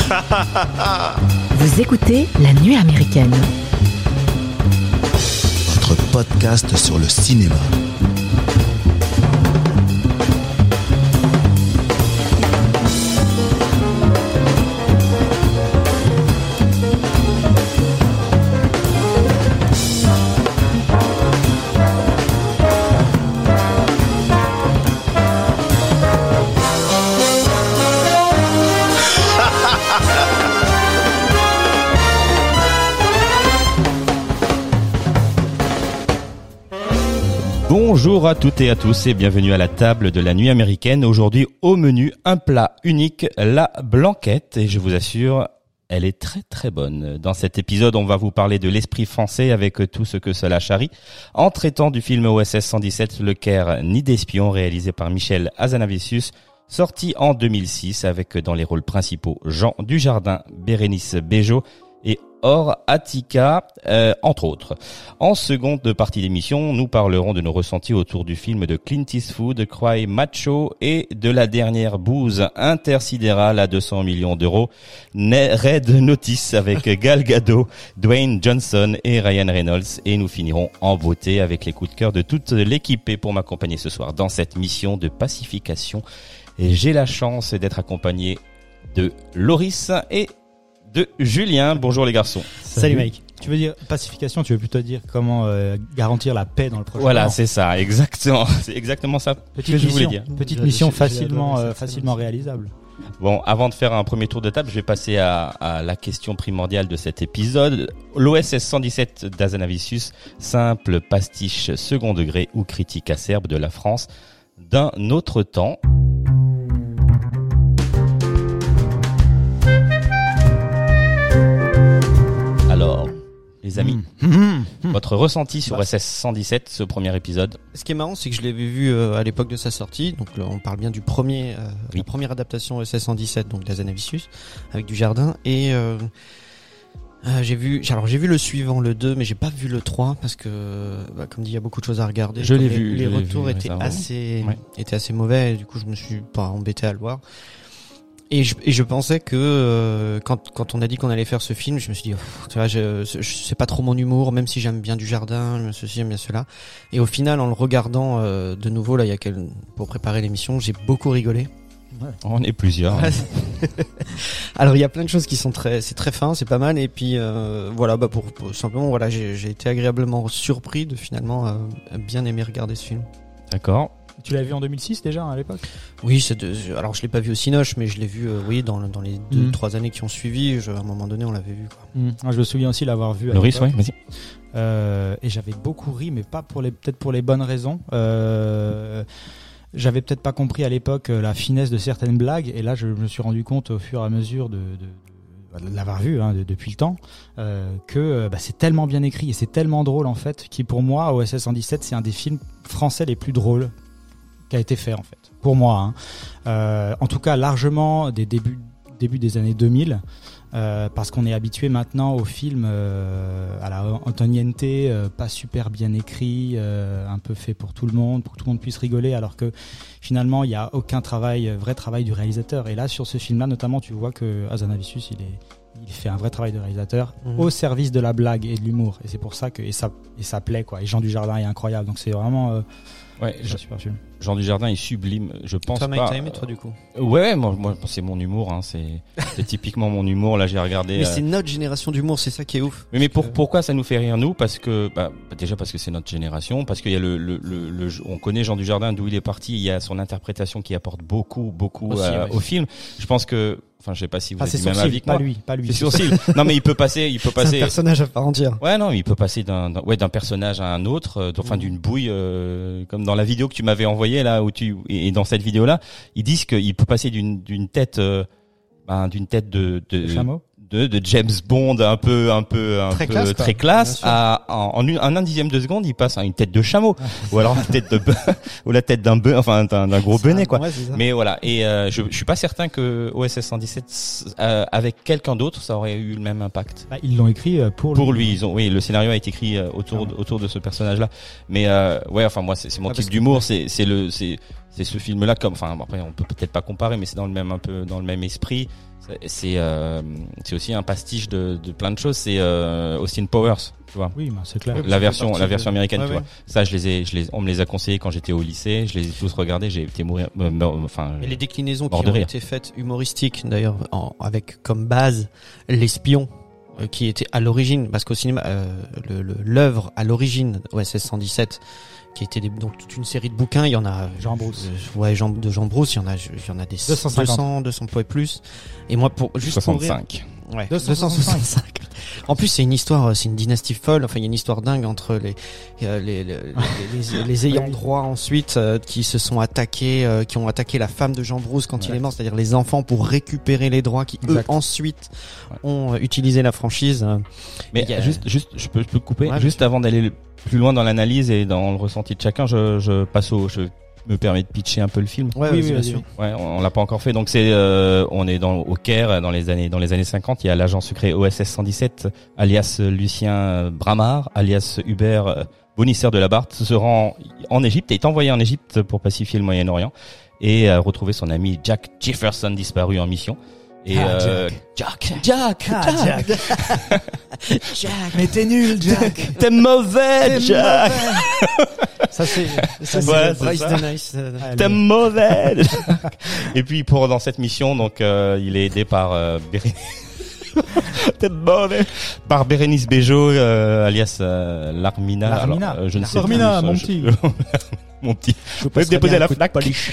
Vous écoutez La Nuit Américaine. Votre podcast sur le cinéma. Bonjour à toutes et à tous et bienvenue à la table de la nuit américaine. Aujourd'hui au menu, un plat unique, la blanquette, et je vous assure, elle est très très bonne. Dans cet épisode, on va vous parler de l'esprit français avec tout ce que cela charrie, en traitant du film OSS 117, Le Caire, Nid d'espion, réalisé par Michel Hazanavicius, sorti en 2006 avec dans les rôles principaux Jean Dujardin, Bérénice Bejo et Or Attica, entre autres. En seconde partie d'émission, nous parlerons de nos ressentis autour du film de Clint Eastwood, Cry Macho, et de la dernière bouse intersidérale à 200 millions d'euros, Red Notice, avec Gal Gadot, Dwayne Johnson et Ryan Reynolds. Et nous finirons en beauté avec les coups de cœur de toute l'équipe. Et pour m'accompagner ce soir dans cette mission de pacification, j'ai la chance d'être accompagné de Loris et de Julien. Bonjour les garçons. Salut Mike. Tu veux dire pacification, tu veux plutôt dire comment garantir la paix dans le prochain Voilà, moment. C'est ça, exactement. C'est exactement ça que je voulais dire. Petite mission facilement réalisable. Bon, avant de faire un premier tour de table, je vais passer à la question primordiale de cet épisode. L'OSS 117 d'Hazanavicius, simple pastiche second degré ou critique acerbe de la France d'un autre temps. Alors, les amis, votre ressenti sur OSS 117, ce premier épisode? Ce qui est marrant, c'est que je l'avais vu à l'époque de sa sortie. Donc là, on parle bien du premier, la première adaptation OSS 117, donc d'Hazanavicius, avec Dujardin. Et j'ai vu le suivant, le 2, mais j'ai pas vu le 3 parce que, comme dit, il y a beaucoup de choses à regarder. Je l'ai vu. Les retours étaient assez mauvais. Et du coup, je me suis pas embêté à le voir. Et je pensais que quand on a dit qu'on allait faire ce film, je me suis dit, tu vois, je sais pas trop mon humour, même si j'aime bien Dujardin, ceci, j'aime bien cela. Et au final, en le regardant de nouveau là, pour préparer l'émission, j'ai beaucoup rigolé. Ouais. On est plusieurs. Alors il y a plein de choses qui sont c'est très fin, c'est pas mal. Et puis voilà, pour simplement voilà, j'ai été agréablement surpris de finalement bien aimer regarder ce film. D'accord. Tu l'as vu en 2006 déjà à l'époque? Oui, alors je l'ai pas vu au Cinoche, mais je l'ai vu dans les 2-3 années qui ont suivi. À un moment donné, on l'avait vu, quoi. Je me souviens aussi l'avoir vu à Loris, l'époque. oui, vas-y. Et j'avais beaucoup ri, mais pas peut-être pour les bonnes raisons. J'avais peut-être pas compris à l'époque la finesse de certaines blagues, et là je me suis rendu compte au fur et à mesure de l'avoir vu depuis le temps, que c'est tellement bien écrit et c'est tellement drôle en fait, qui pour moi OSS 117 c'est un des films français les plus drôles qui a été fait en fait, pour moi. En tout cas largement des débuts des années 2000. Parce qu'on est habitué maintenant aux films à la Antoniente, pas super bien écrit, un peu fait pour tout le monde puisse rigoler, alors que finalement il y a aucun vrai travail du réalisateur. Et là sur ce film-là notamment, tu vois que Hazanavicius il fait un vrai travail de réalisateur au service de la blague et de l'humour. Et c'est pour ça que ça plaît quoi. Et Jean Dujardin est incroyable, donc c'est vraiment super film. Jean Dujardin est sublime, je pense. Toi, Mike, t'as aimé, toi, du coup? Ouais, moi, c'est mon humour, c'est typiquement mon humour. Là, j'ai regardé. Mais c'est notre génération d'humour, c'est ça qui est ouf. Mais pourquoi ça nous fait rire, nous? Parce que, déjà parce que c'est notre génération, parce qu'il y a on connaît Jean Dujardin, d'où il est parti, il y a son interprétation qui apporte beaucoup aussi, au film. Je pense que, je sais pas si vous êtes du même avis que moi. Pas lui. C'est sourcil. Non, mais il peut passer. C'est un personnage à part entière. Ouais, non, il peut passer d'un personnage à un autre, d'une bouille, comme dans la vidéo que tu m'avais envoyée là, et dans cette vidéo là, ils disent qu'il peut passer d'une tête de chameau, de James Bond un peu très classe à en un dixième de seconde il passe à une tête de chameau ou alors la tête d'un d'un gros bonnet quoi. Ouais, mais voilà, et je suis pas certain que OSS 117 avec quelqu'un d'autre ça aurait eu le même impact. Ils l'ont écrit pour lui. Le scénario a été écrit autour de ce personnage là, mais moi c'est mon type d'humour, c'est c'est ce film-là comme, enfin après on peut peut-être pas comparer, mais c'est dans le même un peu dans le même esprit. C'est aussi un pastiche de plein de choses. C'est Austin Powers, tu vois. Oui, bah, c'est clair. La version américaine, Ouais, tu vois. Ça, on me les a conseillés quand j'étais au lycée. Je les ai tous regardés. J'ai été mourir, Et les déclinaisons qui mort de ont rire. été faites humoristiques d'ailleurs, avec comme base l'espion qui était à l'origine, parce qu'au cinéma l'œuvre à l'origine OSS 117 qui était donc toute une série de bouquins, il y en a Jean Brousse. de Jean Brousse, il y en a des 250. 200 points plus. Et moi pour juste pour rire, 65. ouais, 265. En plus, c'est une histoire, c'est une dynastie folle. Enfin, il y a une histoire dingue entre les ayants droit ensuite qui se sont attaqués, qui ont attaqué la femme de Jean Brousse quand il est mort, c'est-à-dire les enfants pour récupérer les droits qui eux Exact. ensuite ont utilisé la franchise. Mais Il y a- juste, je peux couper. Ouais, Juste avant d'aller plus loin dans l'analyse et dans le ressenti de chacun, je me permets de pitcher un peu le film. Ouais, Oui, vas-y, oui, bien vas-y. sûr. Ouais, on l'a pas encore fait. Donc c'est, on est au Caire dans les années 50. Il y a l'agent secret OSS 117, alias Lucien Bramard, alias Hubert Bonisser de la Barthe, se rend en Égypte et est envoyé en Égypte pour pacifier le Moyen-Orient et retrouver son ami Jack Jefferson disparu en mission. Et Jack. Jack. Mais t'es nul, Jack. T'es mauvais, Jack. Ça c'est Voilà, c'est Bryce ça. de Nice. T'es mauvais. Et puis dans cette mission, donc il est aidé par T'es mauvais. Par Bérénice Bejo, alias Larmina. Larmina. Alors, je ne sais Larmina, plus. mon petit. Mon petit. Je peux me déposer à la Fnac.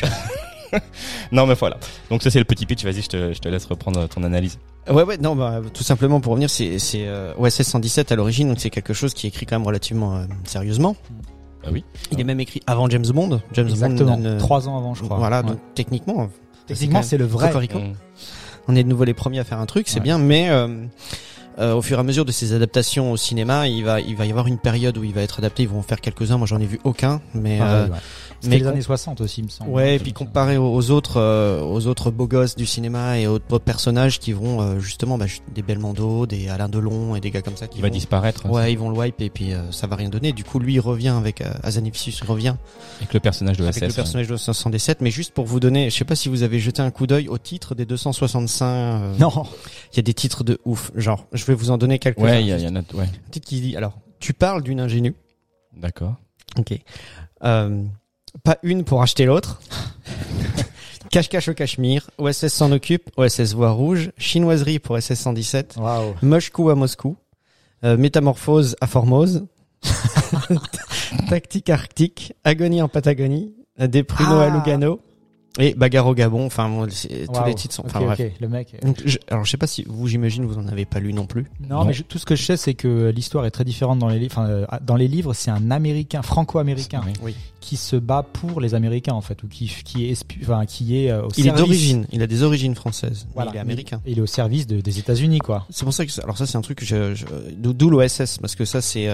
Non mais voilà. Donc ça c'est le petit pitch. Vas-y, je te laisse reprendre ton analyse. Ouais, non, bah, tout simplement pour revenir, c'est OSS 117 à l'origine, donc c'est quelque chose qui est écrit quand même relativement sérieusement. Ah oui. Il est même écrit avant James Bond. James Exactement. Bond. 3 ans avant, je crois. Voilà, Ouais. donc techniquement. Techniquement, c'est le vrai. Cocorico. Mm. On est de nouveau les premiers à faire un truc, c'est Ouais. bien, mais au fur et à mesure de ces adaptations au cinéma, il va y avoir une période où il va être adapté. Ils vont en faire quelques-uns. Moi, j'en ai vu aucun, mais Ouais. C'était mais les com- années 60 aussi, il me semble. ouais, et puis comparé aux autres beaux gosses du cinéma et aux autres personnages qui vont justement des Belmondo, des Alain Delon et des gars comme ça qui Il va vont, disparaître. ouais, ils vont le wipe et puis ça va rien donner. Du coup, lui il revient avec Azanifissus, il revient Avec le personnage de avec le SS. personnage de 517. Mais juste pour vous donner, je sais pas si vous avez jeté un coup d'œil au titre des 265. Non. Il y a des titres de ouf. Genre, je vais vous en donner quelques-uns. Ouais, il y en a. Ouais. Un titre qui dit, alors, tu parles d'une ingénue. D'accord. Ok. Pas une pour acheter l'autre. Cache-cache au Cachemire. OSS s'en occupe. OSS Voix Rouge. Chinoiserie pour SS 117. Waouh. Moche-coup à Moscou. Métamorphose à Formose. Tactique arctique. Agonie en Patagonie. Des pruneaux à Lugano. Et Bagarre au Gabon. Enfin, bon, tous les titres sont, enfin, bref. Ok, le mec. Donc, alors, je sais pas si vous, j'imagine, vous en avez pas lu non plus. Non, mais tout ce que je sais, c'est que l'histoire est très différente dans les livres. Enfin, dans les livres, c'est un Américain, franco-américain, Oui. qui se bat pour les Américains en fait, ou qui est au Il est service. d'origine. Il a des origines françaises. Voilà. Mais il est américain. Il est au service des États-Unis, quoi. C'est pour ça que, alors ça, c'est un truc que d'où l'OSS, parce que ça, c'est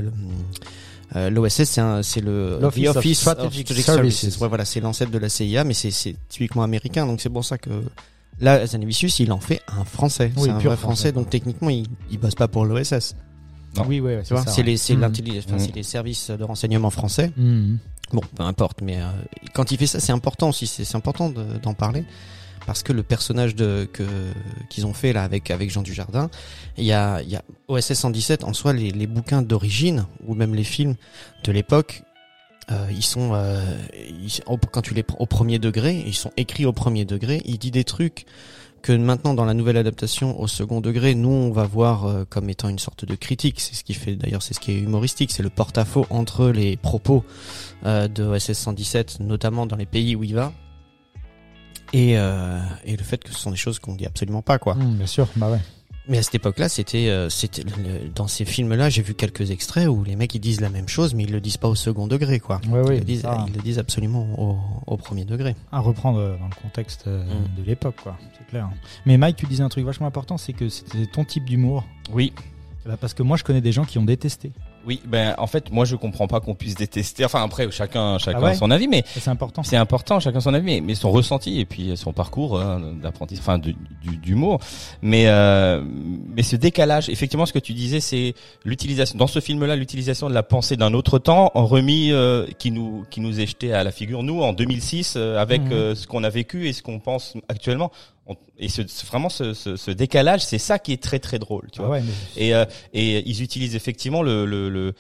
l'OSS, c'est le L'Office The of Office Strategic Strategic Services. Ouais, voilà, c'est l'ancêtre de la CIA, mais c'est typiquement américain, donc c'est pour ça que là, Zanavicius, il en fait un français. Oui, C'est un pur vrai français. français, donc techniquement, il bosse pas pour l'OSS. Non. Oui, ouais, Tu vois, ça, c'est ouais. c'est Mhm. l'intelligence, enfin, c'est les services de renseignement français. Mhm. Bon, peu importe, mais quand il fait ça, c'est important aussi, c'est important d'en parler. Parce que le personnage qu'ils ont fait là avec Jean Dujardin, il y a OSS 117 en soi, les bouquins d'origine ou même les films de l'époque, ils sont quand tu les prends au premier degré, ils sont écrits au premier degré. Il dit des trucs que maintenant dans la nouvelle adaptation au second degré, nous on va voir comme étant une sorte de critique. C'est ce qui fait d'ailleurs, c'est ce qui est humoristique, c'est le porte-à-faux entre les propos de OSS 117, notamment dans les pays où il va. Et le fait que ce sont des choses qu'on dit absolument pas, quoi. Bien sûr, bah ouais. Mais à cette époque-là, c'était dans ces films-là, j'ai vu quelques extraits où les mecs ils disent la même chose, mais ils le disent pas au second degré, quoi. Ouais, oui, ils ça. le disent absolument au premier degré. À reprendre dans le contexte de l'époque, quoi. C'est clair. Mais Mike, tu disais un truc vachement important, c'est que c'était ton type d'humour. Oui. Bah, parce que moi, je connais des gens qui ont détesté. Oui, ben en fait, moi je comprends pas qu'on puisse détester. Enfin après, chacun Ah ouais, a son avis, mais c'est important. c'est important, chacun son avis, mais son ressenti et puis son parcours d'apprentissage, enfin d'humour. Mais ce décalage, effectivement, ce que tu disais, c'est l'utilisation dans ce film-là, l'utilisation de la pensée d'un autre temps, en remis qui nous est jeté à la figure nous en 2006 avec ce qu'on a vécu et ce qu'on pense actuellement. Et vraiment ce décalage, c'est ça qui est très très drôle, tu vois. Ouais, mais... Et ils utilisent effectivement le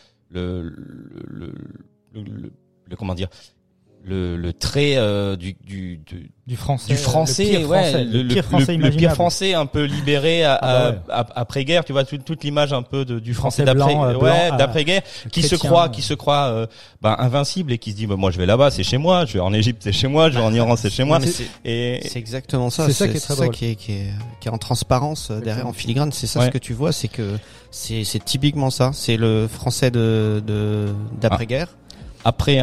comment dire, le trait du français, le pire français un peu libéré après guerre, tu vois, toute l'image un peu du français d'après guerre qui se croit invincible et qui se dit moi je vais là-bas, c'est chez moi, je vais en Égypte, c'est chez moi, je vais en Iran, c'est chez moi. C'est exactement ça. C'est ça qui est très drôle. Qui est en transparence derrière, en filigrane. C'est ça ce que tu vois, c'est que c'est typiquement ça. C'est le français d'après-guerre. Après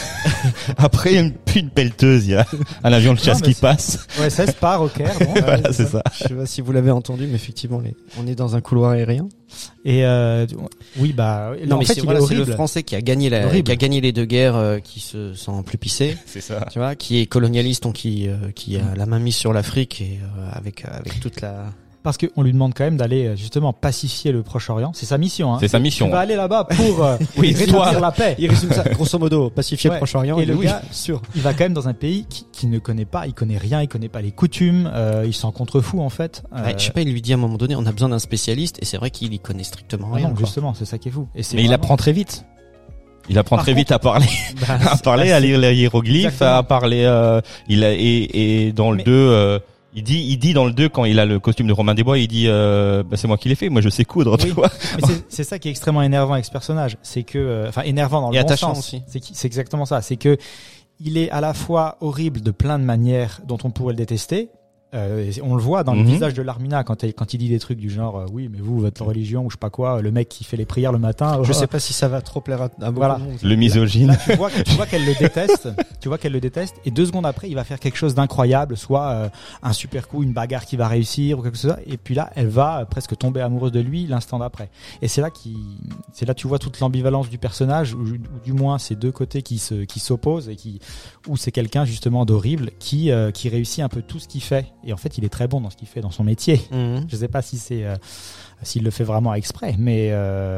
une pelleteuse, il y a un avion de chasse qui passe. Ouais, ça se part au Caire. Bon, voilà, c'est ça. Je sais pas si vous l'avez entendu, mais effectivement, on est dans un couloir aérien. Et oui, bah non, en mais fait, c'est le français qui a gagné les deux guerres, qui se sent plus pissé. C'est ça. Tu vois, qui est colonialiste, donc qui a la main mise sur l'Afrique et avec toute la... Parce qu'on lui demande quand même d'aller justement pacifier le Proche-Orient. C'est sa mission. Hein. C'est sa mission. Il va aller là-bas pour rétablir la paix. Il résume ça, grosso modo, pacifier le Proche-Orient. Et le gars, il va quand même dans un pays qui ne connaît pas, il connaît rien, il connaît pas les coutumes, il s'en contrefou en fait. Ouais, je sais pas, il lui dit à un moment donné, on a besoin d'un spécialiste, et c'est vrai qu'il y connaît strictement rien. Non, justement, c'est ça qui est fou. Mais il apprend très vite. Il apprend très vite à parler, à lire les hiéroglyphes, exactement. À parler. Et dans le 2. Il dit dans le 2 quand il a le costume de Robin des Bois, il dit c'est moi qui l'ai fait, moi je sais coudre, tu vois. Mais c'est ça qui est extrêmement énervant avec ce personnage, c'est que énervant dans le bon sens aussi. C'est exactement ça, c'est que il est à la fois horrible de plein de manières dont on pourrait le détester. On le voit dans le visage de Larmina quand il dit des trucs du genre oui mais vous votre religion ou je sais pas quoi, le mec qui fait les prières le matin, je sais pas si ça va trop plaire à beaucoup de monde. Le misogyne. Là, tu vois qu'elle le déteste et 2 secondes après il va faire quelque chose d'incroyable, soit un super coup, une bagarre qui va réussir ou quelque chose, et puis là elle va presque tomber amoureuse de lui l'instant d'après. Et c'est là tu vois toute l'ambivalence du personnage, ou du moins ces deux côtés qui s'opposent et où c'est quelqu'un justement d'horrible qui réussit un peu tout ce qu'il fait. Et en fait, il est très bon dans ce qu'il fait, dans son métier. Je sais pas si s'il le fait vraiment exprès, mais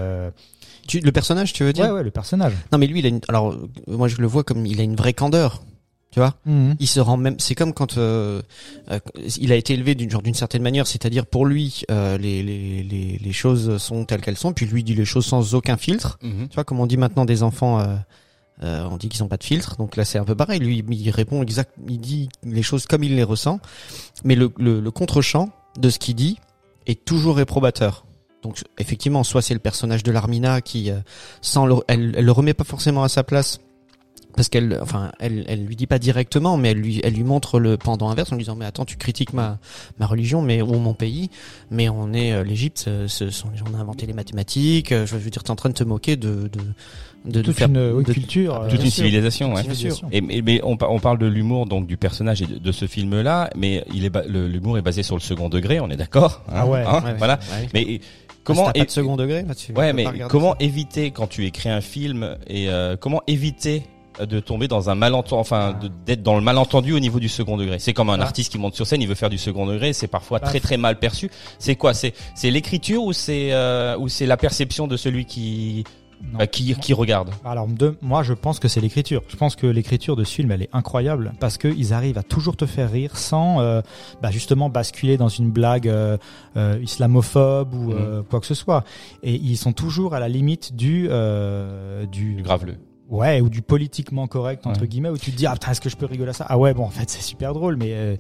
le personnage, tu veux dire? Ouais, le personnage. Non, mais lui, alors moi je le vois comme il a une vraie candeur. Tu vois, il se rend même. C'est comme quand il a été élevé d'une certaine manière, c'est-à-dire pour lui, les choses sont telles qu'elles sont, puis lui dit les choses sans aucun filtre. Tu vois, comme on dit maintenant des enfants. On dit qu'ils n'ont pas de filtre, donc là c'est un peu pareil. Lui, il répond il dit les choses comme il les ressent, mais le contre-champ de ce qu'il dit est toujours réprobateur. Donc effectivement, soit c'est le personnage de Larmina qui, elle le remet pas forcément à sa place, parce elle lui dit pas directement, mais elle lui montre le pendant inverse en lui disant mais attends, tu critiques ma religion, mais ou mon pays, mais on est l'Égypte, ce sont les gens qui ont inventé les mathématiques. Je veux dire, t'es en train de te moquer de toute une culture, toute une civilisation, ouais. Civilisation. Mais on parle de l'humour donc du personnage et de ce film-là, mais l'humour est basé sur le second degré, on est d'accord, hein, ouais, voilà. Ouais. Mais comment pas de second degré là-dessus. Ouais, mais comment éviter quand tu écris un film et comment éviter de tomber dans un malentendu, d'être dans le malentendu au niveau du second degré. C'est comme un artiste qui monte sur scène, il veut faire du second degré, c'est parfois très très mal perçu. C'est quoi? C'est l'écriture ou c'est la perception de celui qui regarde? Alors moi je pense que c'est l'écriture. Je pense que l'écriture de ce film elle est incroyable parce que ils arrivent à toujours te faire rire sans justement basculer dans une blague islamophobe ou quoi que ce soit. Et ils sont toujours à la limite du graveleux. Ouais, ou du politiquement correct entre guillemets, où tu te dis putain, est-ce que je peux rigoler à ça? Ah ouais, bon en fait c'est super drôle, mais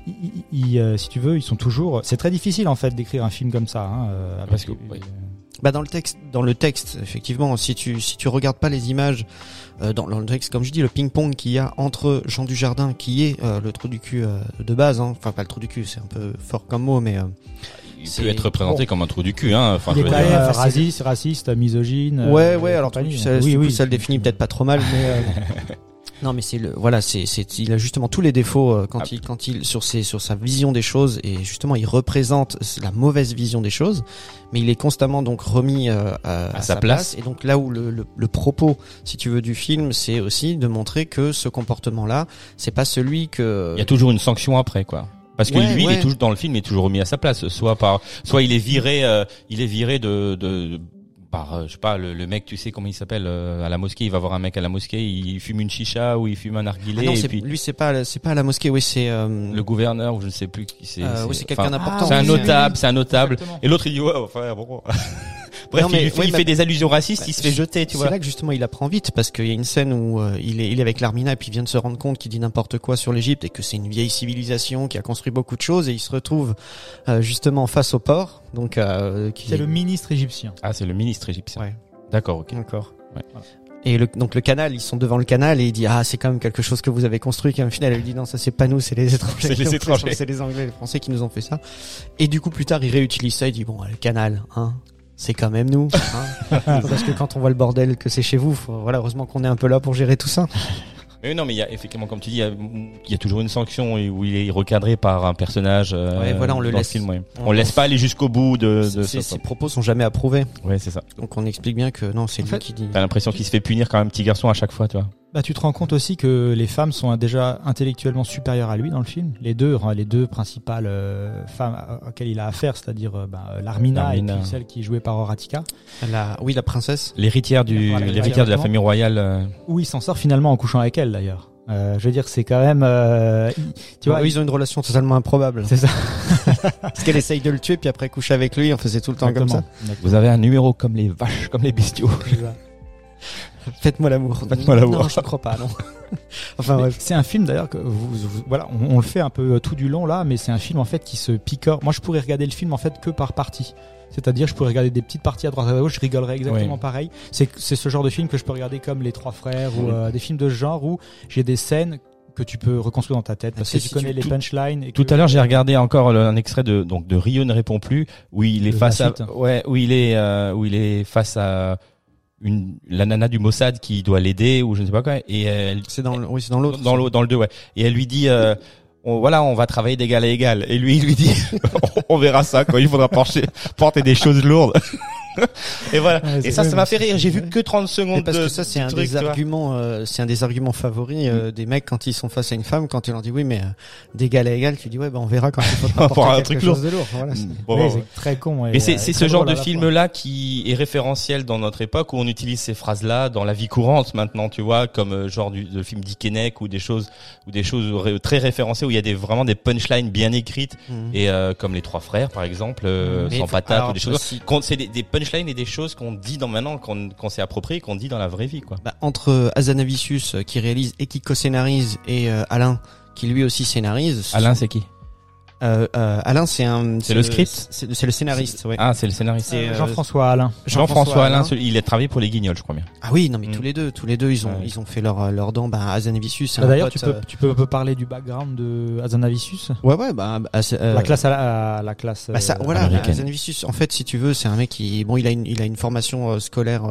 si tu veux, ils sont toujours. C'est très difficile en fait d'écrire un film comme ça, parce que dans le texte, effectivement, si tu regardes pas les images dans le texte, comme je dis, le ping-pong qu'il y a entre Jean Dujardin, qui est le trou du cul de base, enfin pas le trou du cul, c'est un peu fort comme mot, mais il peut être représenté comme un trou du cul, hein. Il est quand même raciste, misogyne. Ouais, alors ça le définit peut-être pas trop mal, mais Non, mais il a justement tous les défauts quand il sur sa vision des choses, et justement il représente la mauvaise vision des choses, mais il est constamment donc remis à sa place. Et donc là où le propos, si tu veux, du film, c'est aussi de montrer que ce comportement-là, c'est pas celui que... Il y a toujours une sanction après, quoi. Parce que lui, il est toujours dans le film, il est toujours remis à sa place. Soit il est viré par, je sais pas, le mec, tu sais comment il s'appelle, à la mosquée, il va voir un mec à la mosquée, il fume une chicha ou il fume un narguilé. Ah non, lui c'est pas à la mosquée, oui, c'est le gouverneur ou je ne sais plus qui c'est. Oui, c'est quelqu'un d'important. C'est un notable. Exactement. Et l'autre il dit ouais, enfin bon. Bref, il fait des allusions racistes, il se fait jeter, tu vois. C'est là que justement il apprend vite, parce qu'il y a une scène où il est avec Larmina et puis il vient de se rendre compte qu'il dit n'importe quoi sur l'Égypte et que c'est une vieille civilisation qui a construit beaucoup de choses, et il se retrouve justement face au port. Donc c'est le ministre égyptien. Ah, c'est le ministre égyptien. Ouais. D'accord, OK. D'accord. Ouais. Et donc le canal, ils sont devant le canal et il dit c'est quand même quelque chose que vous avez construit. Puis au final, elle lui dit non, ça c'est pas nous, c'est les étrangers. C'est les étrangers. C'est les Anglais, les Français qui nous ont fait ça. Et du coup plus tard, il réutilise ça. Il dit bon, le canal, c'est quand même nous, parce que quand on voit le bordel que c'est chez vous, heureusement qu'on est un peu là pour gérer tout ça. Mais non, mais il y a effectivement, comme tu dis, il y a toujours une sanction où il est recadré par un personnage. On le laisse. Film, on laisse pas aller jusqu'au bout de ça. Ses propos sont jamais approuvés. Ouais, c'est ça. Donc on explique bien que non, c'est lui qui dit. T'as l'impression qu'il se fait punir comme un petit garçon à chaque fois, tu vois. Bah, tu te rends compte aussi que les femmes sont déjà intellectuellement supérieures à lui dans le film. Les deux principales femmes auxquelles il a affaire, c'est-à-dire Larmina et puis celle qui est jouée par Horatica. La princesse. L'héritière de la famille royale. Où il s'en sort finalement en couchant avec elle d'ailleurs. Je veux dire, c'est quand même, tu vois, ils ont une relation totalement improbable. C'est ça. Parce qu'elle essaye de le tuer, puis après coucher avec lui, on faisait tout le temps comme ça. Vous avez un numéro comme les vaches, comme les bestiaux. Faites-moi l'amour. Faites-moi l'amour. Non, je crois pas, non. Enfin, bref. C'est un film d'ailleurs que voilà, on le fait un peu tout du long là, mais c'est un film en fait qui se picore. Moi, je pourrais regarder le film en fait que par partie. C'est-à-dire, je pourrais regarder des petites parties à droite à gauche, je rigolerais exactement pareil. C'est ce genre de film que je peux regarder comme Les Trois Frères ou des films de ce genre où j'ai des scènes que tu peux reconstruire dans ta tête parce que tu connais les punchlines. Tout à l'heure, j'ai regardé encore un extrait de Rio ne répond plus, où il est face où il est face à la nana du Mossad qui doit l'aider ou je ne sais pas quoi, et c'est dans l'autre. Dans le 2, ouais. Et elle lui dit on va travailler d'égal à égal. Et lui, il lui dit, on verra ça quand il faudra porter des choses lourdes. Et voilà. Et ça m'a fait rire. J'ai vu que 30 secondes. Parce que ça, c'est un des arguments favoris des mecs quand ils sont face à une femme, quand ils leur disent oui, mais d'égal à égal, tu dis ouais, on verra quand il faudra porter quelque chose de lourd. Voilà. C'est très con. Et c'est ce genre de film-là qui est référentiel dans notre époque, où on utilise ces phrases-là dans la vie courante maintenant, tu vois, comme genre de film Dickeneck ou des choses très référencées où il y a vraiment des punchlines bien écrites et comme Les Trois Frères par exemple, sans patate ou des choses. C'est des punchlines et des choses qu'on dit maintenant, qu'on s'est approprié, qu'on dit dans la vraie vie, quoi. Entre Hazanavicius qui réalise et qui co-scénarise et Alain qui lui aussi scénarise. Alain, c'est qui? Alain, c'est le script. C'est le scénariste, ouais. Ah, c'est le scénariste. C'est Jean-François Alain. Jean-François Alain, il a travaillé pour les Guignols, je crois bien. Ah oui, non mais tous les deux, ils ont fait leur dents. Hazanavicius, c'est d'ailleurs, tu peux parler du background de Hazanavicius. Ouais, la classe ça, voilà, Hazanavicius. En fait, si tu veux, c'est un mec qui, il a une formation scolaire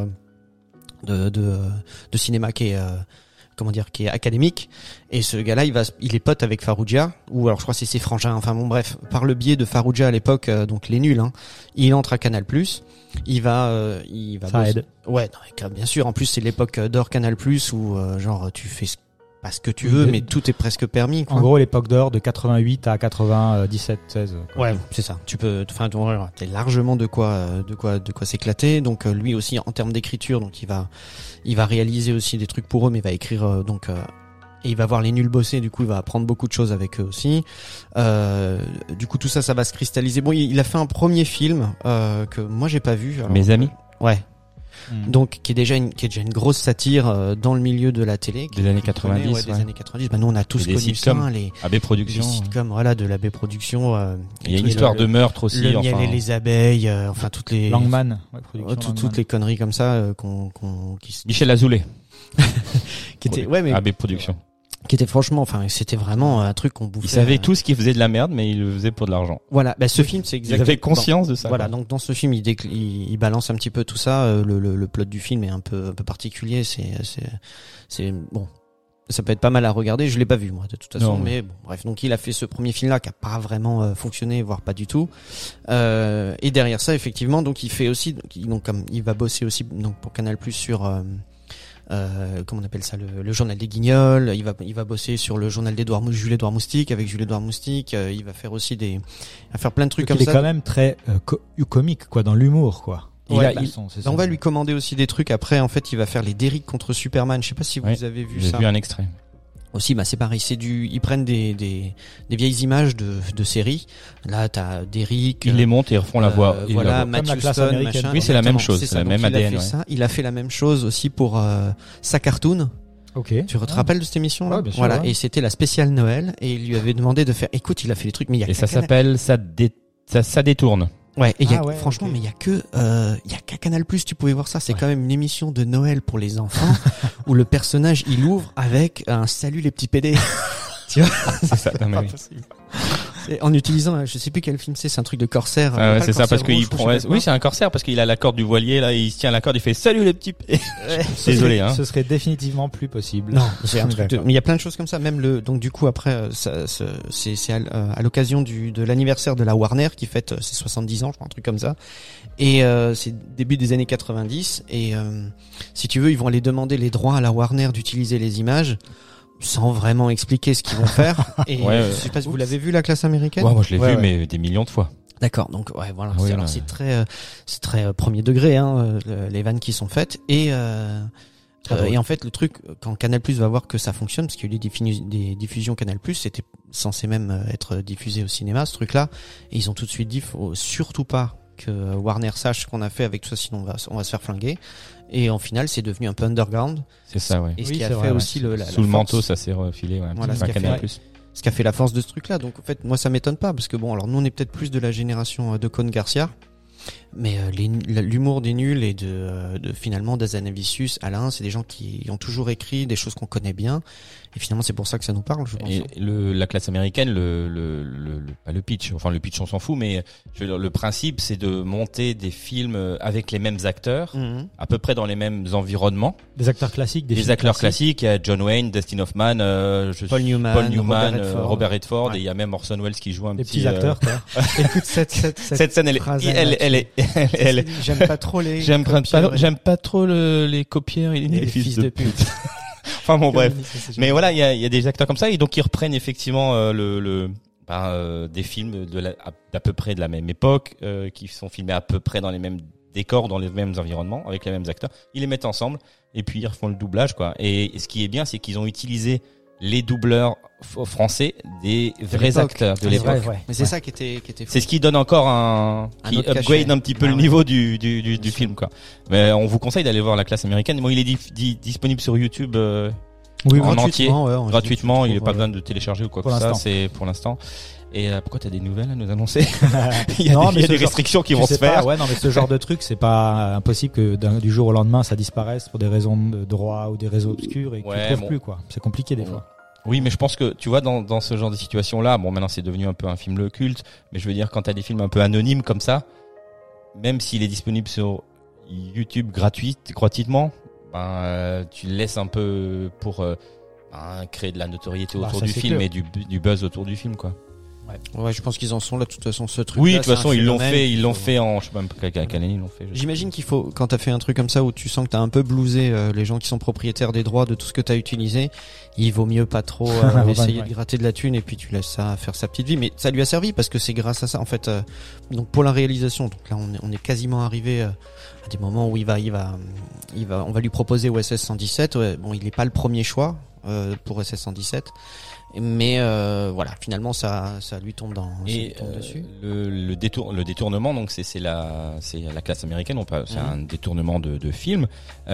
de cinéma qui est qui est académique, et ce gars-là il est pote avec Farrugia, ou alors je crois que c'est ses frangins, enfin bon bref, par le biais de Farrugia à l'époque, donc les nuls, il entre à Canal+, il va ça aide. Ouais, non, bien sûr, en plus c'est l'époque d'or Canal+, où tu fais pas ce que tu veux, mais tout est presque permis, quoi. En gros, l'époque d'or de 88 à 97, 16. Quoi. Ouais, c'est ça. Tu peux, t'as largement de quoi s'éclater. Donc, lui aussi, en termes d'écriture, donc il va réaliser aussi des trucs pour eux, mais il va écrire, et il va voir les nuls bosser, du coup, il va apprendre beaucoup de choses avec eux aussi. Du coup, tout ça va se cristalliser. Bon, il a fait un premier film, que moi, j'ai pas vu. Alors, Mes amis? Ouais. Donc qui est déjà une grosse satire dans le milieu de la télé des années 90 des années 90. Nous on a tous connu ça, les AB Productions, les sitcoms, voilà, de l'AB Productions. Il y a une histoire de meurtre aussi, le miel et les abeilles, enfin toutes les Langman, toutes les conneries comme ça Michel Azoulay qui était AB Productions, qui était franchement, c'était vraiment un truc qu'on bouffait. Ils savaient tous qu'ils faisaient de la merde, mais ils le faisaient pour de l'argent. Voilà, ce film, c'est exactement. Ils avaient conscience de ça. Voilà, donc dans ce film, il balance un petit peu tout ça. Le plot du film est un peu particulier. C'est bon. ça peut être pas mal à regarder. Je l'ai pas vu moi de toute façon, Non, mais bon, bref. Donc il a fait ce premier film là qui a pas vraiment fonctionné, voire pas du tout. Et derrière ça, effectivement, donc il fait aussi, donc comme il va bosser aussi donc pour Canal+ sur comment on appelle ça, le journal des Guignols. Il va bosser sur le journal Jules-Édouard Moustique avec Jules-Édouard Moustique. Il va faire aussi il va faire plein de trucs Donc comme il ça. est quand même très comique, quoi, dans l'humour, quoi. On va lui commander aussi des trucs. Après, en fait, il va faire les Derrick contre Superman. Je sais pas si vous avez vu ça. J'ai vu un extrait. Aussi, c'est pareil. Ils prennent des vieilles images de séries. Là, t'as Derrick. Ils les montent et refont la voix. Voilà, Comme la Matthew classe Stone, américaine. machin. Oui, c'est la même chose, C'est c'est la ça. même Donc, ADN. Il a fait ça. Il a fait la même chose aussi pour sa cartoon. Ok. Tu te rappelles de cette émission là? Ouais, bien sûr, Voilà. ouais. Et c'était la spéciale Noël. Et il lui avait demandé de faire. Écoute, il a fait des trucs, mais il y a. Et ça s'appelle ça détourne. Ouais, et franchement, ok. mais il y a qu'à Canal+, tu pouvais voir ça. C'est quand même une émission de Noël pour les enfants où le personnage, il ouvre avec un salut les petits PD. Tu vois? C'est ça. Non, mais oui. En utilisant, je sais plus quel film c'est un truc de corsaire. Ah ouais, Pas c'est le ça, parce corsaire qu'il rouge, prend. je sais pas Oui, quoi. c'est un corsaire parce qu'il a la corde du voilier là, il se tient à la corde, il fait salut les petits. Désolé, hein. Ce serait définitivement plus possible. Non, c'est un truc de... D'accord. Mais il y a plein de choses comme ça. Même donc du coup après, c'est à l'occasion de l'anniversaire de la Warner qui fête ses 70 ans, je crois, un truc comme ça. Et c'est début des années 90. Et si tu veux, ils vont aller demander les droits à la Warner d'utiliser les images sans vraiment expliquer ce qu'ils vont faire. Et Ouais, je sais pas si vous l'avez vu, la classe américaine. Ouais, moi je l'ai Ouais, vu, mais des millions de fois. D'accord, donc ouais, voilà. Oui, Alors ouais. c'est très premier degré, hein, les vannes qui sont faites. Et en fait, le truc, quand Canal+ va voir que ça fonctionne, parce qu'il y a eu des diffusions Canal+, c'était censé même être diffusé au cinéma, ce truc-là, et ils ont tout de suite dit, faut surtout pas que Warner sache ce qu'on a fait avec tout ça, sinon on va se faire flinguer. Et en final, c'est devenu un peu underground. C'est ça, ouais. Et ce Oui, qui a c'est fait vrai, aussi la Sous le force. manteau, ça s'est refilé, ouais. Voilà, Enfin, ce qu'a Canal+. fait- Ce qui a fait la force de ce truc-là. Donc en fait, moi ça m'étonne pas parce que bon, alors nous on est peut-être plus de la génération de Cône Garcia, mais l'humour des nuls et de finalement d'Azanavicius, Alain, c'est des gens qui ont toujours écrit des choses qu'on connaît bien et finalement c'est pour ça que ça nous parle, je pense. Et la classe américaine, pas le pitch, enfin le pitch on s'en fout, mais je veux dire, le principe c'est de monter des films avec les mêmes acteurs, Mhm. à peu près dans les mêmes environnements, Des acteurs classiques, des films acteurs classiques. Il y a John Wayne, Dustin Hoffman, Paul Newman, Robert Redford, Ouais. et il y a même Orson Welles qui joue un Des petit petits acteurs, quoi. Écoute cette Cette scène, phrase, j'aime pas trop les j'aime copieurs, pas trop les copieurs et les fils de pute. Enfin bon, bref. Mais voilà, il y a des acteurs comme ça et donc ils reprennent effectivement des films d'à peu près de la même époque, qui sont filmés à peu près dans les mêmes décors, dans les mêmes environnements, avec les mêmes acteurs. Ils les mettent ensemble et puis ils refont le doublage, quoi. Et ce qui est bien, c'est qu'ils ont utilisé les doubleurs français des vrais l'époque. acteurs de C'est l'époque. vrai, ouais. Mais c'est ça qui était fou. C'est ce qui donne encore qui autre upgrade cachet. un petit peu Ah le ouais. niveau du film, quoi. Mais on vous conseille d'aller voir La Classe américaine. Moi, il est disponible sur YouTube Oui, en gratuitement. entier, ouais, gratuitement. Il n'est pas ouais. besoin de télécharger ou quoi que Pour ça. l'instant. C'est pour l'instant. Et pourquoi t'as des nouvelles à nous annoncer? Il y a Non, des, mais il y a ce des genre- restrictions qui Tu vont sais se faire. pas, ouais, non, mais ce genre de truc, c'est pas impossible que du jour au lendemain, ça disparaisse pour des raisons de droit ou des réseaux obscurs et que Ouais, tu trouves bon. plus, quoi. C'est compliqué des fois. Oui, mais je pense que, tu vois, dans ce genre de situation-là, bon, maintenant c'est devenu un peu un film le culte, mais je veux dire, quand t'as des films un peu anonymes comme ça, même s'il est disponible sur YouTube gratuitement, tu le laisses un peu pour créer de la notoriété Bah, autour ça, du c'est film clair. et du buzz autour du film, quoi. Ouais, je pense qu'ils en sont là de toute façon ce truc. Oui, de toute façon, ils l'ont fait en, je sais même pas quelle année ils l'ont fait. J'imagine qu'il faut, quand t'as fait un truc comme ça où tu sens que t'as un peu blousé les gens qui sont propriétaires des droits de tout ce que t'as utilisé, il vaut mieux pas trop essayer Ouais. de gratter de la thune et puis tu laisses ça faire sa petite vie. Mais ça lui a servi parce que c'est grâce à ça en fait. Donc pour la réalisation, donc là on est quasiment arrivé à des moments où on va lui proposer OSS 117. Ouais, bon, il est pas le premier choix pour OSS 117. Mais voilà, finalement ça lui tombe dessus. Le détournement, donc c'est la classe américaine, c'est un détournement de film.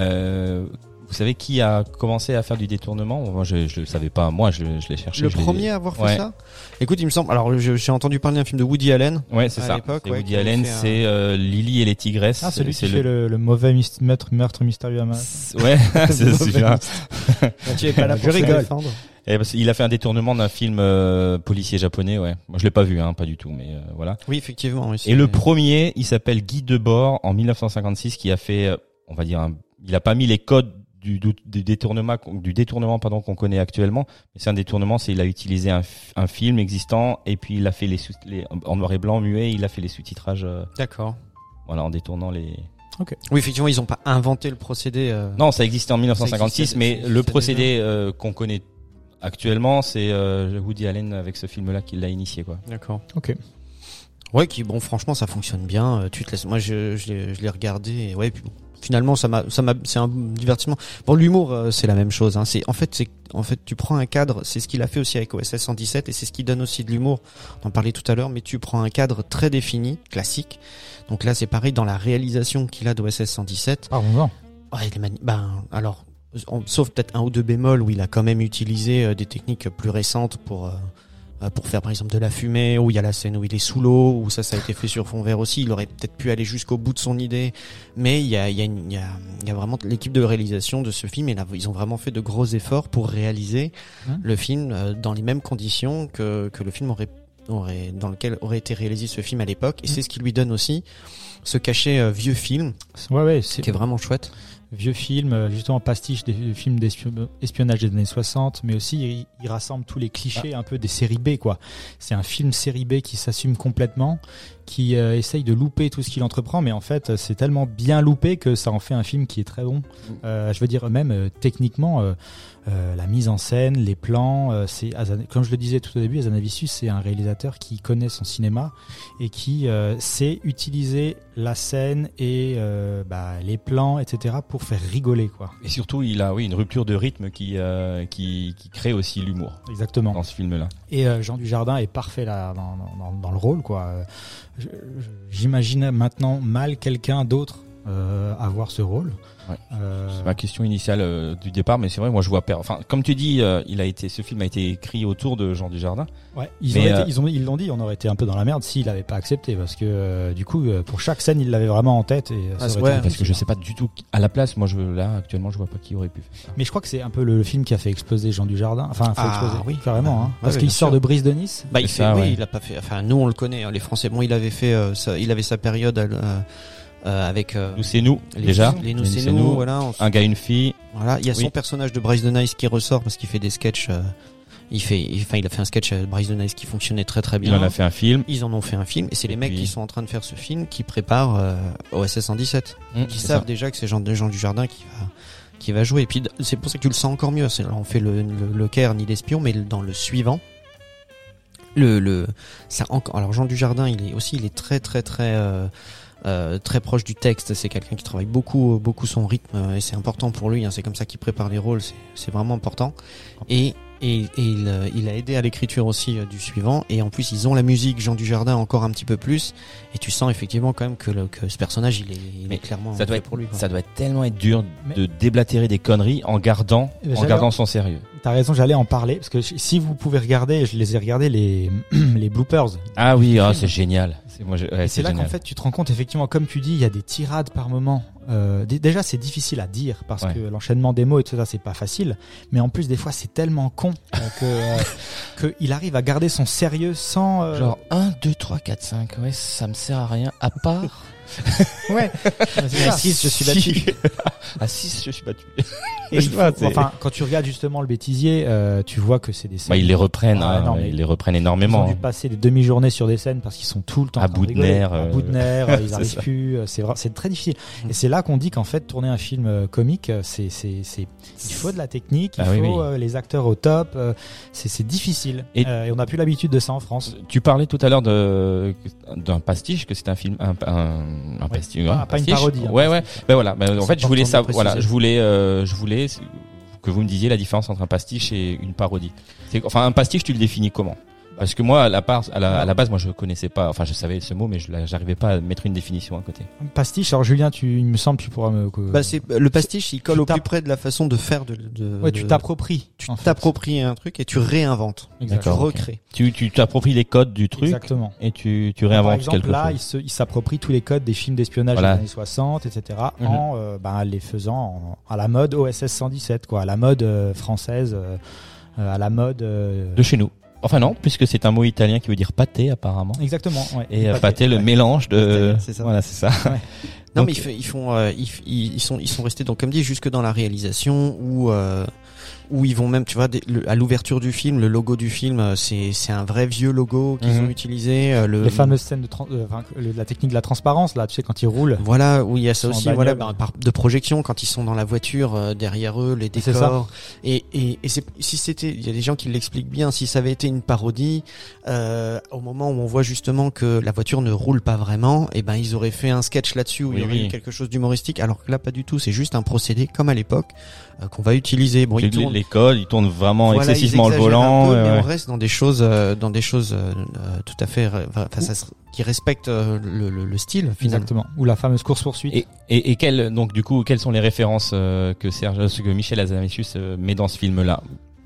Vous savez qui a commencé à faire du détournement? Moi, je le savais pas. Moi, je l'ai cherché. Le premier à avoir fait Ouais. ça. Écoute, il me semble. Alors, j'ai entendu parler d'un film de Woody Allen. Ouais, c'est À ça. l'époque, C'est ouais, Woody qui avait Allen, fait c'est Lily et les tigresses. Ah, celui C'est qui fait le mauvais meurtre mystérieux à Mass. Ouais, c'est celui-là. Tu es pas là Je pour se rigole. défendre. Il a fait un détournement d'un film policier japonais, ouais. Moi, je l'ai pas vu, pas du tout, mais voilà. Oui, effectivement. Oui, Et le premier, il s'appelle Guy Debord en 1956, qui a fait, on va dire, il a pas mis les codes détournement pardon qu'on connaît actuellement. Mais c'est un détournement, c'est il a utilisé un film existant et puis il a fait en noir et blanc muet, il a fait les sous-titrages. D'accord. Voilà, en détournant les. Ok. Oui, effectivement, ils ont pas inventé le procédé. Non, ça existait en 1956, existait, mais c'est le procédé qu'on connaît actuellement, c'est Woody Allen avec ce film-là qui l'a initié, quoi. D'accord. Ok. Ouais, bon, franchement, ça fonctionne bien. Tu te laisses. Moi, je l'ai regardé. Et ouais, puis bon, finalement, c'est un divertissement. Bon, l'humour, c'est la même chose. Hein. En fait, tu prends un cadre. C'est ce qu'il a fait aussi avec OSS 117, et c'est ce qui donne aussi de l'humour. On en parlait tout à l'heure, mais tu prends un cadre très défini, classique. Donc là, c'est pareil dans la réalisation qu'il a d'OSS 117. Parlons-en. Ouais, alors, sauf peut-être un ou deux bémols où il a quand même utilisé des techniques plus récentes pour faire par exemple de la fumée, où il y a la scène où il est sous l'eau, où ça a été fait sur fond vert aussi. Il aurait peut-être pu aller jusqu'au bout de son idée, mais il y a vraiment l'équipe de réalisation de ce film, et là ils ont vraiment fait de gros efforts pour réaliser le film dans les mêmes conditions que le film dans lequel aurait été réalisé ce film à l'époque, et c'est ce qui lui donne aussi ce cachet vieux film, qui est vraiment chouette. Vieux film, justement pastiche des films d'espionnage des années 60, mais aussi il rassemble tous les clichés un peu des séries B, quoi. C'est un film série B qui s'assume complètement, qui essaye de louper tout ce qu'il entreprend, mais en fait c'est tellement bien loupé que ça en fait un film qui est très bon. Je veux dire même techniquement, la mise en scène, les plans, comme je le disais tout au début, Hazanavicius, c'est un réalisateur qui connaît son cinéma et qui sait utiliser la scène et les plans, etc. pour faire rigoler, quoi. Et surtout, il a une rupture de rythme qui crée aussi l'humour. Exactement. Dans ce film-là. Et Jean Dujardin est parfait là dans le rôle, quoi. J'imagine maintenant mal quelqu'un d'autre avoir ce rôle. Ouais. C'est ma question initiale du départ, mais c'est vrai, moi je vois enfin, comme tu dis, ce film a été écrit autour de Jean Dujardin. Ouais. Ils l'ont dit, on aurait été un peu dans la merde s'il n'avait pas accepté, parce que du coup, pour chaque scène, il l'avait vraiment en tête. Et parce que je sais pas du tout à la place. Moi, actuellement, je vois pas qui aurait pu faire ça. Mais je crois que c'est un peu le film qui a fait exploser Jean Dujardin. Enfin, oui, carrément, hein, parce qu'il sort de Brise de Nice. Il a pas fait. Enfin, nous on le connaît, hein, les Français. Bon, il avait fait, il avait sa période. Avec Nous c'est nous déjà les nous c'est nous, voilà, un gars une fille, voilà, il y a son personnage de Bryce de Nice qui ressort parce qu'il fait des sketchs, il a fait un sketch à Bryce de Nice qui fonctionnait très très bien. Il en a fait un film, ils en ont fait un film, et c'est les mecs qui sont en train de faire ce film qui préparent OSS 117, qui savent déjà que c'est Jean Dujardin qui va jouer, et puis c'est pour ça que tu le sens encore mieux. On fait le Caire ni l'espion, mais dans le suivant alors Jean Dujardin il est très très très très proche du texte. C'est quelqu'un qui travaille beaucoup son rythme, et c'est important pour lui, hein. C'est comme ça qu'il prépare les rôles, c'est vraiment important, et il a aidé à l'écriture aussi du suivant, et en plus ils ont la musique Jean Dujardin encore un petit peu plus, et tu sens effectivement quand même que ce personnage il est clairement ça doit être pour lui, quoi. Ça doit tellement être dur de déblatérer des conneries en gardant son sérieux. T'as raison, j'allais en parler, parce que si vous pouvez regarder, je les ai regardés les bloopers. Ah oui, c'est génial. C'est là qu'en fait tu te rends compte, effectivement, comme tu dis, il y a des tirades par moment. Déjà c'est difficile à dire parce que l'enchaînement des mots et tout ça c'est pas facile, mais en plus des fois c'est tellement con que il arrive à garder son sérieux sans genre 1, 2, 3, 4, 5, ouais, ça me sert à rien à part ouais. À 6 je suis battu. À 6 je suis battu. Et quand tu regardes justement le bêtisier, tu vois que c'est des scènes. Ils les reprennent, ils les reprennent énormément. Ils ont dû passer des demi-journées sur des scènes parce qu'ils sont tout le temps à bout de nerfs. À bout de nerfs, ils arrivent plus. C'est très difficile. Et c'est là qu'on dit qu'en fait, tourner un film comique, il faut de la technique, il faut les acteurs au top. C'est difficile. Et on n'a plus l'habitude de ça en France. Tu parlais tout à l'heure d'un pastiche, que c'est un film, un pastiche. Pas une parodie. Ouais. Ben voilà. En fait, je voulais ça. Voilà, je voulais que vous me disiez la différence entre un pastiche et une parodie. Un pastiche, tu le définis comment? Parce que moi, à la base, moi, je connaissais pas. Enfin, je savais ce mot, mais j'arrivais pas à mettre une définition à côté. Pastiche. Alors, Julien, il me semble, tu pourras me. Le pastiche, il colle au plus près de la façon de faire tu t'appropries. Tu t'appropries un truc et tu réinventes. Exactement. Tu recrées. Tu t'appropries les codes du truc. Exactement. Et tu réinventes quelque chose. Par exemple, là, il s'approprie tous les codes des films d'espionnage des années 60, etc. En les faisant à la mode OSS 117, quoi, à la mode française, à la mode de chez nous. Enfin non, puisque c'est un mot italien qui veut dire pâté apparemment. Exactement. Ouais. Et pâté, le mélange de. C'est ça. Voilà, c'est ça. Non, Donc, mais ils sont restés, donc comme dit, jusque dans la réalisation où ils vont même, tu vois, à l'ouverture du film, le logo du film, c'est un vrai vieux logo qu'ils ont utilisé. Les fameuses scènes la technique de la transparence, là, tu sais, quand ils roulent. Voilà, où il y a ça Ils sont aussi, en bagnole. de projection, quand ils sont dans la voiture, derrière eux, les C'est décors. Et il y a des gens qui l'expliquent bien, si ça avait été une parodie, au moment où on voit justement que la voiture ne roule pas vraiment, et ben, ils auraient fait un sketch là-dessus où il y aurait eu quelque chose d'humoristique, alors que là, pas du tout, c'est juste un procédé, comme à l'époque, qu'on va utiliser. Bon, l'école, ils tournent vraiment excessivement le ils volant. un peu, mais on reste dans des choses tout à fait, qui respectent le style, finalement. Exactement. Ou la fameuse course-poursuite. Et quelles sont les références que Michel Hazanavicius met dans ce film-là?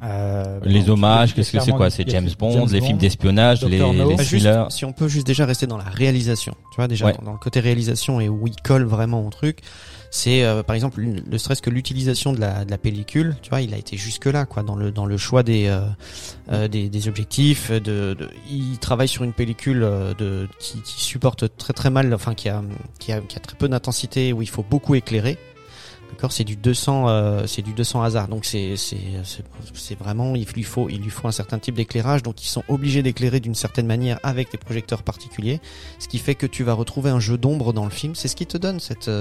Les hommages, qu'est-ce que c'est quoi? C'est James Bond, les films d'espionnage, les thrillers. Si on peut juste déjà rester dans la réalisation, tu vois, déjà dans le côté réalisation et où il colle vraiment au truc, c'est par exemple le stress que l'utilisation de la pellicule, tu vois, il a été jusque là quoi dans le choix des objectifs. Il travaille sur une pellicule qui supporte très très mal, enfin qui a très peu d'intensité, où il faut beaucoup éclairer. D'accord, c'est du 200 hasard. Donc c'est vraiment il lui faut un certain type d'éclairage, donc ils sont obligés d'éclairer d'une certaine manière avec des projecteurs particuliers, ce qui fait que tu vas retrouver un jeu d'ombre dans le film, c'est ce qui te donne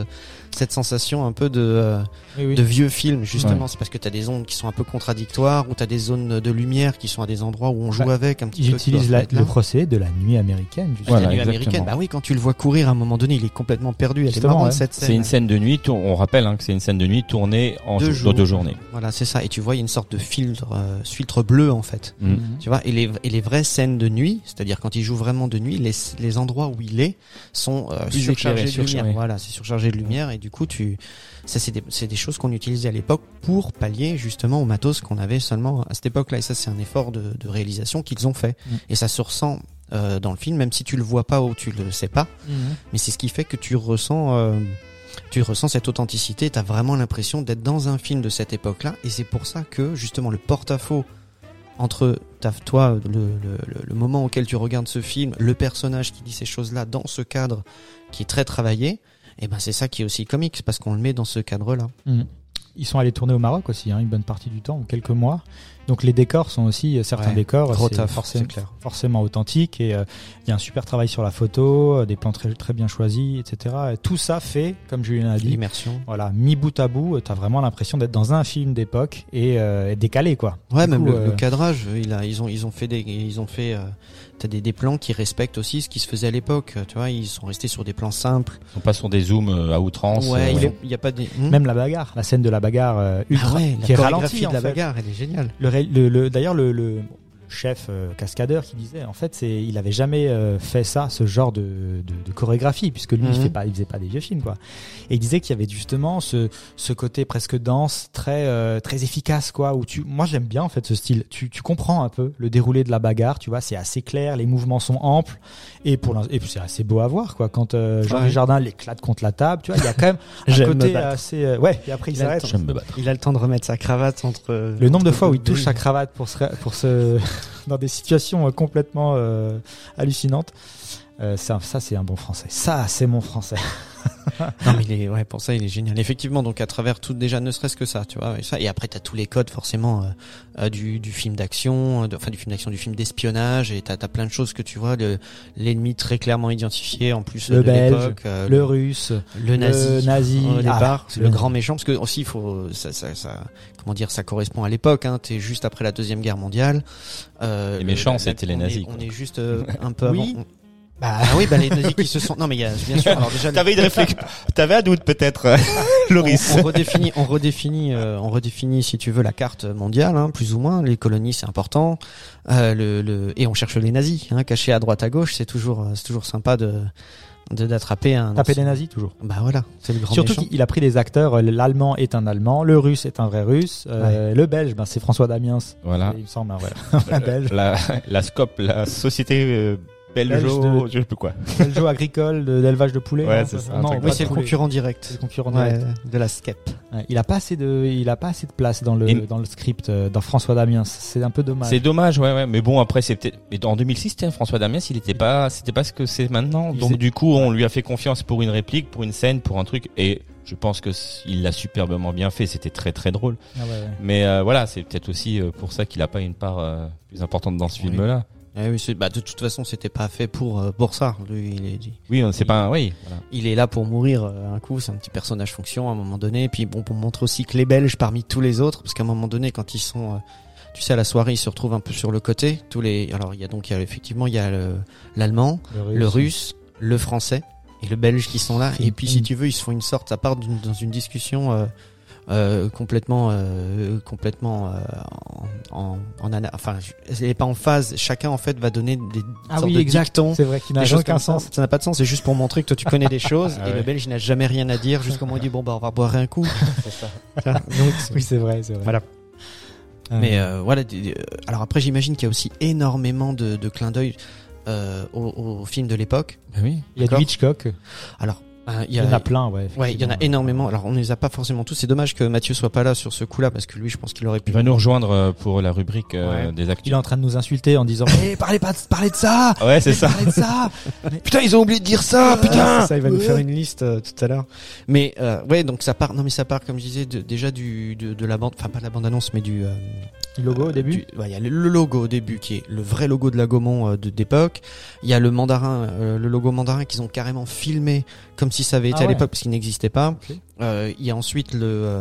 cette sensation un peu de vieux film justement, c'est parce que tu as des ondes qui sont un peu contradictoires ou tu as des zones de lumière qui sont à des endroits où on joue avec un petit peu. J'utilise le procédé de la nuit américaine. La nuit américaine. Bah oui, quand tu le vois courir à un moment donné, il est complètement perdu. Elle est marrante, cette scène. C'est une scène de nuit, on rappelle que c'est une scène de nuit tournée en deux journées. Voilà, c'est ça. Et tu vois, il y a une sorte de filtre bleu en fait. Tu vois, et les vraies scènes de nuit, c'est-à-dire quand il joue vraiment de nuit, les endroits où il est sont surchargés de lumière. Voilà, c'est surchargé de lumière et du coup c'est des choses qu'on utilisait à l'époque pour pallier justement au matos qu'on avait seulement à cette époque-là. Et ça, c'est un effort de réalisation qu'ils ont fait. Et ça se ressent dans le film, même si tu le vois pas ou tu le sais pas. Mais c'est ce qui fait que tu ressens cette authenticité, t'as vraiment l'impression d'être dans un film de cette époque-là, et c'est pour ça que justement le porte-à-faux entre toi, le moment auquel tu regardes ce film, le personnage qui dit ces choses-là dans ce cadre qui est très travaillé, et ben c'est ça qui est aussi comique, parce qu'on le met dans ce cadre-là. Ils sont allés tourner au Maroc aussi, une bonne partie du temps, ou quelques mois. Donc les décors sont aussi, certains décors, c'est forcément authentiques, et il y a un super travail sur la photo, des plans très, très bien choisis, etc. Et tout ça fait, comme Julien a dit, l'immersion. Voilà, mis bout à bout, t'as vraiment l'impression d'être dans un film d'époque et décalé, quoi. Ouais, du même coup, le cadrage, ils ont fait t'as des plans qui respectent aussi ce qui se faisait à l'époque, tu vois, ils sont restés sur des plans simples. Ils sont pas sur des zooms à outrance. Ouais, il y a pas des même la bagarre, la scène de la bagarre ultra qui est ralentie de la bagarre, elle est géniale. D'ailleurs le chef cascadeur qui disait en fait il avait jamais fait ce genre de chorégraphie, puisque lui il faisait pas des vieux films quoi, et il disait qu'il y avait justement ce côté presque danse très très efficace quoi, où moi j'aime bien en fait ce style, tu comprends un peu le déroulé de la bagarre, tu vois, c'est assez clair, les mouvements sont amples et puis c'est assez beau à voir quoi, quand Jean Dujardin l'éclate contre la table, tu vois, il y a quand même un côté assez et après il s'arrête, il a le temps de remettre sa cravate entre le nombre de fois où il touche sa cravate pour se dans des situations complètement hallucinantes. Ça c'est un bon français. Ça c'est mon français. Non mais pour ça il est génial. Effectivement, donc à travers tout, déjà ne serait-ce que ça, tu vois, et après t'as tous les codes forcément du film d'action, du film d'espionnage, et t'as plein de choses que tu vois, l'ennemi très clairement identifié en plus le de belge, l'époque, le russe, le nazi au départ, c'est le le grand méchant, parce que aussi il faut ça correspond à l'époque, t'es juste après la Deuxième Guerre mondiale. Les méchants c'était les nazis. On est juste un peu avant. Les nazis qui se sont. Non mais il y a bien sûr. Alors déjà. T'avais une réflexion. T'avais un doute peut-être, Loris. On redéfinit si tu veux la carte mondiale, plus ou moins. Les colonies c'est important. Et on cherche les nazis, cachés à droite à gauche. C'est toujours sympa d'attraper taper des nazis toujours. Bah voilà, c'est le grand surtout méchant. qu'il a pris des acteurs, l'allemand est un allemand, le russe est un vrai russe, le belge c'est François Damiens. Voilà. Il me semble belge. La SCOP, la société Belgeo, je sais plus quoi. Belgeo agricole d'élevage de poulets. Ouais, non, c'est ça, Non, un truc pas Oui, de c'est le poulet. concurrent direct. C'est le concurrent Ouais, direct. de la SCEP. Ouais, il a pas assez de place dans le script dans François Damiens. C'est un peu dommage. C'est dommage, ouais. Mais bon, après, c'est peut-être. Mais en 2006, c'était François Damiens, c'était pas ce que c'est maintenant. Donc, du coup, on lui a fait confiance pour une réplique, pour une scène, pour un truc. Et je pense que il l'a superbement bien fait. C'était très, très drôle. Ah ouais. Mais voilà, c'est peut-être aussi pour ça qu'il a pas une part plus importante dans ce Oui. film-là. Oui, de toute façon, c'était pas fait pour ça. Lui, Oui, on sait pas. Oui. Voilà. il est là pour mourir un coup. C'est un petit personnage fonction à un moment donné. Et puis bon, pour montrer aussi que les Belges parmi tous les autres, parce qu'à un moment donné, quand ils sont, tu sais, à la soirée, ils se retrouvent un peu sur le côté. Alors il y a effectivement l'allemand, le russe, le français et le belge qui sont là. Et puis si tu veux, ils se font une sorte, ça part dans une discussion complètement enfin, elle est pas en phase. Chacun en fait va donner des sortes de dictons. C'est vrai qu'il n'a Des choses aucun comme ça. sens. Ça n'a pas de sens, c'est juste pour montrer que toi tu connais des choses. Ah et ouais. le belge il n'a jamais rien à dire, juste comme on dit bon bah on va boire un coup. Donc, Oui, c'est vrai. Voilà. Mais voilà. Alors après j'imagine qu'il y a aussi énormément de clins d'œil au film de l'époque. Oui. il y a du d'accord. Hitchcock. Alors Il y en a plein, ouais. Ouais, il y en a énormément. Alors on ne les a pas forcément tous. C'est dommage que Mathieu soit pas là sur ce coup-là parce que lui, je pense qu'il aurait pu. Il va nous rejoindre pour la rubrique Ouais. des actus. Il est en train de nous insulter en disant parlez de ça. Ouais, c'est ça. Parlez de ça. Putain, ils ont oublié de dire ça, putain. C'est ça, il va nous faire une liste tout à l'heure. Mais ouais, donc ça part. Non, mais ça part comme je disais déjà de la bande. Enfin pas de la bande annonce, mais du logo au début. Ouais, il y a le logo au début qui est le vrai logo de la Gaumont d'époque. Il y a le mandarin, le logo mandarin qu'ils ont carrément filmé comme si ça avait été à l'époque parce qu'il n'existait pas. Okay. Il y a ensuite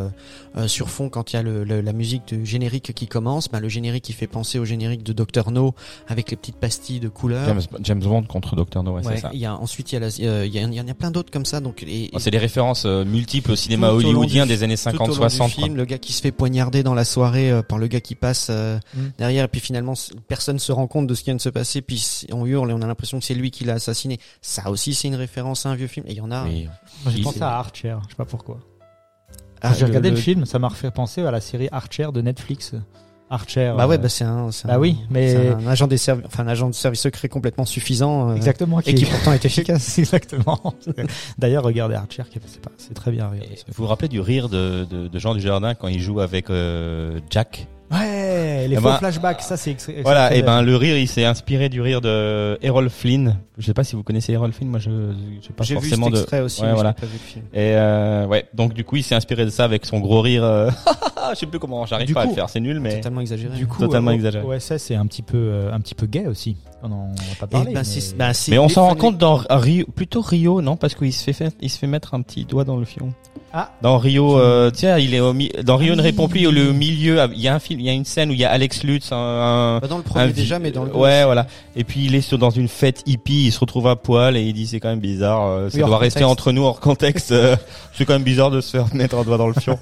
sur fond quand il y a la musique de générique qui commence, le générique qui fait penser au générique de Dr No avec les petites pastilles de couleurs. James Bond contre Dr. No, ouais, c'est ça. Il y a ensuite il y en a plein d'autres comme ça donc c'est des références multiples au cinéma tout au long hollywoodien du- des années tout au 50 long 60. du film, le gars qui se fait poignarder dans la soirée par le gars qui passe derrière et puis finalement personne se rend compte de ce qui vient de se passer puis on hurle et on a l'impression que c'est lui qui l'a assassiné. Ça aussi c'est une référence à un vieux film et il y en a. Oui. Moi, j'ai Il- pensé à Archer. Je sais pas pourquoi. Ah, J'ai regardé le film, ça m'a fait penser à la série Archer de Netflix. Archer. Bah ouais, c'est oui, mais c'est un agent un agent de service secret complètement suffisant. exactement. Et qui pourtant est efficace. Exactement. D'ailleurs, regardez Archer, c'est très bien. Regardez. Vous vous rappelez du rire de Jean Dujardin quand il joue avec Jack? Ouais, les Eh faux ben, flashbacks, ça c'est Voilà, et le rire, il s'est inspiré du rire de Errol Flynn. Je sais pas si vous connaissez Errol Flynn, moi j'ai pas J'ai vu forcément cet de. extrait aussi, Ouais, mais voilà. j'ai pas vu le film. Et ouais, donc du coup, il s'est inspiré de ça avec son gros rire. Je sais plus comment, j'arrive Du pas à coup, le faire, c'est nul, mais. Totalement exagéré. Du coup, Totalement exagéré. OSS c'est un petit peu gay aussi. On en a pas parlé. Mais on s'en rend compte dans Rio, plutôt Rio, non? Parce qu'il se fait mettre un petit doigt dans le fion. Ah. Dans Rio, tiens, il est dans Rio ne répond plus, au milieu, il y a un film, il y a une scène où il y a Alex Lutz, dans le premier déjà, mais dans le ouais, voilà. Et puis il est dans une fête hippie, il se retrouve à poil et il dit c'est quand même bizarre, ça Oui, doit hors rester contexte. entre nous hors contexte. C'est quand même bizarre de se faire mettre un doigt dans le fion.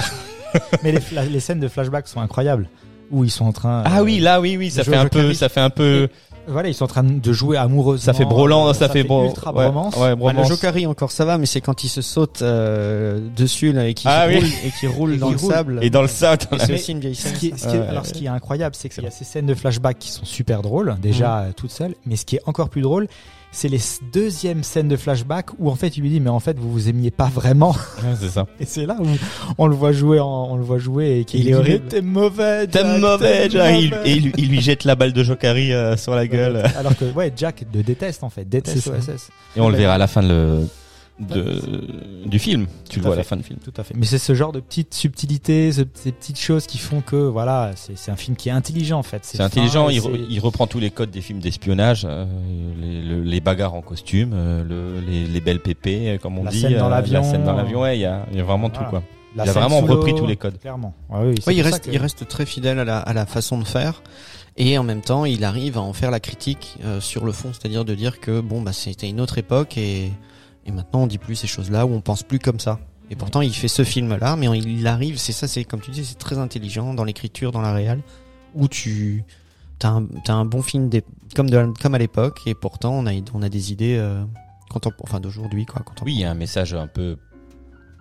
Mais les scènes de flashback sont incroyables où ils sont en train. Ah oui, là, oui, ça jouer fait au ça fait un peu. Voilà, ils sont en train de jouer amoureusement. Ça fait brolant, ça fait ultra bromance. Ouais, le bromance. Jokari encore ça va, mais c'est quand il se saute dessus là et qui Ah oui. roule et qui roule dans le sable. Et dans le sable. Et c'est aussi une vieille scène. Alors ce qui est incroyable, c'est qu'il y a ces scènes de flashback qui sont super drôles, déjà toutes seules, mais ce qui est encore plus drôle, c'est les deuxièmes scènes de flashback où en fait il lui dit mais en fait vous vous aimiez pas vraiment. Ouais, c'est ça. Et c'est là où on le voit jouer et qu'il est horrible. T'es mauvais, T'es mauvais, Jack. Il lui jette la balle de Jokari sur la gueule. Alors que ouais, Jack le déteste en fait, déteste C'est ça. OSS. Et on le verra à la fin du film. Tu le Tout à vois à la fait. fin du film. Tout à fait. Mais c'est ce genre de petites subtilités, ces petites choses qui font que voilà, c'est un film qui est intelligent en fait. C'est intelligent, fin et il reprend tous les codes des films d'espionnage, les bagarres en costume, les belles pépées, comme on La dit, scène dans l'avion. la scène dans l'avion, ouais, il y a vraiment Voilà. tout quoi. la Il a scène vraiment sous repris l'eau, tous les codes. Clairement. Ouais, oui, c'est Ouais, pour ça que- il reste très fidèle à la façon de faire. Et en même temps, il arrive à en faire la critique sur le fond, c'est-à-dire de dire que bon bah c'était une autre époque et maintenant on dit plus ces choses-là ou on pense plus comme ça. Et pourtant il fait ce film-là, mais il arrive, c'est comme tu dis, c'est très intelligent dans l'écriture, dans la réal, où t'as un bon film comme à l'époque et pourtant on a des idées d'aujourd'hui quoi. Oui, il y a un message un peu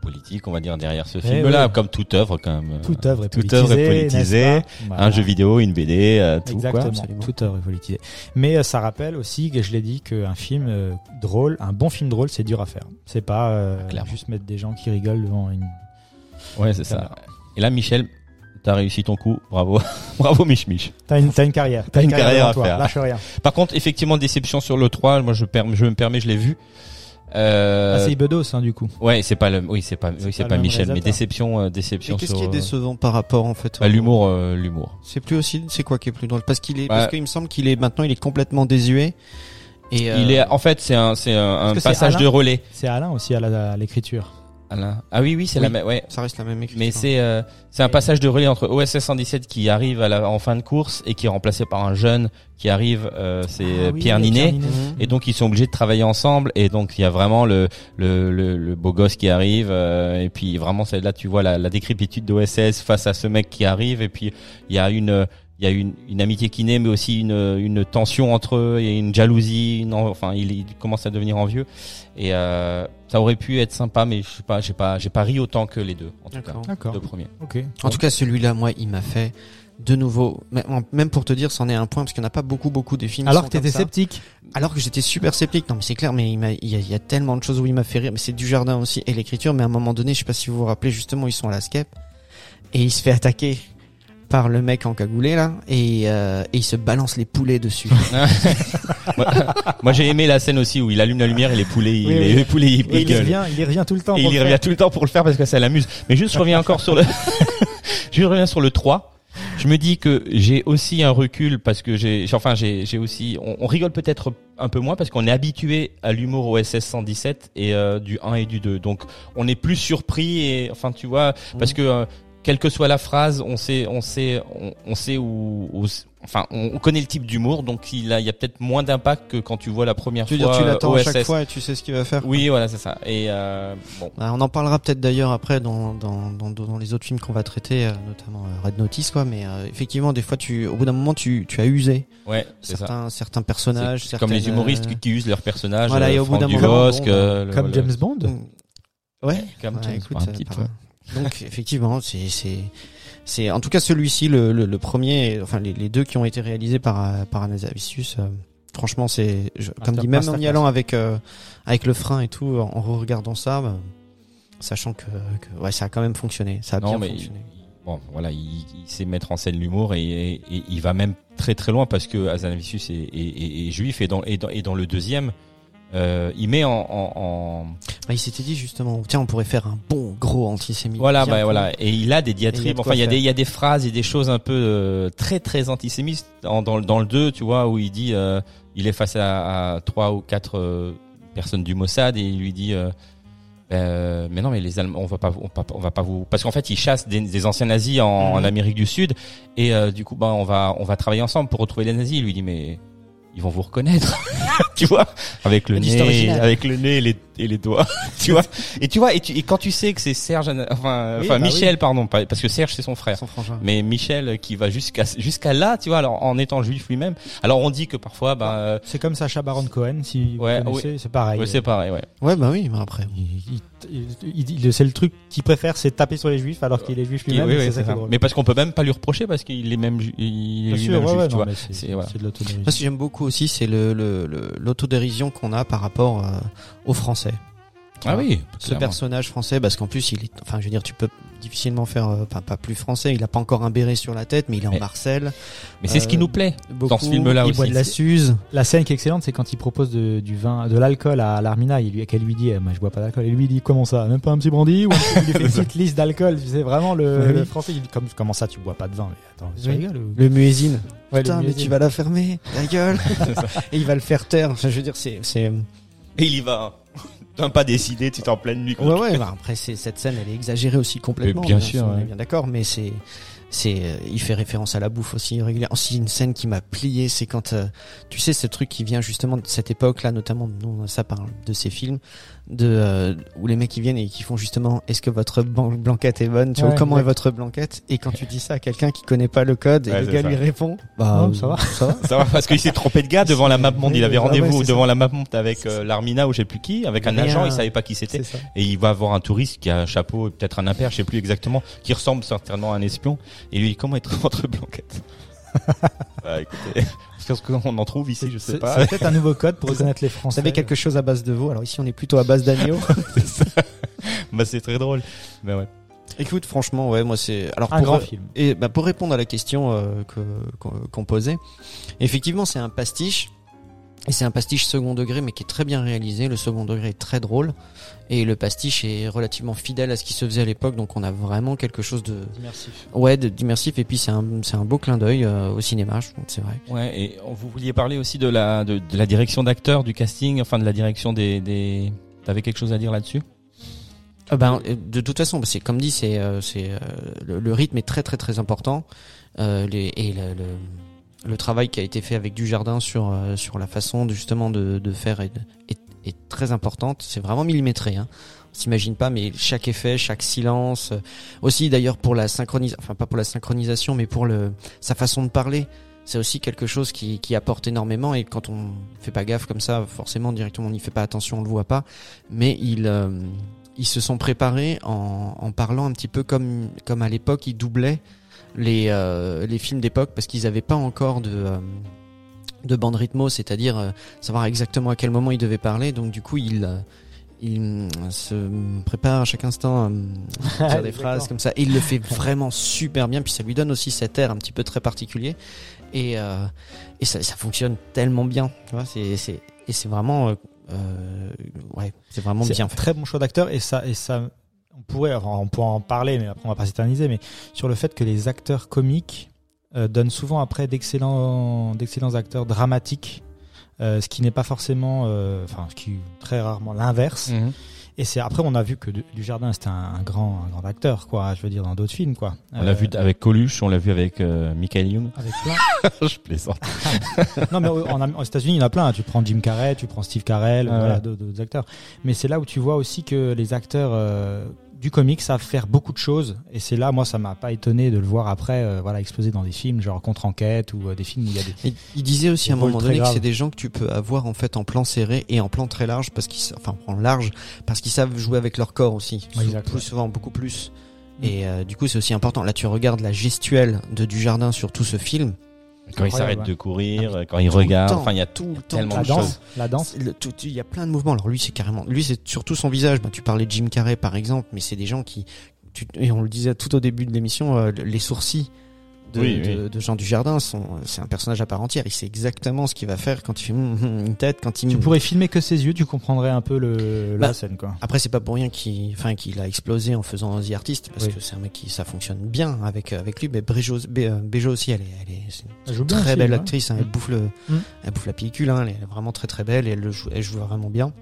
politique, on va dire, derrière ce film-là, comme toute œuvre quand même. Toute œuvre est Toute œuvre est politisée. Voilà. Un jeu vidéo, une BD, tout Exactement. quoi. Toute œuvre est politisée. Mais ça rappelle aussi, que je l'ai dit, qu'un film drôle, un bon film drôle, c'est dur à faire. C'est pas juste mettre des gens qui rigolent devant une. Ouais, c'est ça. Et là, Michel, t'as réussi ton coup. Bravo, bravo Mich. T'as une carrière. T'as une carrière à toi. faire. Lâche rien. Par contre, effectivement, déception sur le 3. Moi, je me permets, je l'ai vu. C'est Ibedos, du coup. Ouais, c'est pas c'est pas Michel, mais déception Et sur. qu'est-ce qui est décevant par rapport en fait l'humour. C'est quoi qui est plus drôle parce qu'il me semble qu'il est complètement désuet. Et En fait, c'est un passage de relais. C'est Alain aussi à l'écriture. Alain. Ah oui, c'est la même, ouais. Ça reste la même écriture. Mais c'est un passage de relais entre OSS 117 qui arrive en fin de course et qui est remplacé par un jeune qui arrive, Pierre Ninet. Et donc ils sont obligés de travailler ensemble et donc il y a vraiment le beau gosse qui arrive et puis vraiment c'est là tu vois la décrépitude d'OSS face à ce mec qui arrive et puis il y a une amitié qui naît mais aussi une tension entre eux et une jalousie, il commence à devenir envieux et ça aurait pu être sympa mais je sais pas j'ai pas ri autant que les deux en tout cas. D'accord. Le premier. OK. En tout cas, celui-là moi, il m'a fait de nouveau, même pour te dire, c'en est un point parce qu'il n'y en a pas beaucoup des films. Alors que t'étais sceptique. Alors que j'étais super sceptique. Non mais c'est clair, mais il y a tellement de choses où il m'a fait rire. Mais c'est Dujardin aussi et l'écriture. Mais à un moment donné, je sais pas si vous vous rappelez, justement, ils sont à la skep et il se fait attaquer par le mec en cagoulé là et il se balance les poulets dessus. Moi j'ai aimé la scène aussi où il allume la lumière et les poulets les poulets ils il y revient tout le temps. Et il y revient tout le temps pour le faire parce que ça l'amuse. Mais juste je reviens encore sur le je reviens sur le 3. Je me dis que j'ai aussi un recul parce que j'ai aussi on rigole peut-être un peu moins parce qu'on est habitué à l'humour OSS 117 et du 1 et du 2. Donc on est plus surpris et tu vois parce que quelle que soit la phrase, on sait où on connaît le type d'humour, donc il y a peut-être moins d'impact que quand tu vois la première fois. Tu l'attends OSS. à chaque fois et tu sais ce qu'il va faire. Oui, voilà, c'est ça. Et bon. On en parlera peut-être d'ailleurs après dans les autres films qu'on va traiter, notamment Red Notice, quoi. Mais effectivement, des fois, au bout d'un moment, tu as usé. Ouais, c'est certains personnages, comme les humoristes qui usent leurs personnages. Voilà, et au bout d'un moment, comme James Bond. Ouais, comme James Bond, un petit peu. Donc effectivement, c'est en tout cas celui-ci le premier, les deux qui ont été réalisés par Anasavicius. Franchement, comme dit même en y allant avec le frein et tout, en regardant ça, sachant que ça a quand même fonctionné. Ça a bien fonctionné. Bon, voilà, il sait mettre en scène l'humour et il va même très très loin parce que Hazanavicius est juif et dans le deuxième. Il met il s'était dit justement, tiens, on pourrait faire un bon gros antisémite. Voilà, voilà. Et il a des diatribes. Il y a des phrases et des choses un peu très très antisémites dans le 2, tu vois, où il dit, il est face à 3 ou 4 personnes du Mossad et il lui dit, mais non, mais les Allemands, on va pas vous, parce qu'en fait, ils chassent des anciens nazis en Amérique du Sud et du coup, on va travailler ensemble pour retrouver les nazis. Il lui dit, mais ils vont vous reconnaître, tu vois, avec le nez et les doigts, tu vois. Et quand tu sais que c'est Serge, Michel, pardon, parce que Serge c'est son frère, mais Michel qui va jusqu'à là, tu vois, alors en étant juif lui-même. Alors on dit que parfois, c'est comme Sacha Baron Cohen, si vous connaissez, c'est pareil. Ouais, c'est pareil, ouais. Ouais, bah oui, mais après. C'est le truc qu'il préfère, c'est taper sur les juifs alors qu'il est juif lui-même. Oui, c'est ça. Mais parce qu'on peut même pas lui reprocher parce qu'il est même juif, tu vois. C'est de l'autodérision. Moi, ce que j'aime beaucoup aussi, c'est l'autodérision qu'on a par rapport aux Français. Ah oui, ce personnage français, parce qu'en plus tu peux difficilement faire, pas plus français. Il a pas encore un béret sur la tête, mais il est en Marcel. Mais c'est ce qui nous plaît dans ce film-là aussi. Il boit de la Suze. La scène qui est excellente, c'est quand il propose du vin, de l'alcool à Larmina, qu'elle lui dit, moi je bois pas d'alcool. Et lui il dit, comment ça, même pas un petit brandy ou il lui fait une petite liste d'alcool. Tu sais vraiment le français, il dit, comment ça, tu bois pas de vin? Mais attends, tu rigoles ou... Le muezzin. Ouais, putain, mais tu vas la fermer, la gueule. Et il va le faire taire. Enfin, je veux dire, c'est. Et il y va. T'as pas décidé, tu es en pleine nuit. Ouais, après cette scène, elle est exagérée aussi complètement. Bien sûr, on est bien d'accord, mais il fait référence à la bouffe aussi régulièrement. Aussi une scène qui m'a plié, c'est quand tu sais ce truc qui vient justement de cette époque-là, notamment nous ça parle de ces films où les mecs qui viennent et qui font justement est-ce que votre blanquette est bonne, tu vois, comment est votre blanquette, et quand tu dis ça à quelqu'un qui connaît pas le code et le gars lui répond non, ça va. Ça va parce qu'il s'est trompé de gars devant la map monde, il avait rendez-vous devant la map monde avec l'Armina ou je sais plus qui, avec un agent, il savait pas qui c'était, et il va avoir un touriste qui a un chapeau et peut-être un impair, je sais plus exactement, qui ressemble certainement à un espion, et lui dit comment être votre blanquette. Bah écoutez, parce qu'on en trouve ici, je sais pas. C'est peut-être un nouveau code pour reconnaître les Français. Vous savez quelque chose à base de veau, alors ici on est plutôt à base d'agneau. C'est ça. Bah c'est très drôle. Mais ouais. Écoute, franchement, ouais, moi c'est alors un grand film. Et bah pour répondre à la question qu'on posait, effectivement, c'est un pastiche. Et c'est un pastiche second degré, mais qui est très bien réalisé. Le second degré est très drôle. Et le pastiche est relativement fidèle à ce qui se faisait à l'époque. Donc on a vraiment quelque chose d'immersif. Ouais, d'immersif. Et puis c'est un beau clin d'œil au cinéma, c'est vrai. Ouais, et vous vouliez parler aussi de la direction d'acteurs, du casting, enfin de la direction des... T'avais quelque chose à dire là-dessus? De toute façon, c'est comme dit, le rythme est très très très important. Le travail qui a été fait avec Dujardin sur la façon justement de faire est très importante. C'est vraiment millimétré, hein. On s'imagine pas, mais chaque effet, chaque silence, aussi d'ailleurs pour la synchronisation, enfin pas pour la synchronisation, mais pour sa façon de parler, c'est aussi quelque chose qui apporte énormément. Et quand on fait pas gaffe comme ça, forcément directement on n'y fait pas attention, on le voit pas. Mais ils se sont préparés en parlant un petit peu comme à l'époque ils doublaient les films d'époque, parce qu'ils avaient pas encore de bande rythmo, c'est-à-dire savoir exactement à quel moment ils devaient parler. Donc du coup ils se préparent à chaque instant à faire des phrases comme ça, et il le fait vraiment super bien. Puis ça lui donne aussi cet air un petit peu très particulier, et ça fonctionne tellement bien, tu vois. C'est vraiment ouais, c'est vraiment bien fait. Très bon choix d'acteur, et ça on pourrait en parler, mais après on va pas s'éterniser, mais sur le fait que les acteurs comiques donnent souvent après d'excellents acteurs dramatiques, ce qui n'est pas forcément, ce qui est très rarement l'inverse. Mm-hmm. Et c'est après on a vu que Dujardin c'était un grand acteur, quoi. Je veux dire, dans d'autres films, quoi. On l'a vu avec Coluche, on l'a vu avec Michael Youn. Avec plein. Je plaisante. Non, mais aux États-Unis il y en a plein. Tu prends Jim Carrey, tu prends Steve Carell, voilà, d'autres acteurs. Mais c'est là où tu vois aussi que les acteurs du comique savent faire beaucoup de choses, et c'est là, moi ça m'a pas étonné de le voir après exploser dans des films genre Contre-enquête, ou des films où il y a des... Il disait aussi à un moment donné que c'est des gens que tu peux avoir en fait en plan serré et en plan très large, parce qu'ils savent jouer avec leur corps aussi, plus souvent, beaucoup plus. Et du coup c'est aussi important. Là tu regardes la gestuelle de Dujardin sur tout ce film. Quand il s'arrête de courir, quand il regarde, enfin il y a tout tellement de choses. La danse, il y a plein de mouvements. Alors lui c'est surtout son visage. Tu parlais de Jim Carrey par exemple, mais c'est des gens et on le disait tout au début de l'émission, les sourcils de Jean Dujardin c'est un personnage à part entière. Il sait exactement ce qu'il va faire quand il fait une tête, quand il... Tu pourrais filmer que ses yeux, tu comprendrais un peu la scène, quoi. Après c'est pas pour rien qu'il a explosé en faisant The Artist, parce que c'est un mec ça fonctionne bien avec lui. Mais Béjo aussi, elle est une très belle actrice, hein. Elle bouffe la pellicule, hein. Elle est vraiment très très belle, et elle joue vraiment bien.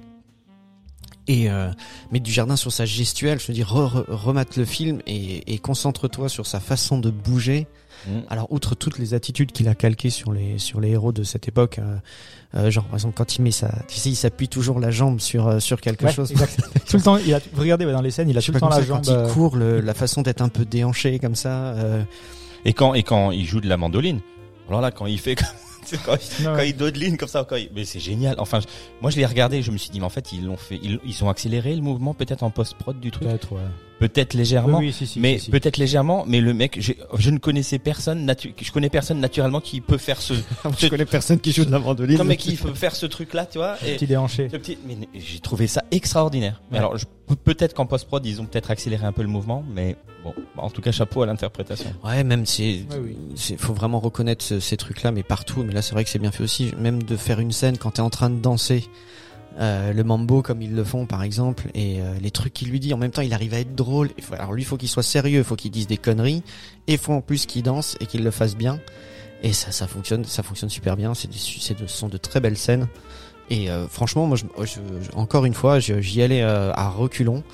Mais Dujardin sur sa gestuelle, je veux dire, remate le film et concentre-toi sur sa façon de bouger. Alors outre toutes les attitudes qu'il a calquées sur les héros de cette époque, genre par exemple quand il met il s'appuie toujours la jambe sur quelque chose. Tout le temps, vous regardez dans les scènes, il a tout le temps la jambe. Quand il court, la façon d'être un peu déhanché comme ça. Et quand il joue de la mandoline, alors là quand il fait quand il dodeline comme ça, mais c'est génial. Enfin, moi je l'ai regardé, je me suis dit mais en fait ils ont accéléré le mouvement peut-être en post-prod du truc. Peut-être légèrement, peut-être légèrement, mais le mec, je ne connaissais personne, je connais personne naturellement qui peut faire je connais personne qui joue de la mandoline. Non, mais qui peut faire ce truc-là, tu vois. Petit déhanché. Mais j'ai trouvé ça extraordinaire. Ouais. Alors, peut-être qu'en post-prod, ils ont peut-être accéléré un peu le mouvement, mais bon, en tout cas, chapeau à l'interprétation. Ouais, même faut vraiment reconnaître ces trucs-là, mais partout. Mais là, c'est vrai que c'est bien fait aussi. Même de faire une scène quand t'es en train de danser. Le mambo comme ils le font par exemple, et les trucs qu'il lui dit en même temps, il arrive à être drôle. Alors lui, il faut qu'il soit sérieux, il faut qu'il dise des conneries, et il faut en plus qu'il danse et qu'il le fasse bien, et ça fonctionne super bien. Ce sont de très belles scènes, et franchement moi encore une fois j'y allais à reculons,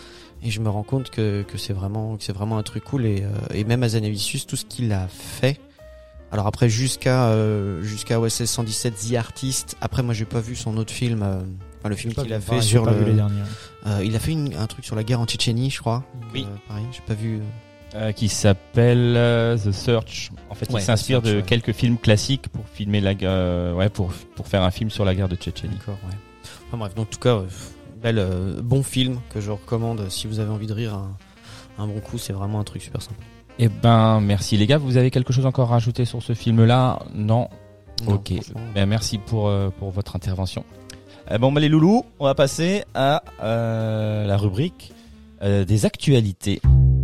et je me rends compte que c'est vraiment un truc cool et même Hazanavicius, tout ce qu'il a fait. Alors après jusqu'à OSS 117 The Artist. Après moi j'ai pas vu son autre film, le film qu'il a fait sur vu les derniers. il a fait un truc sur la guerre en Tchétchénie, je crois. Oui. Pareil, j'ai pas vu. Qui s'appelle The Search. En fait, il s'inspire de quelques films classiques pour filmer la guerre, pour faire un film sur la guerre de Tchétchénie. D'accord, ouais. Enfin bref, donc en tout cas, bon film que je recommande si vous avez envie de rire un bon coup, c'est vraiment un truc super sympa. Eh ben, merci les gars. Vous avez quelque chose encore à rajouter sur ce film-là? Non. Ok. Ben, merci pour votre intervention. Bon, les loulous, on va passer à la rubrique des actualités.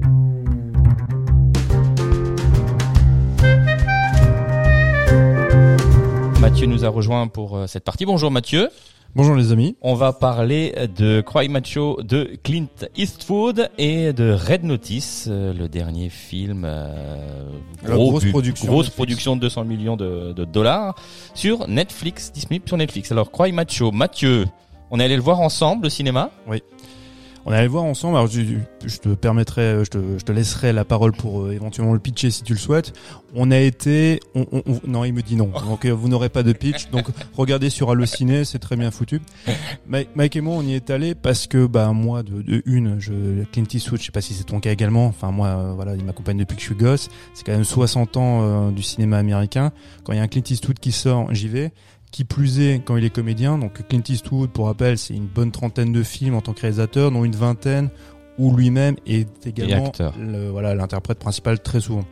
Mathieu nous a rejoint pour cette partie. Bonjour Mathieu. Bonjour les amis. On va parler de Cry Macho de Clint Eastwood et de Red Notice, le dernier film grosse production de 200 millions de dollars sur Netflix, disponible sur Netflix. Alors Cry Macho, Mathieu, on est allé le voir ensemble au cinéma? Oui. On est allé le voir ensemble. Alors je te permettrai, je te laisserai la parole pour éventuellement le pitcher si tu le souhaites. On a été, non, il me dit non. Donc vous n'aurez pas de pitch. Donc regardez sur Allociné, c'est très bien foutu. Mike et moi, on y est allé parce que moi Clint Eastwood, je sais pas si c'est ton cas également. Enfin moi, voilà, il m'accompagne depuis que je suis gosse. C'est quand même 60 ans du cinéma américain. Quand il y a un Clint Eastwood qui sort, j'y vais. Qui plus est quand il est comédien. Donc Clint Eastwood, pour rappel, c'est une bonne trentaine de films en tant que réalisateur, dont une vingtaine où lui-même est également l'interprète principal très souvent.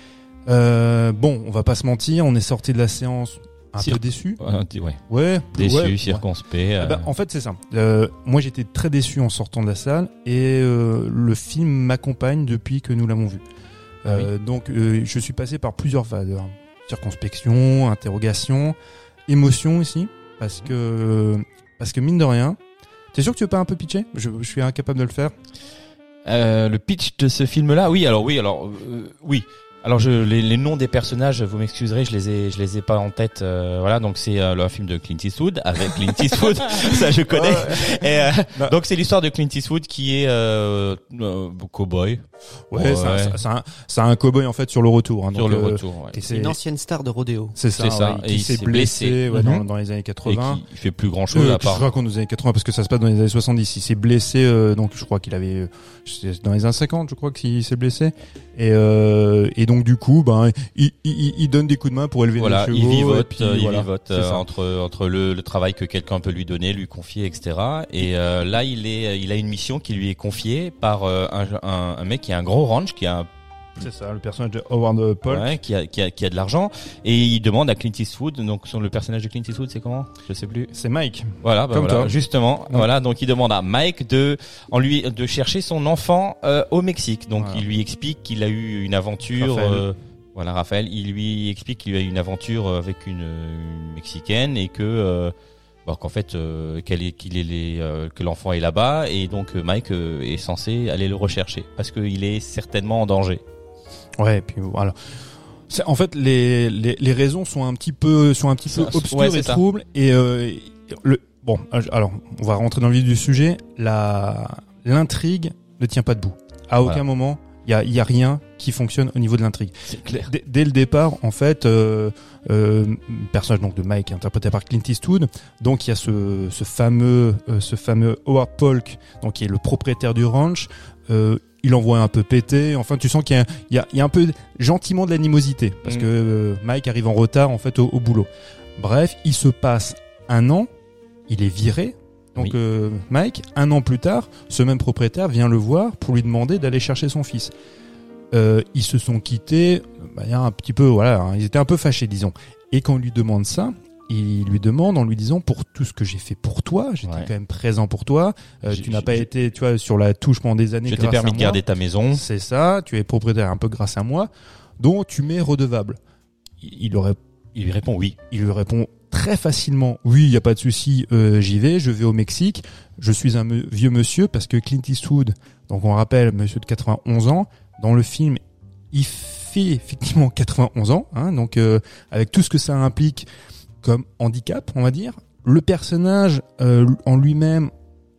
On va pas se mentir, on est sorti de la séance un peu déçu. Déçu, circonspect. En fait, c'est ça. Moi, j'étais très déçu en sortant de la salle et le film m'accompagne depuis que nous l'avons vu. Donc, je suis passé par plusieurs phases. Circonspection, interrogation, émotion aussi, parce que mine de rien, t'es sûr que tu veux pas un peu pitcher? Je suis incapable de le faire. Le pitch de ce film-là, oui. Alors les noms des personnages, vous m'excuserez, je les ai pas en tête. Donc c'est un film de Clint Eastwood avec Clint Eastwood, ça je connais. Et donc c'est l'histoire de Clint Eastwood qui est cowboy. C'est un cowboy en fait sur le retour. Sur le retour. C'est une ancienne star de rodéo. C'est ça. Et il s'est blessé dans les années 80. Il fait plus grand chose à part. Je raconte dans les années 80 parce que ça se passe dans les années 70. Il s'est blessé, donc je crois qu'il avait dans les années 50, je crois qu'il s'est blessé. Et donc du coup, il donne des coups de main pour élever des chevaux. Il vivote entre le travail que quelqu'un peut lui donner, lui confier, etc. Et là, il a une mission qui lui est confiée par un mec qui a un gros ranch, qui a c'est ça, le personnage de Howard Polk, qui a de l'argent, et il demande à Clint Eastwood. Donc le personnage de Clint Eastwood, c'est comment? Je sais plus. C'est Mike. Voilà, justement. Ouais. Voilà, donc il demande à Mike de chercher son enfant au Mexique. Donc il lui explique qu'il a eu une aventure. Raphaël. Il lui explique qu'il a eu une aventure avec une Mexicaine et que qu'en fait que l'enfant est là-bas, et donc Mike est censé aller le rechercher parce qu'il est certainement en danger. Ouais, et puis voilà. En fait, les raisons sont un petit peu obscures et troubles. Et alors, on va rentrer dans le vif du sujet. L'intrigue ne tient pas debout. À aucun moment, il y a rien qui fonctionne au niveau de l'intrigue. C'est clair. Dès le départ, en fait, personnage donc de Mike interprété par Clint Eastwood. Donc il y a ce fameux Howard Polk, donc qui est le propriétaire du ranch. Il envoie un peu péter. Enfin, tu sens qu'il y a un peu gentiment de l'animosité parce que Mike arrive en retard en fait au boulot. Bref, il se passe un an, il est viré. Donc Mike, un an plus tard, ce même propriétaire vient le voir pour lui demander d'aller chercher son fils. Ils se sont quittés, un petit peu, ils étaient un peu fâchés, disons. Et quand on lui demande ça, il lui demande en lui disant, pour tout ce que j'ai fait pour toi, j'étais quand même présent pour toi, tu n'as pas été, tu vois, sur la touche pendant des années. Je t'ai permis de garder ta maison. C'est ça, tu es propriétaire un peu grâce à moi, donc tu m'es redevable. Il lui répond oui. Il lui répond très facilement, oui, il y a pas de souci, j'y vais, je vais au Mexique, je suis un vieux monsieur, parce que Clint Eastwood, donc on rappelle, monsieur de 91 ans, dans le film, il fait effectivement 91 ans, donc avec tout ce que ça implique comme handicap, on va dire. Le personnage en lui-même,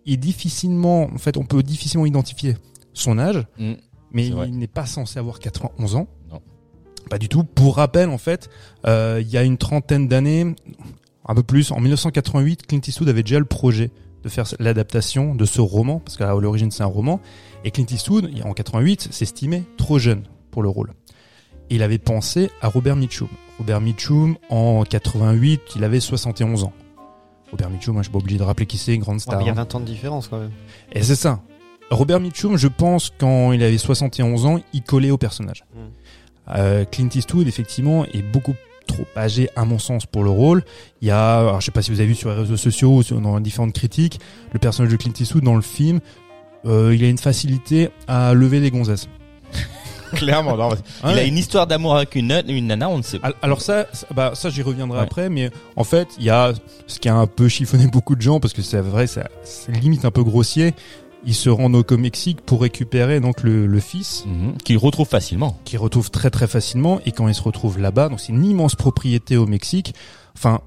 est difficilement, en fait, on peut difficilement identifier son âge, mais c'est vrai. il n'est pas censé avoir 91 ans. Non. Pas du tout. Pour rappel, en fait, il y a une trentaine d'années, un peu plus, en 1988, Clint Eastwood avait déjà le projet de faire l'adaptation de ce roman, parce qu'à l'origine c'est un roman, et Clint Eastwood, en 88, s'estimait trop jeune pour le rôle. Et il avait pensé à Robert Mitchum. Robert Mitchum, en 88, il avait 71 ans. Robert Mitchum, moi je suis pas obligé de rappeler qui c'est, une grande star. Il y a 20 ans de différence quand même. Et c'est ça. Robert Mitchum, je pense, quand il avait 71 ans, il collait au personnage. Clint Eastwood, effectivement, est beaucoup trop âgé, à mon sens, pour le rôle. Il y a, alors, je sais pas si vous avez vu sur les réseaux sociaux ou dans différentes critiques, le personnage de Clint Eastwood dans le film, il a une facilité à lever des gonzesses. Clairement, non. Il a une histoire d'amour avec une nana, on ne sait pas. Alors ça j'y reviendrai après, mais en fait, il y a ce qui a un peu chiffonné beaucoup de gens, parce que c'est vrai, c'est limite un peu grossier. Il se rend au Mexique pour récupérer donc le fils, qu'il retrouve facilement. Qu'il retrouve très très facilement, et quand il se retrouve là-bas, donc c'est une immense propriété au Mexique. Enfin,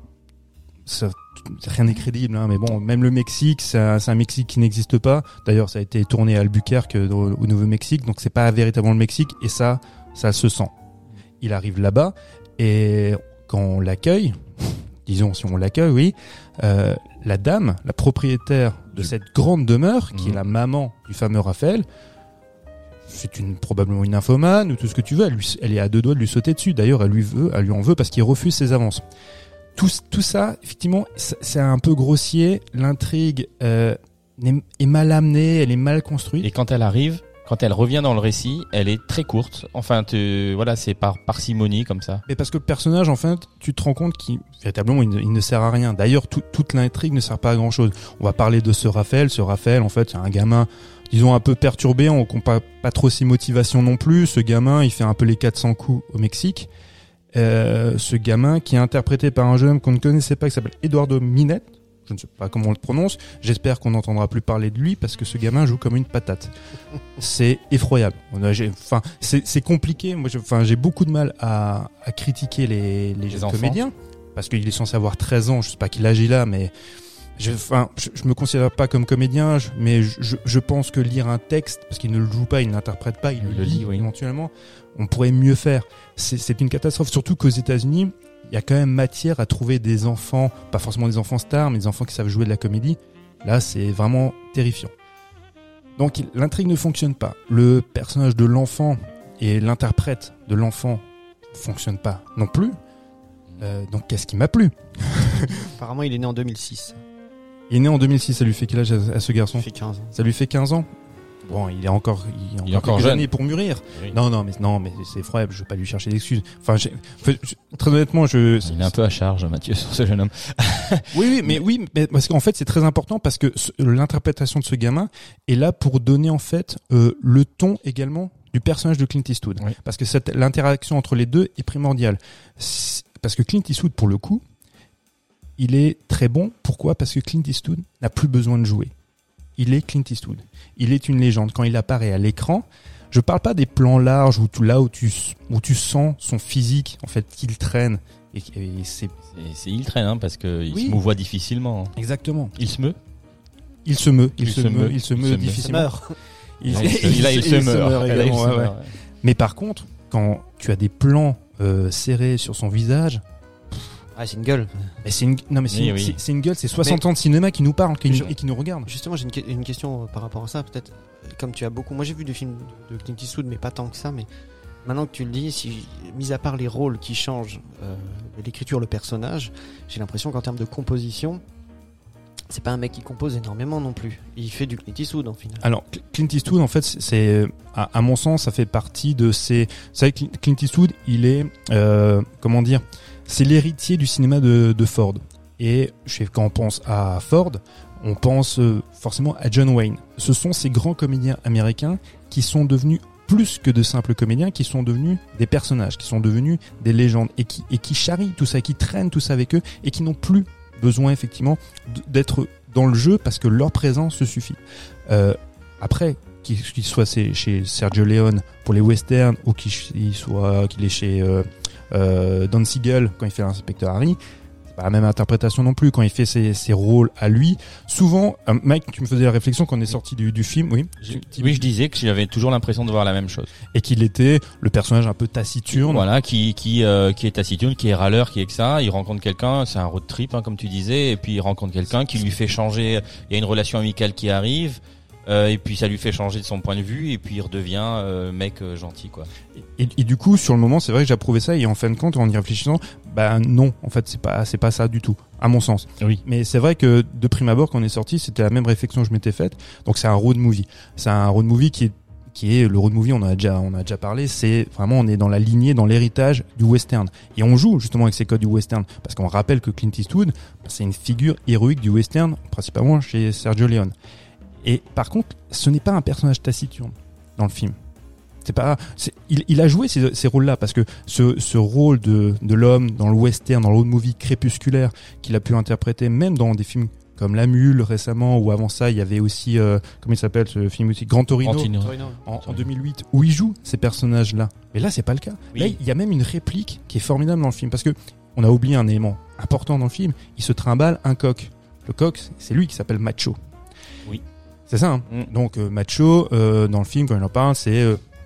rien n'est crédible, hein, mais bon, même le Mexique, c'est un Mexique qui n'existe pas. D'ailleurs, ça a été tourné à Albuquerque, au Nouveau-Mexique, donc c'est pas véritablement le Mexique, et ça se sent. Il arrive là-bas, et quand on l'accueille, disons si on l'accueille, oui, la dame, la propriétaire de cette grande demeure, qui est la maman du fameux Raphaël, c'est probablement une nymphomane ou tout ce que tu veux, elle est à deux doigts de lui sauter dessus. D'ailleurs, elle lui en veut parce qu'il refuse ses avances. Tout ça, effectivement, c'est un peu grossier. L'intrigue est mal amenée, elle est mal construite. Et quand elle revient dans le récit, elle est très courte. Enfin, c'est par parcimonie comme ça. Mais parce que le personnage, en fait, tu te rends compte véritablement, il ne sert à rien. D'ailleurs, toute l'intrigue ne sert pas à grand chose. On va parler de ce Raphaël. Ce Raphaël, en fait, c'est un gamin, disons, un peu perturbé. On comprend pas trop ses motivations non plus. Ce gamin, il fait un peu les 400 coups au Mexique. Ce gamin qui est interprété par un jeune homme qu'on ne connaissait pas, qui s'appelle Eduardo Minette. Je ne sais pas comment on le prononce. J'espère qu'on n'entendra plus parler de lui, parce que ce gamin joue comme une patate. C'est effroyable. C'est compliqué. Moi, j'ai beaucoup de mal à critiquer les jeunes comédiens, parce qu'il est censé avoir 13 ans. Je sais pas quel âge il a, mais je me considère pas comme comédien, mais je pense que lire un texte, parce qu'il ne le joue pas, il ne l'interprète pas, il le lit, oui, éventuellement, on pourrait mieux faire. C'est une catastrophe, surtout qu'aux États-Unis, il y a quand même matière à trouver des enfants, pas forcément des enfants stars, mais des enfants qui savent jouer de la comédie. Là, c'est vraiment terrifiant. Donc, l'intrigue ne fonctionne pas. Le personnage de l'enfant et l'interprète de l'enfant ne fonctionnent pas non plus. Donc, qu'est-ce qui m'a plu ? Apparemment, il est né en 2006. Il est né en 2006, ça lui fait quel âge à ce garçon ? Il fait 15 ans. Ça lui fait 15 ans ? Bon, il est encore jeune. Années pour mourir. Oui. Non, mais c'est effroyable. Je vais pas lui chercher d'excuses. Enfin, très honnêtement, il est un peu à charge, Mathieu, sur ce jeune homme. oui, mais parce qu'en fait, c'est très important, parce que l'interprétation de ce gamin est là pour donner en fait le ton également du personnage de Clint Eastwood. Oui. Parce que l'interaction entre les deux est primordiale. Parce que Clint Eastwood, pour le coup, il est très bon. Pourquoi ? Parce que Clint Eastwood n'a plus besoin de jouer. Il est Clint Eastwood. Il est une légende. Quand il apparaît à l'écran, je parle pas des plans larges où tu sens son physique, en fait, qu'il traîne. Il traîne, parce que il se mouvoie difficilement. Exactement. Il se meut difficilement. Il se meurt également. Ouais. Mais par contre, quand tu as des plans serrés sur son visage, c'est une gueule. Mais c'est une gueule, c'est 60 ans de cinéma qui nous parle et qui nous regarde. Justement, j'ai une question par rapport à ça, peut-être. Comme tu as beaucoup, moi j'ai vu des films de Clint Eastwood, mais pas tant que ça. Mais maintenant que tu le dis, mis à part les rôles qui changent, l'écriture, le personnage, j'ai l'impression qu'en termes de composition, c'est pas un mec qui compose énormément non plus. Il fait du Clint Eastwood en final. Alors Clint Eastwood, en fait, c'est à mon sens, ça fait partie de ces. Vous savez, Clint Eastwood, il est c'est l'héritier du cinéma de Ford. Et quand on pense à Ford, on pense forcément à John Wayne. Ce sont ces grands comédiens américains qui sont devenus plus que de simples comédiens, qui sont devenus des personnages, qui sont devenus des légendes et qui charrient tout ça, qui traînent tout ça avec eux et qui n'ont plus besoin effectivement d'être dans le jeu, parce que leur présence se suffit. Après, qu'il soit chez Sergio Leone pour les westerns, ou qu'il est chez Don Siegel quand il fait l'inspecteur Harry, pas la même interprétation non plus quand il fait ses rôles à lui. Souvent, Mike, tu me faisais la réflexion quand on est sorti du film, oui. Oui, je disais que j'avais toujours l'impression de voir la même chose. Et qu'il était le personnage un peu taciturne. Voilà, qui est taciturne, qui est râleur, qui est que ça. Il rencontre quelqu'un, c'est un road trip, comme tu disais, et puis il rencontre quelqu'un qui lui fait changer. Il y a une relation amicale qui arrive. Et puis ça lui fait changer de son point de vue et puis il redevient mec gentil quoi. Et du coup sur le moment c'est vrai que j'approuvais ça et en fin de compte en y réfléchissant non en fait c'est pas ça du tout à mon sens. Oui. Mais c'est vrai que de prime abord quand on est sorti c'était la même réflexion que je m'étais faite. Donc c'est un road movie. C'est un road movie qui est le road movie on a déjà parlé, c'est vraiment on est dans la lignée, dans l'héritage du western et on joue justement avec ces codes du western parce qu'on rappelle que Clint Eastwood c'est une figure héroïque du western principalement chez Sergio Leone. Et par contre, ce n'est pas un personnage taciturne dans le film. Il a joué ces rôles-là parce que ce rôle de l'homme dans le western, dans le road movie crépusculaire qu'il a pu interpréter même dans des films comme La Mule récemment ou avant ça, il y avait aussi comment il s'appelle ce film aussi Gran Torino en 2008 où il joue ces personnages-là. Mais là, c'est pas le cas. Oui. Là, il y a même une réplique qui est formidable dans le film parce que on a oublié un élément important dans le film. Il se trimballe un coq. Le coq, c'est lui qui s'appelle Macho. Oui. C'est ça, hein. Donc Macho dans le film quand il en parle, c'est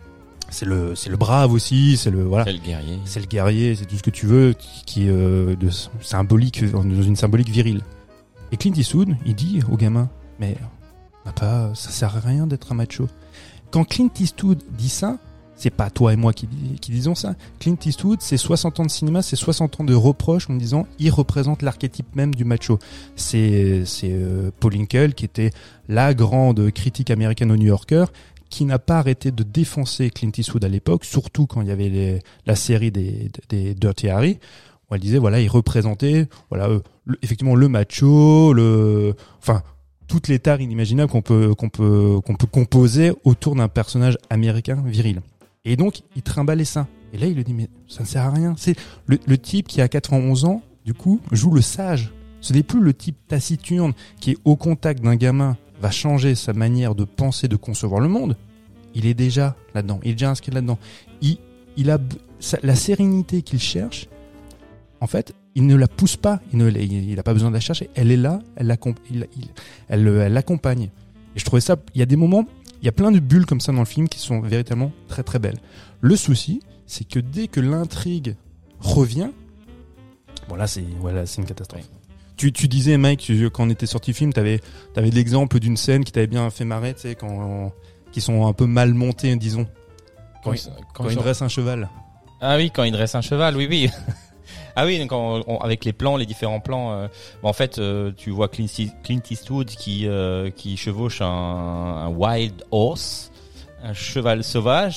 le brave aussi, c'est le guerrier. C'est le guerrier, c'est tout ce que tu veux qui est de symbolique dans une symbolique virile. Et Clint Eastwood, il dit au gamin mais ça sert à rien d'être un macho. Quand Clint Eastwood dit ça, c'est pas toi et moi qui disons ça. Clint Eastwood, c'est 60 ans de cinéma, c'est 60 ans de reproches en disant il représente l'archétype même du macho. C'est Paul Hinkel qui était la grande critique américaine au New Yorker qui n'a pas arrêté de défoncer Clint Eastwood à l'époque, surtout quand il y avait la série des Dirty Harry où elle disait voilà, il représentait effectivement le macho, toutes les tares inimaginables qu'on peut composer autour d'un personnage américain viril. Et donc, il trimballait ça. Et là, il lui dit, mais ça ne sert à rien. C'est le type qui a 91 ans, du coup, joue le sage. Ce n'est plus le type taciturne qui est au contact d'un gamin, va changer sa manière de penser, de concevoir le monde. Il est déjà là-dedans. Il est déjà inscrit là-dedans. Il a la sérénité qu'il cherche. En fait, il ne la pousse pas. Il n'a pas besoin de la chercher. Elle est là. Elle l'accompagne. Et je trouvais ça, il y a des moments, il y a plein de bulles comme ça dans le film qui sont véritablement très très belles. Le souci, c'est que dès que l'intrigue revient, bon là c'est une catastrophe. Tu disais Mike, quand on était sorti du film, t'avais l'exemple d'une scène qui t'avait bien fait marrer, tu sais, qui sont un peu mal montés, disons. Quand il dresse un cheval. Ah oui, quand il dresse un cheval, oui. Ah oui, donc avec les différents plans, en fait, tu vois Clint Eastwood qui chevauche un wild horse, un cheval sauvage,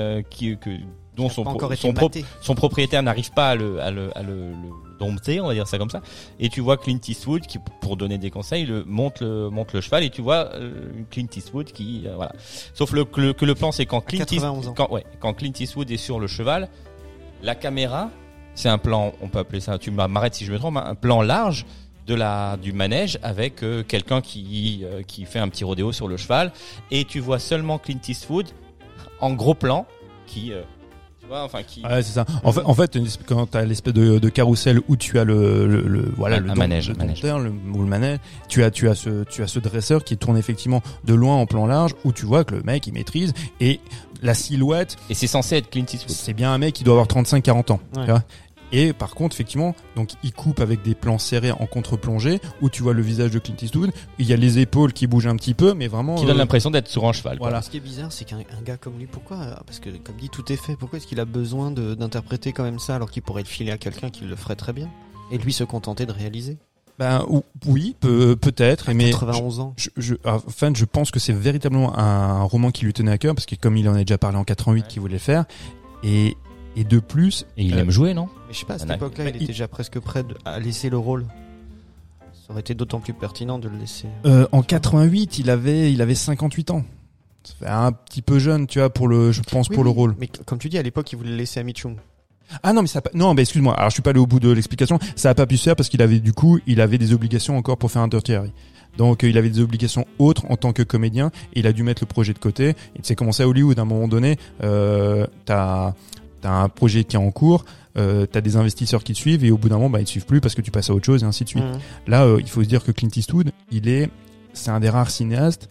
dont son propriétaire n'arrive pas à le dompter, on va dire ça comme ça. Et tu vois Clint Eastwood qui, pour donner des conseils, monte le cheval et tu vois Clint Eastwood qui voilà. Sauf que le plan c'est quand Clint Eastwood est sur le cheval, la caméra, c'est un plan, on peut appeler ça, tu m'arrêtes si je me trompe, un plan large du manège avec quelqu'un qui fait un petit rodéo sur le cheval et tu vois seulement Clint Eastwood en gros plan qui ouais, c'est ça. En fait, quand t'as l'espèce de carrousel où tu as le manège, ou le manège, tu as ce dresseur qui tourne effectivement de loin en plan large où tu vois que le mec il maîtrise et la silhouette. Et c'est censé être Clint Eastwood. C'est bien un mec qui doit avoir 35-40 ans. Ouais. Tu vois. Et par contre, effectivement, donc il coupe avec des plans serrés en contre-plongée où tu vois le visage de Clint Eastwood. Il y a les épaules qui bougent un petit peu, mais vraiment qui donne l'impression d'être sur un cheval. Voilà. Ce qui est bizarre, c'est qu'un gars comme lui, pourquoi ? Parce que comme dit, tout est fait. Pourquoi est-ce qu'il a besoin d'interpréter quand même ça alors qu'il pourrait le filer à quelqu'un qui le ferait très bien et lui se contenter de réaliser ? Ben oui, peut-être. Mais 91 ans. Je pense que c'est véritablement un roman qui lui tenait à cœur parce que comme il en a déjà parlé en 88 qu'il voulait faire et de plus. Et il aime jouer, non ? Mais je sais pas, à cette époque-là, il était déjà presque prêt à laisser le rôle. Ça aurait été d'autant plus pertinent de le laisser. En 88, il avait 58 ans. Ça fait un petit peu jeune, tu vois, pour le rôle. Mais comme tu dis, à l'époque, il voulait le laisser à Mitchum. Ah non, mais excuse-moi. Alors, je suis pas allé au bout de l'explication. Ça a pas pu se faire parce qu'il avait des obligations encore pour faire un Dirty Harry. Donc, il avait des obligations autres en tant que comédien. Et il a dû mettre le projet de côté. Et tu sais comment c'est à Hollywood, à un moment donné, t'as un projet qui est en cours, t'as des investisseurs qui te suivent et au bout d'un moment, ils te suivent plus parce que tu passes à autre chose et ainsi de suite. Là, il faut se dire que Clint Eastwood, c'est un des rares cinéastes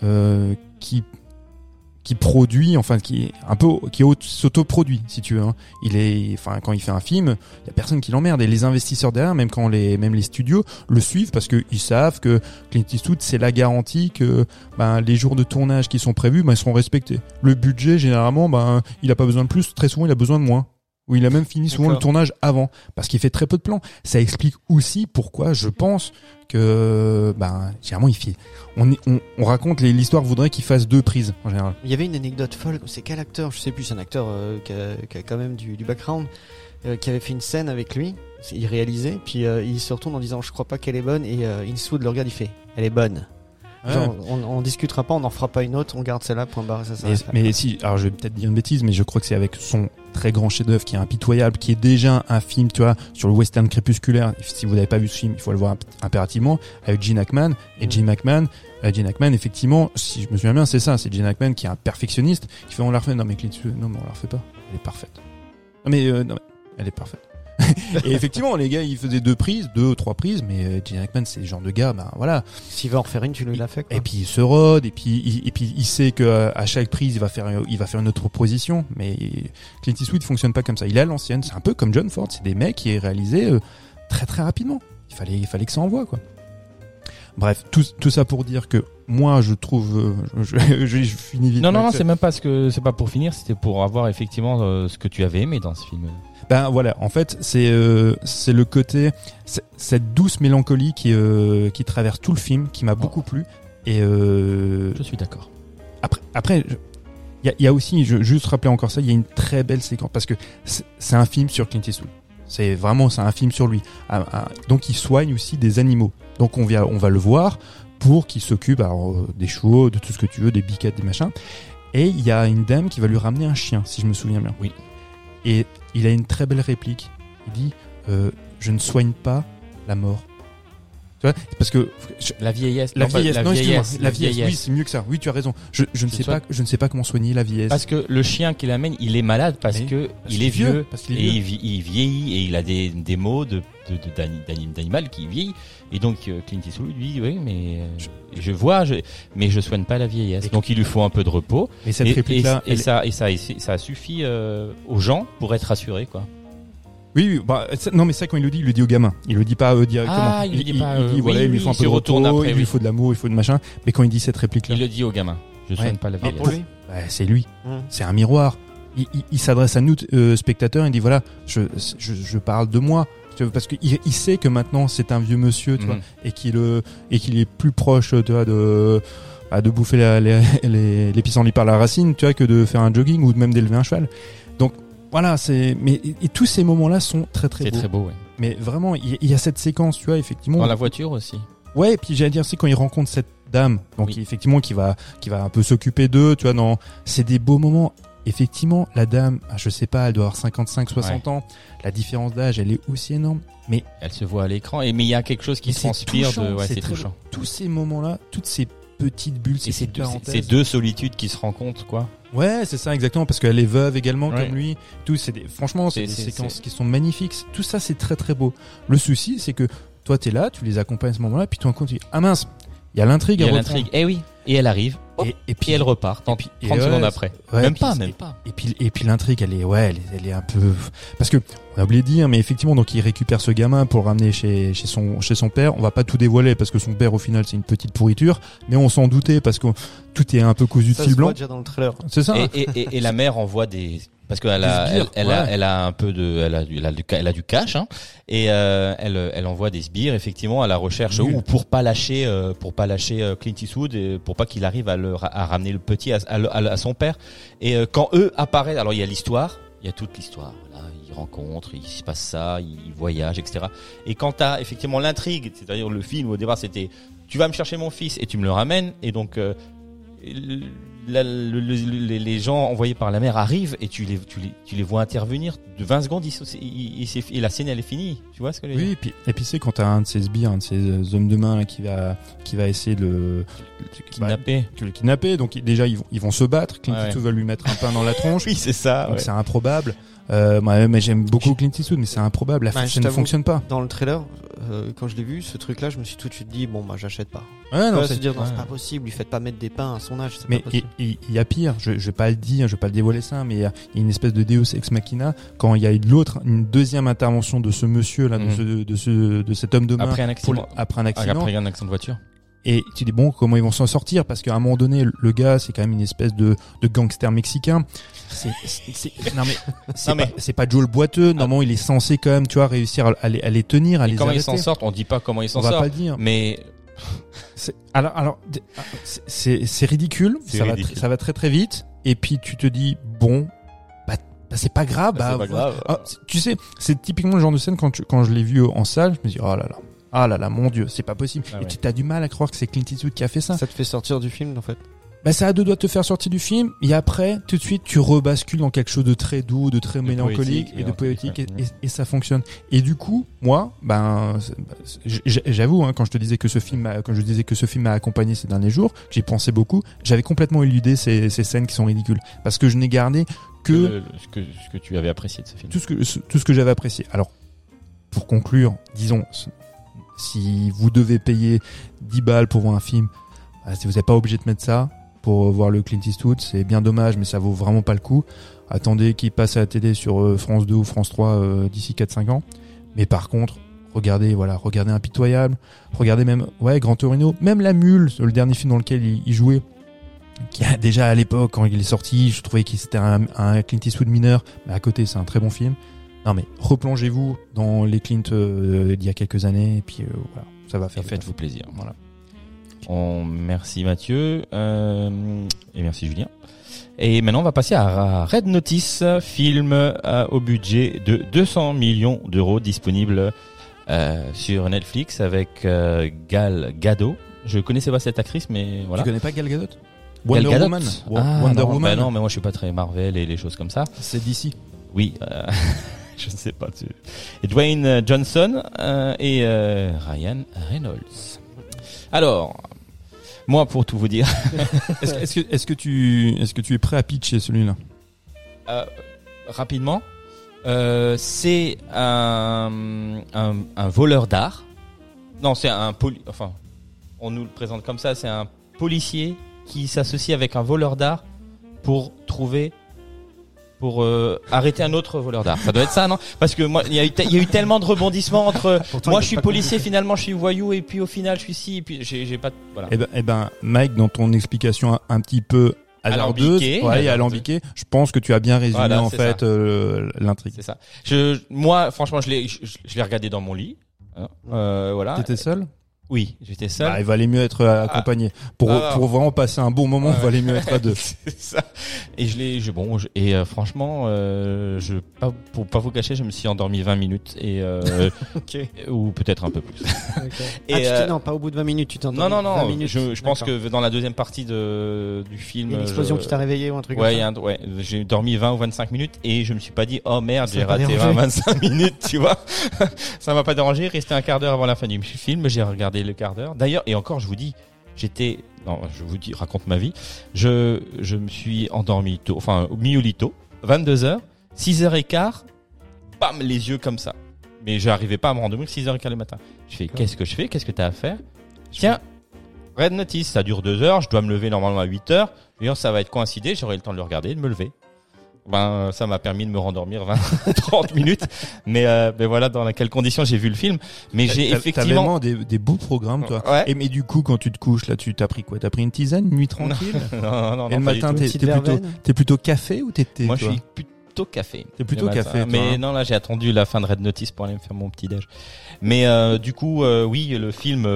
qui produit, enfin qui s'autoproduit, si tu veux. Hein. Quand il fait un film, il y a personne qui l'emmerde et les investisseurs derrière, même les studios le suivent parce que ils savent que Clint Eastwood, c'est la garantie que les jours de tournage qui sont prévus, ils seront respectés. Le budget, généralement, il a pas besoin de plus, très souvent il a besoin de moins. Ou il a même fini souvent le tournage avant, parce qu'il fait très peu de plans. Ça explique aussi pourquoi je pense que, généralement, on raconte l'histoire voudrait qu'il fasse 2 prises, en général. Il y avait une anecdote folle, c'est quel acteur, je sais plus, c'est un acteur qui a quand même du background, qui avait fait une scène avec lui, il réalisait, puis il se retourne en disant, je crois pas qu'elle est bonne, et Eastwood le regarde, il fait, elle est bonne. Genre, on discutera pas, on n'en fera pas une autre, on garde celle-là, point barre, ça mais si, alors je vais peut-être dire une bêtise, mais je crois que c'est avec son très grand chef-d'œuvre qui est impitoyable, qui est déjà un film, tu vois, sur le western crépusculaire. Si vous n'avez pas vu ce film, il faut le voir impérativement, avec Gene Hackman. Et Gene Hackman, effectivement, si je me souviens bien, c'est Gene Hackman qui est un perfectionniste, qui fait on la refait, non mais Clint Eastwood, non mais on la refait pas, elle est parfaite. Non mais elle est parfaite. Et effectivement, les gars, ils faisaient 2 ou 3 prises, mais Gene Hackman, c'est le genre de gars, voilà. S'il va en faire une, tu lui l'as fait, quoi. Et puis il se rôde, et puis il sait que à chaque prise, il va faire une autre proposition. Mais Clint Eastwood fonctionne pas comme ça. Il est à l'ancienne. C'est un peu comme John Ford. C'est des mecs qui réalisé très très rapidement. Il fallait que ça envoie, quoi. Bref, tout ça pour dire que moi, je trouve, je finis vite. Non, c'est même pas c'est pas pour finir, c'était pour avoir effectivement ce que tu avais aimé dans ce film. Voilà, en fait, c'est le côté, cette douce mélancolie qui traverse tout le film, qui m'a beaucoup plu. Et je suis d'accord. Après, il y a aussi, juste rappeler encore ça, il y a une très belle séquence parce que c'est un film sur Clint Eastwood. C'est un film sur lui. Donc il soigne aussi des animaux. Donc on va le voir pour qu'il s'occupe des chevaux, de tout ce que tu veux, des biquettes, des machins. Et il y a une dame qui va lui ramener un chien, si je me souviens bien. Oui. Et il a une très belle réplique. Il dit je ne soigne pas la mort. Tu vois, parce que la vieillesse. La vieillesse. Oui, c'est mieux que ça. Oui, tu as raison. Je ne sais pas comment soigner la vieillesse. Parce que le chien qu'il amène, il est malade parce que il est vieux, et il vieillit et il a des maux d'animal qui vieillit. Et donc Clint Eastwood lui dit oui, mais je vois, mais je soigne pas la vieillesse. Donc il lui faut un peu de repos. Et cette réplique-là, ça suffit aux gens pour être rassurés, quoi. Oui, non, mais ça, quand il le dit aux gamins. Il le dit pas à eux directement. Il le dit pas à eux. Il dit, voilà, il lui faut un peu de repos, il lui faut de l'amour, il faut de machin. Mais quand il dit cette réplique-là. Il le dit aux gamins. Je soigne pas la vieillesse. Pour lui? C'est lui. C'est un miroir. Il s'adresse à nous, spectateurs, il dit voilà, je parle de moi. Parce qu'il sait que maintenant c'est un vieux monsieur, tu vois, et qu'il est plus proche, tu vois, de bouffer les pissenlits par la racine, tu vois, que de faire un jogging ou même d'élever un cheval. Donc, voilà, et tous ces moments-là sont très très beaux. C'est très beau, ouais. Mais vraiment, il y a cette séquence, tu vois, effectivement. Dans la voiture aussi. Ouais, et puis j'allais dire, c'est quand il rencontre cette dame, donc effectivement, qui va un peu s'occuper d'eux, tu vois, c'est des beaux moments. Effectivement, la dame, je sais pas, elle doit avoir 55, 60 ans. La différence d'âge, elle est aussi énorme. Mais elle se voit à l'écran, mais il y a quelque chose qui se transpire c'est touchant. Tous ces moments-là, toutes ces petites bulles, ces parenthèses. C'est 2 solitudes qui se rencontrent, quoi. Ouais, c'est ça exactement, parce qu'elle est veuve également comme lui. Franchement, c'est des séquences qui sont magnifiques. Tout ça, c'est très très beau. Le souci, c'est que toi, t'es là, tu les accompagnes à ce moment-là, puis tout d'un coup, tu dis ah mince, il y a l'intrigue. Eh oui. Et elle arrive. Et puis elle repart 30 secondes après. Ouais, même pas. Et puis l'intrigue, elle est un peu, parce que on a oublié de dire, mais effectivement, donc il récupère ce gamin pour le ramener chez son père. On va pas tout dévoiler parce que son père, au final, c'est une petite pourriture, mais on s'en doutait parce que tout est un peu cousu de fil blanc. Déjà dans le trailer. C'est ça. Et la mère envoie parce qu'elle a un peu elle a du cash, hein, et elle envoie des sbires effectivement à la recherche ou pour pas lâcher Clint Eastwood, pour pas qu'il arrive à ramener le petit à son père. Et quand eux apparaissent, alors il y a toute l'histoire. Voilà, ils rencontrent, il se passe ça, ils voyagent, etc. Et quand t'as effectivement l'intrigue, c'est-à-dire le film au départ c'était tu vas me chercher mon fils et tu me le ramènes, et donc les gens envoyés par la mer arrivent et tu les vois intervenir de 20 secondes et la scène elle est finie. Tu vois ce que je veux dire? Oui, et puis c'est quand t'as un de ces sbires, un de ces hommes de main là, qui va essayer de le kidnapper. Donc déjà ils vont se battre. Clint Eastwood va lui mettre un pain dans la tronche. Oui, c'est ça. Donc c'est improbable. Mais j'aime beaucoup Clint Eastwood, mais c'est improbable. La scène ne fonctionne pas. Dans le trailer, quand je l'ai vu, ce truc-là, je me suis tout de suite dit, bon, bah, j'achète pas. Ouais, non, c'est dire, non, c'est pas possible. Lui faites pas mettre des pains à son âge. C'est mais pas possible. il y a pire. Je vais pas le dire, je vais pas le dévoiler ça, mais il y a une espèce de Deus ex machina quand il y a une deuxième intervention de ce monsieur là, de cet homme de main après un accident, après un accident de voiture. Et tu dis bon, comment ils vont s'en sortir, parce qu'à un moment donné le gars c'est quand même une espèce de gangster mexicain. C'est pas Joe le boiteux. Normalement il est censé quand même, tu vois, réussir à les tenir, à les comment arrêter. Ils s'en sortent, on dit pas comment ils s'en on sortent. On va pas le dire. Mais alors c'est ridicule. Ça va très très vite. Et puis tu te dis bon, c'est pas grave. C'est pas grave. Tu sais, c'est typiquement le genre de scène quand je l'ai vu en salle, je me dis oh là là. Ah là là, mon Dieu, c'est pas possible. Et tu as du mal à croire que c'est Clint Eastwood qui a fait ça. Ça te fait sortir du film, en fait. Ça a deux doigts de te faire sortir du film. Et après, tout de suite, tu rebascules dans quelque chose de très doux, de très mélancolique et de poétique, et ça fonctionne. Et du coup, moi, j'avoue, quand je disais que ce film m'a accompagné ces derniers jours, j'y pensais beaucoup. J'avais complètement éludé ces scènes qui sont ridicules, parce que je n'ai gardé que ce que tu avais apprécié de ce film. Tout ce que j'avais apprécié. Alors, pour conclure, disons. Si vous devez payer 10 balles pour voir un film, si vous n'êtes pas obligé de mettre ça pour voir le Clint Eastwood, c'est bien dommage, mais ça vaut vraiment pas le coup. Attendez qu'il passe à la télé sur France 2 ou France 3 d'ici 4-5 ans. Mais par contre, regardez Impitoyable, regardez même Grand Torino, même La Mule, le dernier film dans lequel il jouait, qui a déjà à l'époque, quand il est sorti, je trouvais que c'était un Clint Eastwood mineur, mais à côté c'est un très bon film. Non mais replongez-vous dans les Clint d'il y a quelques années, et puis voilà, ça va faire. Et faites-vous plaisir. Voilà. Merci Mathieu et merci Julien. Et maintenant on va passer à Red Notice, film au budget de 200 millions d'euros, disponible sur Netflix avec Gal Gadot. Je connaissais pas cette actrice, mais voilà. Tu connais pas Gal Gadot? Wonder Woman. Wonder Woman. Non, mais moi je suis pas très Marvel et les choses comme ça. C'est d'ici. Oui. Je ne sais pas. Et Dwayne Johnson et Ryan Reynolds. Alors, moi, pour tout vous dire, est-ce que tu es prêt à pitcher celui-là? Rapidement, c'est un voleur d'art. Non, c'est enfin, on nous le présente comme ça. C'est un policier qui s'associe avec un voleur d'art pour arrêter un autre voleur d'art. Ça doit être ça, non? Parce que moi, il y a eu tellement de rebondissements entre moi je suis policier, finalement je suis voyou, et puis au final je suis ci, et puis j'ai pas, voilà. Eh ben, Mike, dans ton explication un petit peu hasardeuse, alambiquée, je pense que tu as bien résumé l'intrigue. C'est ça. Moi, franchement, je l'ai regardé dans mon lit. Voilà. T'étais seul? Oui, j'étais seul. Il valait mieux être accompagné. Pour vraiment passer un bon moment, il valait mieux être à deux. C'est ça. Et franchement, pour pas vous cacher, je me suis endormi 20 minutes ou peut-être un peu plus. Okay. Non, pas au bout de 20 minutes, tu t'es endormi. Non. 20 minutes. Je pense que dans la deuxième partie du film, il y a une explosion qui t'a réveillé ou un truc comme ça. J'ai dormi 20 ou 25 minutes et je me suis pas dit oh merde, j'ai raté 20-25 minutes, tu vois. Ça m'a pas dérangé, resté un quart d'heure avant la fin du film, j'ai regardé le quart d'heure. D'ailleurs, et encore, je vous raconte ma vie. Je me suis endormi tôt, enfin, mis au lit tôt, 22h, 6h15, bam, les yeux comme ça. Mais j'arrivais pas à me rendormir 6h15 le matin. Je fais, qu'est-ce que je fais? Qu'est-ce que t'as à faire? Tiens, Red Notice, ça dure 2 heures, je dois me lever normalement à 8h. D'ailleurs, ça va être coïncidé, j'aurai le temps de le regarder et de me lever. Ça m'a permis de me rendormir 20-30 minutes. Mais voilà dans quelles conditions j'ai vu le film. Mais j'ai effectivement t'as vraiment des beaux programmes, toi. Ouais. Mais du coup, quand tu te couches, là, t'as pris quoi? T'as pris une tisane, une nuit tranquille? Non. Et le matin, t'es plutôt café ou t'es thé? Moi, je suis plutôt café. T'es plutôt café, toi, mais non, là, j'ai attendu la fin de Red Notice pour aller me faire mon petit déj. Mais du coup, oui, le film.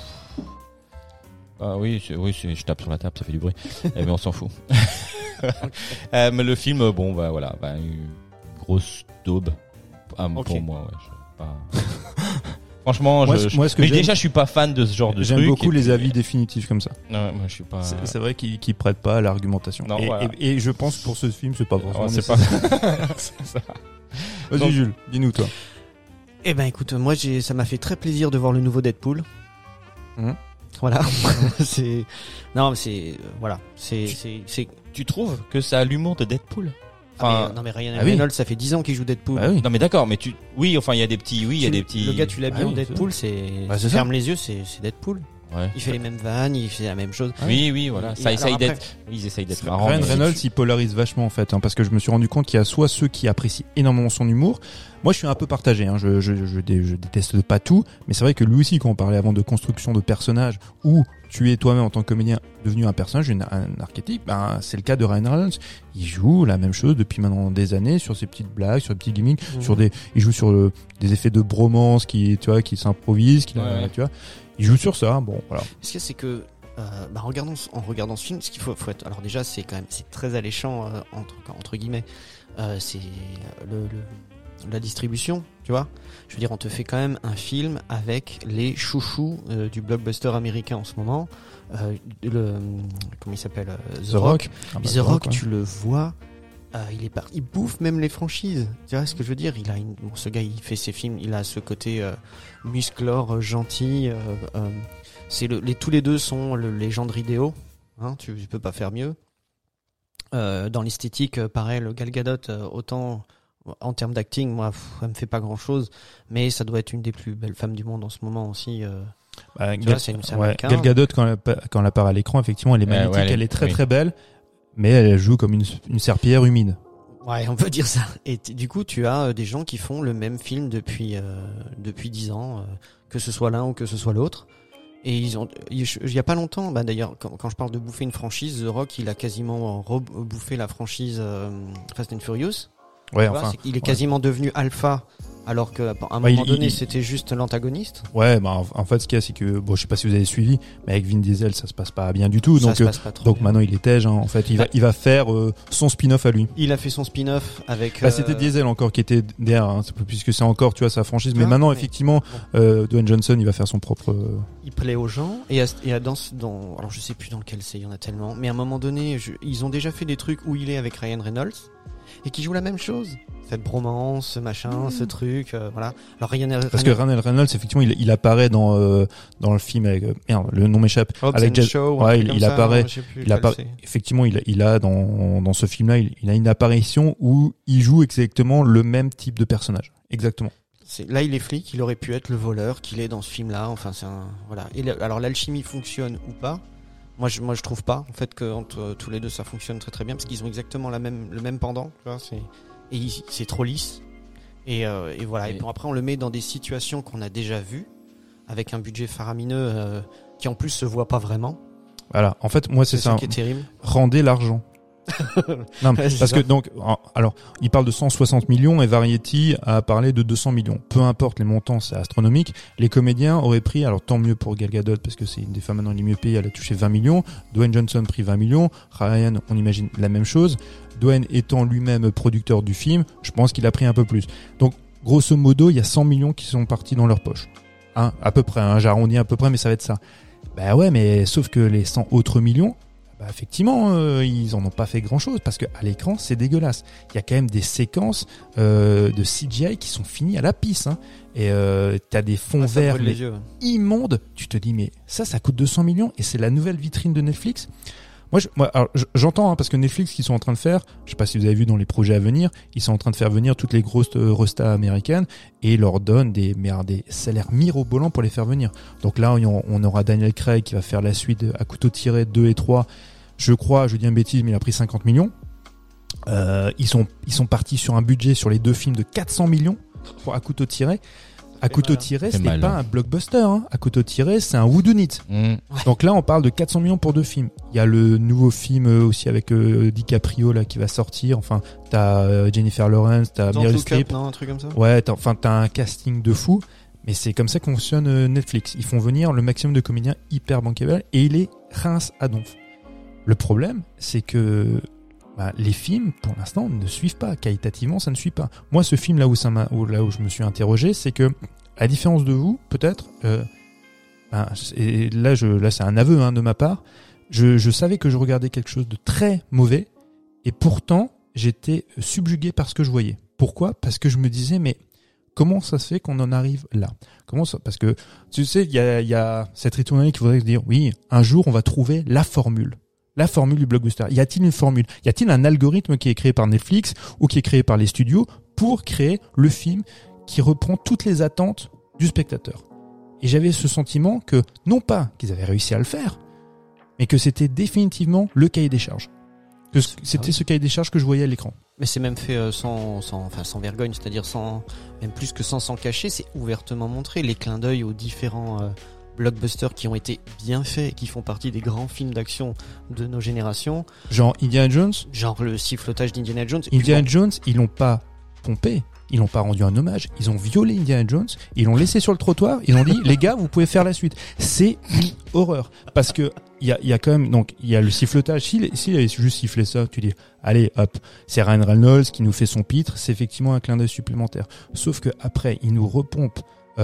Je tape sur la table, ça fait du bruit. Mais on s'en fout. Mais le film, une grosse daube pour moi. Franchement, Moi, ce que mais j'aime- déjà, je suis pas fan de ce genre de truc. J'aime beaucoup et les puis- avis définitifs comme ça. Non, moi, je suis pas. C'est vrai qu'ils prêtent pas à l'argumentation. Non, Et, voilà. et je pense que pour ce film, c'est pas forcément Ouais, c'est pas. nécessaire. C'est ça. Vas-y Donc- Jules, dis-nous toi. Eh ben écoute, moi ça m'a fait très plaisir de voir le nouveau Deadpool. Mhm. Voilà, c'est non, mais c'est voilà, c'est Tu trouves que ça a l'humour de Deadpool? ah, non mais Ryan ah oui. Reynolds, ça fait 10 ans qu'il joue Deadpool. Bah oui. Non mais d'accord, mais oui, enfin il y a des petits, il y a des petits. Le gars, tu l'as Ah mis en oui, Deadpool, c'est Bah, c'est ferme les yeux, c'est Deadpool. Ouais. Il fait les mêmes vannes, il fait la même chose. Oui, voilà. Et Ça alors essaye après- d'être. Oui, ils essayent d'être marrants. Ryan mais- Reynolds, il polarise vachement en fait, parce que je me suis rendu compte qu'il y a soit ceux qui apprécient énormément son humour. Moi, je suis un peu partagé. Je déteste pas tout, mais c'est vrai que lui aussi, quand on parlait avant de construction de personnages, où tu es toi-même en tant que comédien devenu un personnage, un archétype, ben, c'est le cas de Ryan Reynolds. Il joue la même chose depuis maintenant des années sur ses petites blagues, sur des petits gimmicks, il joue sur des effets de bromance qui s'improvisent, Ouais. tu vois. Il joue sur ça. Bon, voilà. Ce qu'il y a, c'est que en regardant ce film, ce qu'il faut être. Alors déjà, c'est très alléchant entre guillemets. C'est la distribution, tu vois. Je veux dire, on te fait quand même un film avec les chouchous du blockbuster américain en ce moment. Comment il s'appelle, The Rock. Ah bah, The Rock, ouais. tu le vois. Il bouffe même les franchises. Tu vois ce que je veux dire? Ce gars, il fait ses films. Il a ce côté musclore, gentil. Tous les deux sont les gens de Ridéo. Hein, tu peux pas faire mieux. Dans l'esthétique, pareil, le Gal Gadot, autant en termes d'acting, moi, ça me fait pas grand chose. Mais ça doit être une des plus belles femmes du monde en ce moment aussi. Bah, Tu vois, c'est un mannequin. Gal Gadot, quand elle apparaît à l'écran, effectivement, elle est magnétique, ouais, elle est très oui. très belle, mais elle joue comme une serpillière humide. Ouais, on peut dire ça. Et du coup, tu as des gens qui font le même film depuis 10 ans, que ce soit l'un ou que ce soit l'autre. Et il y a pas longtemps, bah d'ailleurs, quand je parle de bouffer une franchise, The Rock, il a quasiment rebouffé la franchise Fast and Furious. Ouais, Tu vois, enfin. il est quasiment devenu alpha, alors qu'à un Ouais, moment donné, c'était juste l'antagoniste. Ouais, bah en fait, ce qu'il y a, c'est que bon, je sais pas si vous avez suivi, mais avec Vin Diesel, ça se passe pas bien du tout. Ça Donc, se passe pas trop donc bien. maintenant, il est tège. Hein, en fait, il va faire son spin-off à lui. Il a fait son spin-off avec. Bah, c'était Diesel encore qui était derrière, hein, puisque c'est encore, tu vois, sa franchise. Tu Mais vois, maintenant, mais- effectivement, Dwayne Johnson, il va faire son propre. Il plaît aux gens alors je sais plus dans lequel c'est, il y en a tellement, mais à un moment donné, ils ont déjà fait des trucs où il est avec Ryan Reynolds et qui joue la même chose, cette bromance, ce machin, ce truc, voilà. Alors Parce que Ryan Reynolds, effectivement, il apparaît dans le film avec merde, le nom m'échappe. Avec Jet- Show, ouais, il apparaît. Il a apparaît. Effectivement, il a dans ce film-là, il a une apparition où il joue exactement le même type de personnage. Exactement. Là, il est flic, il aurait pu être le voleur qu'il est dans ce film-là. Enfin, voilà. Alors l'alchimie fonctionne ou pas? Moi, je trouve pas. En fait, que entre tous les deux, ça fonctionne très très bien parce qu'ils ont exactement le même pendant. Tu vois, c'est trop lisse. Et voilà. Et bon, après, on le met dans des situations qu'on a déjà vues avec un budget faramineux qui en plus se voit pas vraiment. Voilà. En fait, moi, c'est ça. qui est terrible. Rendez l'argent. Non, mais Ouais, c'est parce ça. que donc, alors, il parle de 160 millions et Variety a parlé de 200 millions. Peu importe les montants, c'est astronomique. Les comédiens auraient pris, alors tant mieux pour Gal Gadot parce que c'est une des femmes maintenant les mieux payées, elle a touché 20 millions. Dwayne Johnson pris 20 millions. Ryan, on imagine la même chose. Dwayne étant lui-même producteur du film, je pense qu'il a pris un peu plus. Donc, grosso modo, il y a 100 millions qui sont partis dans leur poche. Hein, à peu près, hein, j'arrondis à peu près, mais ça va être ça. Bah ouais, mais sauf que les 100 autres millions, bah effectivement, ils en ont pas fait grand-chose parce que à l'écran, c'est dégueulasse. Il y a quand même des séquences de CGI qui sont finies à la pisse. Hein. Et t'as des fonds Ça verts brûle mais les yeux. immondes. Tu te dis, mais ça coûte 200 millions et c'est la nouvelle vitrine de Netflix. Alors, j'entends parce que Netflix, qu'ils sont en train de faire, je sais pas si vous avez vu dans les projets à venir, ils sont en train de faire venir toutes les grosses restas américaines et leur donnent des salaires mirobolants pour les faire venir. Donc là, on aura Daniel Craig qui va faire la suite à couteau tiré 2 et 3. Je dis une bêtise, mais il a pris 50 millions. Ils sont partis sur un budget sur les deux films de 400 millions pour à couteau tiré. À couteau tiré, C'est c'était mal, pas hein. un blockbuster. Hein. À couteau tiré, c'est un whodunit. Donc là, on parle de 400 millions pour deux films. Il y a le nouveau film aussi avec DiCaprio là qui va sortir. Enfin, t'as Jennifer Lawrence, t'as Don't Meryl Look Up, Streep. non, un truc comme ça. Ouais, t'as un casting de fou. Mais c'est comme ça que fonctionne Netflix. Ils font venir le maximum de comédiens hyper bankable et il est rince à donf. Le problème, c'est que les films, pour l'instant, ne suivent pas. Qualitativement, ça ne suit pas. Moi, ce film là où je me suis interrogé, c'est que à la différence de vous, peut-être, et là c'est un aveu de ma part, je savais que je regardais quelque chose de très mauvais, et pourtant j'étais subjugué par ce que je voyais. Pourquoi ? Parce que je me disais, mais comment ça se fait qu'on en arrive là ? Comment ça ? Parce que tu sais, il y a cette ritournelle qui voudrait se dire, oui, un jour on va trouver la formule du blockbuster. Y a-t-il une formule ? Y a-t-il un algorithme qui est créé par Netflix ou qui est créé par les studios pour créer le film qui reprend toutes les attentes du spectateur ? Et j'avais ce sentiment que, non pas qu'ils avaient réussi à le faire, mais que c'était définitivement le cahier des charges. Que c'était ce cahier des charges que je voyais à l'écran. Mais c'est même fait sans vergogne, c'est-à-dire même plus que sans cacher, c'est ouvertement montré. Les clins d'œil aux différents blockbusters qui ont été bien faits, qui font partie des grands films d'action de nos générations. Genre Indiana Jones. Genre le sifflotage d'Indiana Jones. Indiana Jones, ils l'ont pas pompé. Ils l'ont pas rendu un hommage. Ils ont violé Indiana Jones. Ils l'ont laissé sur le trottoir. Ils ont dit, les gars, vous pouvez faire la suite. C'est une horreur. Parce que, il y a quand même, donc, il y a le sifflotage. S'il avait juste sifflé ça, tu dis, allez, hop, c'est Ryan Reynolds qui nous fait son pitre. C'est effectivement un clin d'œil supplémentaire. Sauf que après, il nous repompe,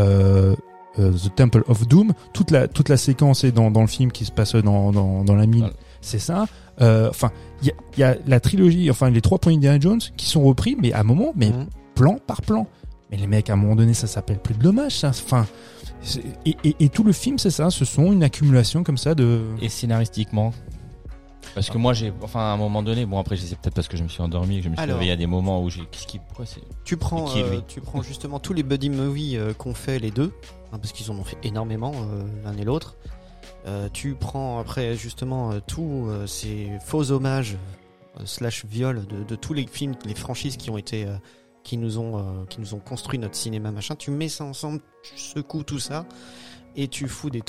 The Temple of Doom. Toute la séquence est dans le film qui se passe dans la mine. Ouais. C'est ça. Enfin, il y a la trilogie, enfin, les 3 points Indiana Jones qui sont repris, mais à un moment, plan par plan. Mais les mecs, à un moment donné, ça s'appelle plus de l'hommage, ça. Enfin, et tout le film, c'est ça. Ce sont une accumulation comme ça de. Et scénaristiquement, parce que moi, à un moment donné, bon après, c'est peut-être parce que je me suis endormi, que je me suis réveillé à des moments où tu prends justement tous les buddy movies qu'ont fait les deux, parce qu'ils en ont fait énormément l'un et l'autre. Tu prends après justement tous ces faux hommages / viols de tous les films, les franchises qui ont été qui nous ont construit notre cinéma machin. Tu mets ça ensemble, tu secoues tout ça et tu fous des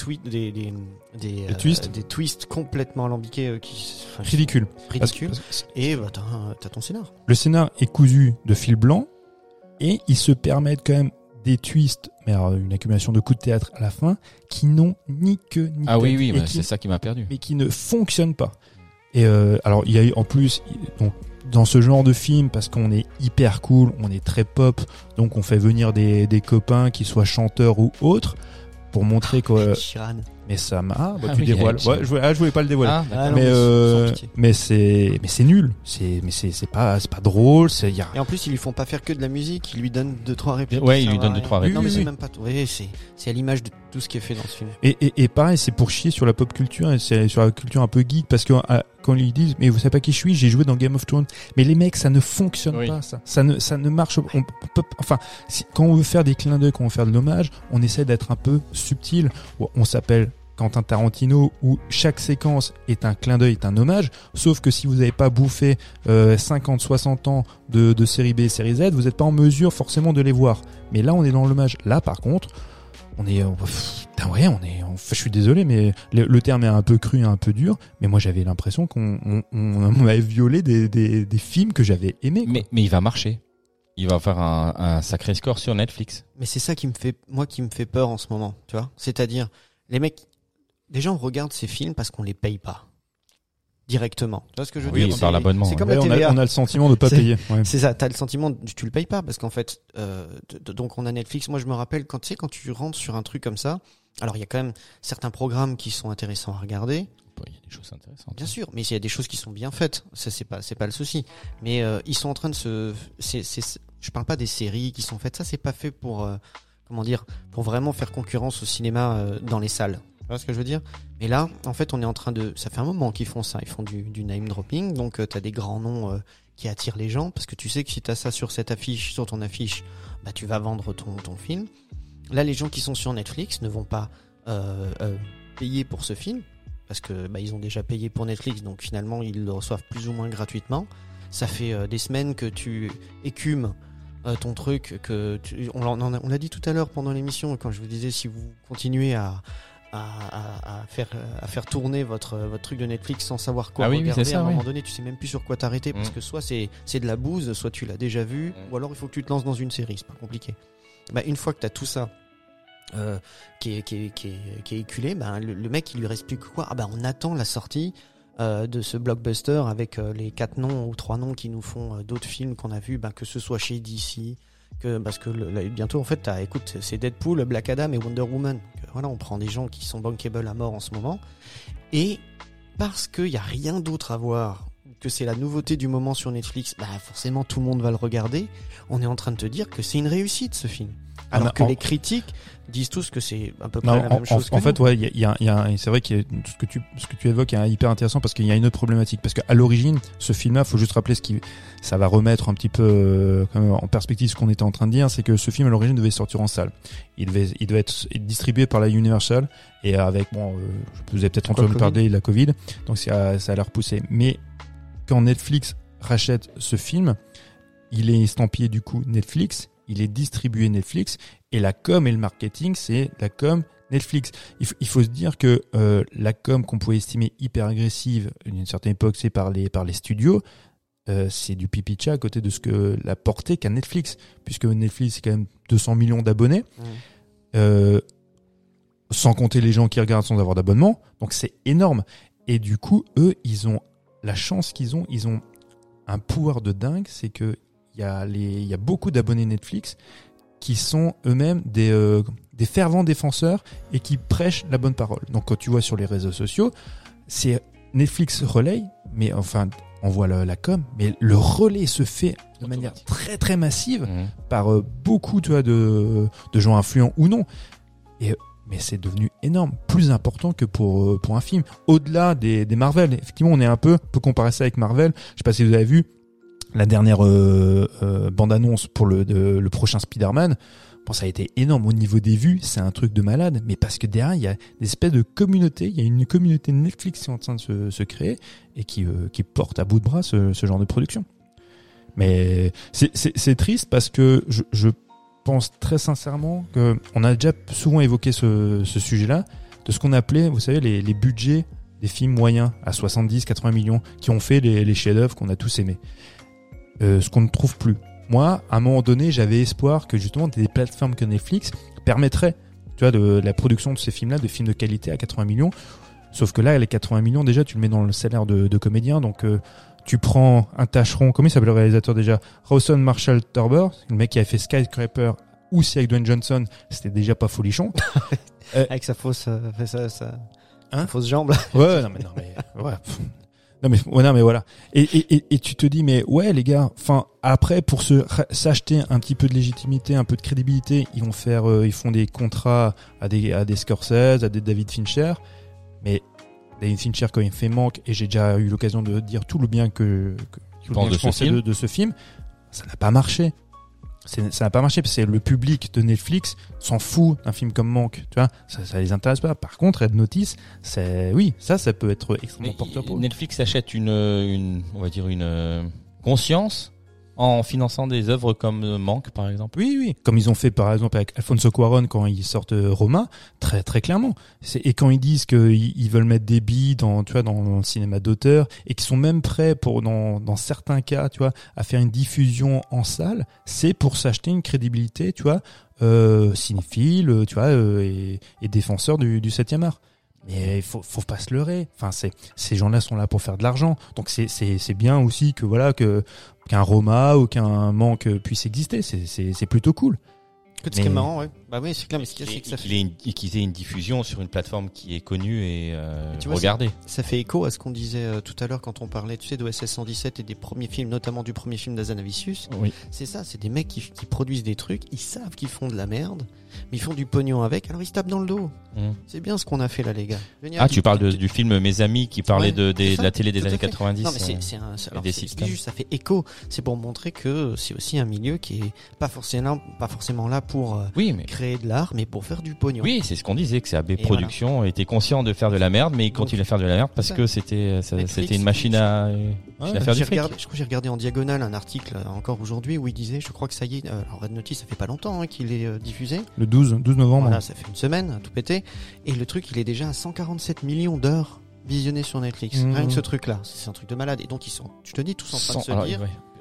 twists complètement alambiqués ridicule. Et t'as ton scénar. Le scénar est cousu de fil blanc et ils se permettent quand même des twists, mais alors une accumulation de coups de théâtre à la fin qui n'ont ni queue ni tête. Oui, c'est ça qui m'a perdu. Mais qui ne fonctionnent pas. Et alors il y a eu en plus donc dans ce genre de film, parce qu'on est hyper cool, on est très pop, donc on fait venir des copains qui soient chanteurs ou autres pour montrer que mais ça m'a tu dévoiles. Ouais, je voulais pas le dévoiler. Mais c'est nul. C'est pas drôle, Et en plus, ils lui font pas faire que de la musique, ils lui donnent 2-3 répliques. Ouais, ils lui donnent 2-3 répliques. Non, mais c'est même pas tout. Oui, c'est à l'image de tout ce qui est fait dans ce film. Et pareil, c'est pour chier sur la pop culture et c'est sur la culture un peu geek, parce que quand ils disent mais vous savez pas qui je suis, j'ai joué dans Game of Thrones. Mais les mecs, ça ne fonctionne pas, ça. Ça ne marche pas. Quand on veut faire des clins d'œil, quand on veut faire de l'hommage, on essaie d'être un peu subtil. On s'appelle Quentin Tarantino, où chaque séquence est un clin d'œil, est un hommage, sauf que si vous n'avez pas bouffé 50-60 ans de série B et série Z, vous n'êtes pas en mesure forcément de les voir. Mais là, on est dans l'hommage. Là, par contre, je suis désolé, mais le terme est un peu cru, un peu dur, mais moi j'avais l'impression qu'on m'avait violé des films que j'avais aimés. Mais il va marcher. Il va faire un sacré score sur Netflix. Mais c'est ça qui me fait peur en ce moment, tu vois. C'est-à-dire, les mecs, les gens regardent ces films parce qu'on les paye pas directement. Tu vois ce que je veux dire? Oui, par l'abonnement. C'est comme la TVA. On a le sentiment de pas payer. Ouais. C'est ça, t'as le sentiment, tu le payes pas parce qu'en fait, donc on a Netflix. Moi, je me rappelle quand tu rentres sur un truc comme ça. Alors, il y a quand même certains programmes qui sont intéressants à regarder. Il y a des choses intéressantes. Bien sûr, mais il y a des choses qui sont bien faites. Ça, c'est pas le souci. Mais ils sont en train de je parle pas des séries qui sont faites. Ça, c'est pas fait pour pour vraiment faire concurrence au cinéma dans les salles. Tu vois ce que je veux dire? Mais là, en fait, on est en train ça fait un moment qu'ils font ça. Ils font du name dropping. Donc, t'as des grands noms qui attirent les gens parce que tu sais que si t'as ça sur ton affiche, bah, tu vas vendre ton film. Là, les gens qui sont sur Netflix ne vont pas payer pour ce film parce que bah, ils ont déjà payé pour Netflix. Donc, finalement, ils le reçoivent plus ou moins gratuitement. Ça fait des semaines que tu écumes ton truc. On l'a dit tout à l'heure pendant l'émission quand je vous disais si vous continuez à faire tourner votre truc de Netflix sans savoir quoi regarder, à un moment donné tu sais même plus sur quoi t'arrêter parce que soit c'est de la bouse, soit tu l'as déjà vu, ou alors il faut que tu te lances dans une série, c'est pas compliqué. Bah, une fois que t'as tout ça qui est éculé, bah, le mec il lui reste plus que quoi? On attend la sortie de ce blockbuster avec les 4 noms ou 3 noms qui nous font d'autres films qu'on a vus, que ce soit chez DC, parce que là, bientôt en fait écoute, c'est Deadpool, Black Adam et Wonder Woman. Donc, voilà, on prend des gens qui sont bankable à mort en ce moment, et parce qu'il y a rien d'autre à voir, que c'est la nouveauté du moment sur Netflix, forcément tout le monde va le regarder. On est en train de te dire que c'est une réussite ce film. Alors que les critiques disent tous que c'est à peu près la même chose. En fait, ouais, il y a, c'est vrai que ce que tu évoques est hyper intéressant parce qu'il y a une autre problématique. Parce qu'à l'origine, ce film-là, faut juste rappeler ça va remettre un petit peu en perspective ce qu'on était en train de dire, c'est que ce film à l'origine devait sortir en salle. Il devait être distribué par la Universal et avec vous avez peut-être entendu parler de la Covid, donc ça a l'air repoussé. Mais quand Netflix rachète ce film, il est estampillé du coup Netflix. Il est distribué Netflix et la com et le marketing, c'est la com Netflix. Il faut se dire que la com qu'on pouvait estimer hyper agressive à une certaine époque, c'est par les studios, c'est du pipi-chat à côté de ce que la portée qu'a Netflix, puisque Netflix c'est quand même 200 millions d'abonnés, sans compter les gens qui regardent sans avoir d'abonnement, donc c'est énorme. Et du coup, eux, ils ont la chance qu'ils ont un pouvoir de dingue, c'est que il y a beaucoup d'abonnés Netflix qui sont eux-mêmes des fervents défenseurs et qui prêchent la bonne parole. Donc quand tu vois sur les réseaux sociaux, c'est Netflix relaye, mais enfin on voit la com, mais le relais se fait de manière très très massive par beaucoup, tu vois, de gens influents ou non. Mais c'est devenu énorme, plus important que pour un film. Au-delà des Marvel, effectivement, on peut comparer ça avec Marvel. Je sais pas si vous avez vu la dernière bande-annonce pour le prochain Spider-Man. Bon, ça a été énorme au niveau des vues, c'est un truc de malade, mais parce que derrière, il y a des espèces de communautés, il y a une communauté Netflix qui est en train de se créer et qui porte à bout de bras ce genre de production. Mais c'est triste parce que je pense très sincèrement que on a déjà souvent évoqué ce sujet-là, de ce qu'on appelait, vous savez, les budgets des films moyens à 70-80 millions qui ont fait les chefs-d'œuvre qu'on a tous aimés. Ce qu'on ne trouve plus. Moi, à un moment donné, j'avais espoir que justement des plateformes comme Netflix permettraient, tu vois, de la production de ces films-là, de films de qualité à 80 millions. Sauf que là, les 80 millions, déjà, tu le mets dans le salaire de comédien. Donc, tu prends un tâcheron, comment il s'appelle le réalisateur déjà? Rawson Marshall Turber, le mec qui a fait Skyscraper ou avec Dwayne Johnson, c'était déjà pas folichon. Avec sa fausse, fausse jambe. Ouais, non mais ouais. Non mais voilà. Et tu te dis mais ouais les gars, enfin après pour s'acheter un petit peu de légitimité, un peu de crédibilité, ils font des contrats à des Scorsese, à des David Fincher, mais David Fincher quand il fait Manque, et j'ai déjà eu l'occasion de dire tout le bien que je pensais de ce film, ça n'a pas marché. Ça n'a pas marché parce que le public de Netflix s'en fout d'un film comme Manque, tu vois, ça les intéresse pas. Par contre, Red Notice, ça peut être extrêmement porteur pour eux. Netflix achète on va dire une conscience en finançant des œuvres comme Manque, par exemple. Oui, comme ils ont fait par exemple avec Alfonso Cuarón quand ils sortent Roma, très très clairement. Et quand ils disent qu'ils veulent mettre des billes dans le cinéma d'auteur et qu'ils sont même prêts dans certains cas, tu vois, à faire une diffusion en salle, c'est pour s'acheter une crédibilité, tu vois, cinéphile, tu vois, et défenseur du 7e art. Mais il faut pas se leurrer. Enfin, ces gens-là sont là pour faire de l'argent. Donc c'est bien aussi que voilà qu'un Roma ou qu'un Manque puisse exister. C'est plutôt cool. Ce qui est marrant, ouais. Bah oui, c'est clair, mais ce qu'il y a, c'est que ça fait... qu'ils aient une diffusion sur une plateforme qui est connue et regardée. Ça fait écho à ce qu'on disait tout à l'heure quand on parlait, tu sais, d'OSS 117 et des premiers films, notamment du premier film d'Azanavicius. Oui. C'est ça, c'est des mecs qui produisent des trucs, ils savent qu'ils font de la merde, mais ils font du pognon avec, alors ils se tapent dans le dos. C'est bien ce qu'on a fait là, les gars. Tu parles du film Mes Amis qui parlait de la télé des années 90. Non, mais ça fait écho. C'est pour montrer que c'est aussi un milieu qui est pas forcément là pour créer de l'art, mais pour faire du pognon. Oui, c'est ce qu'on disait, que c'est AB Productions était conscient de faire de la merde, mais il continue à faire de la merde parce que c'était une machine à faire du fric. Je crois que j'ai regardé en diagonale un article encore aujourd'hui où il disait, je crois que ça y est, Red Notice, ça fait pas longtemps qu'il est diffusé. Le 12 novembre. Voilà, ça fait une semaine, tout pété. Et le truc, il est déjà à 147 millions d'heures visionnées sur Netflix. Rien que ce truc-là, c'est un truc de malade. Et donc ils sont, je te dis, tous en train de se dire.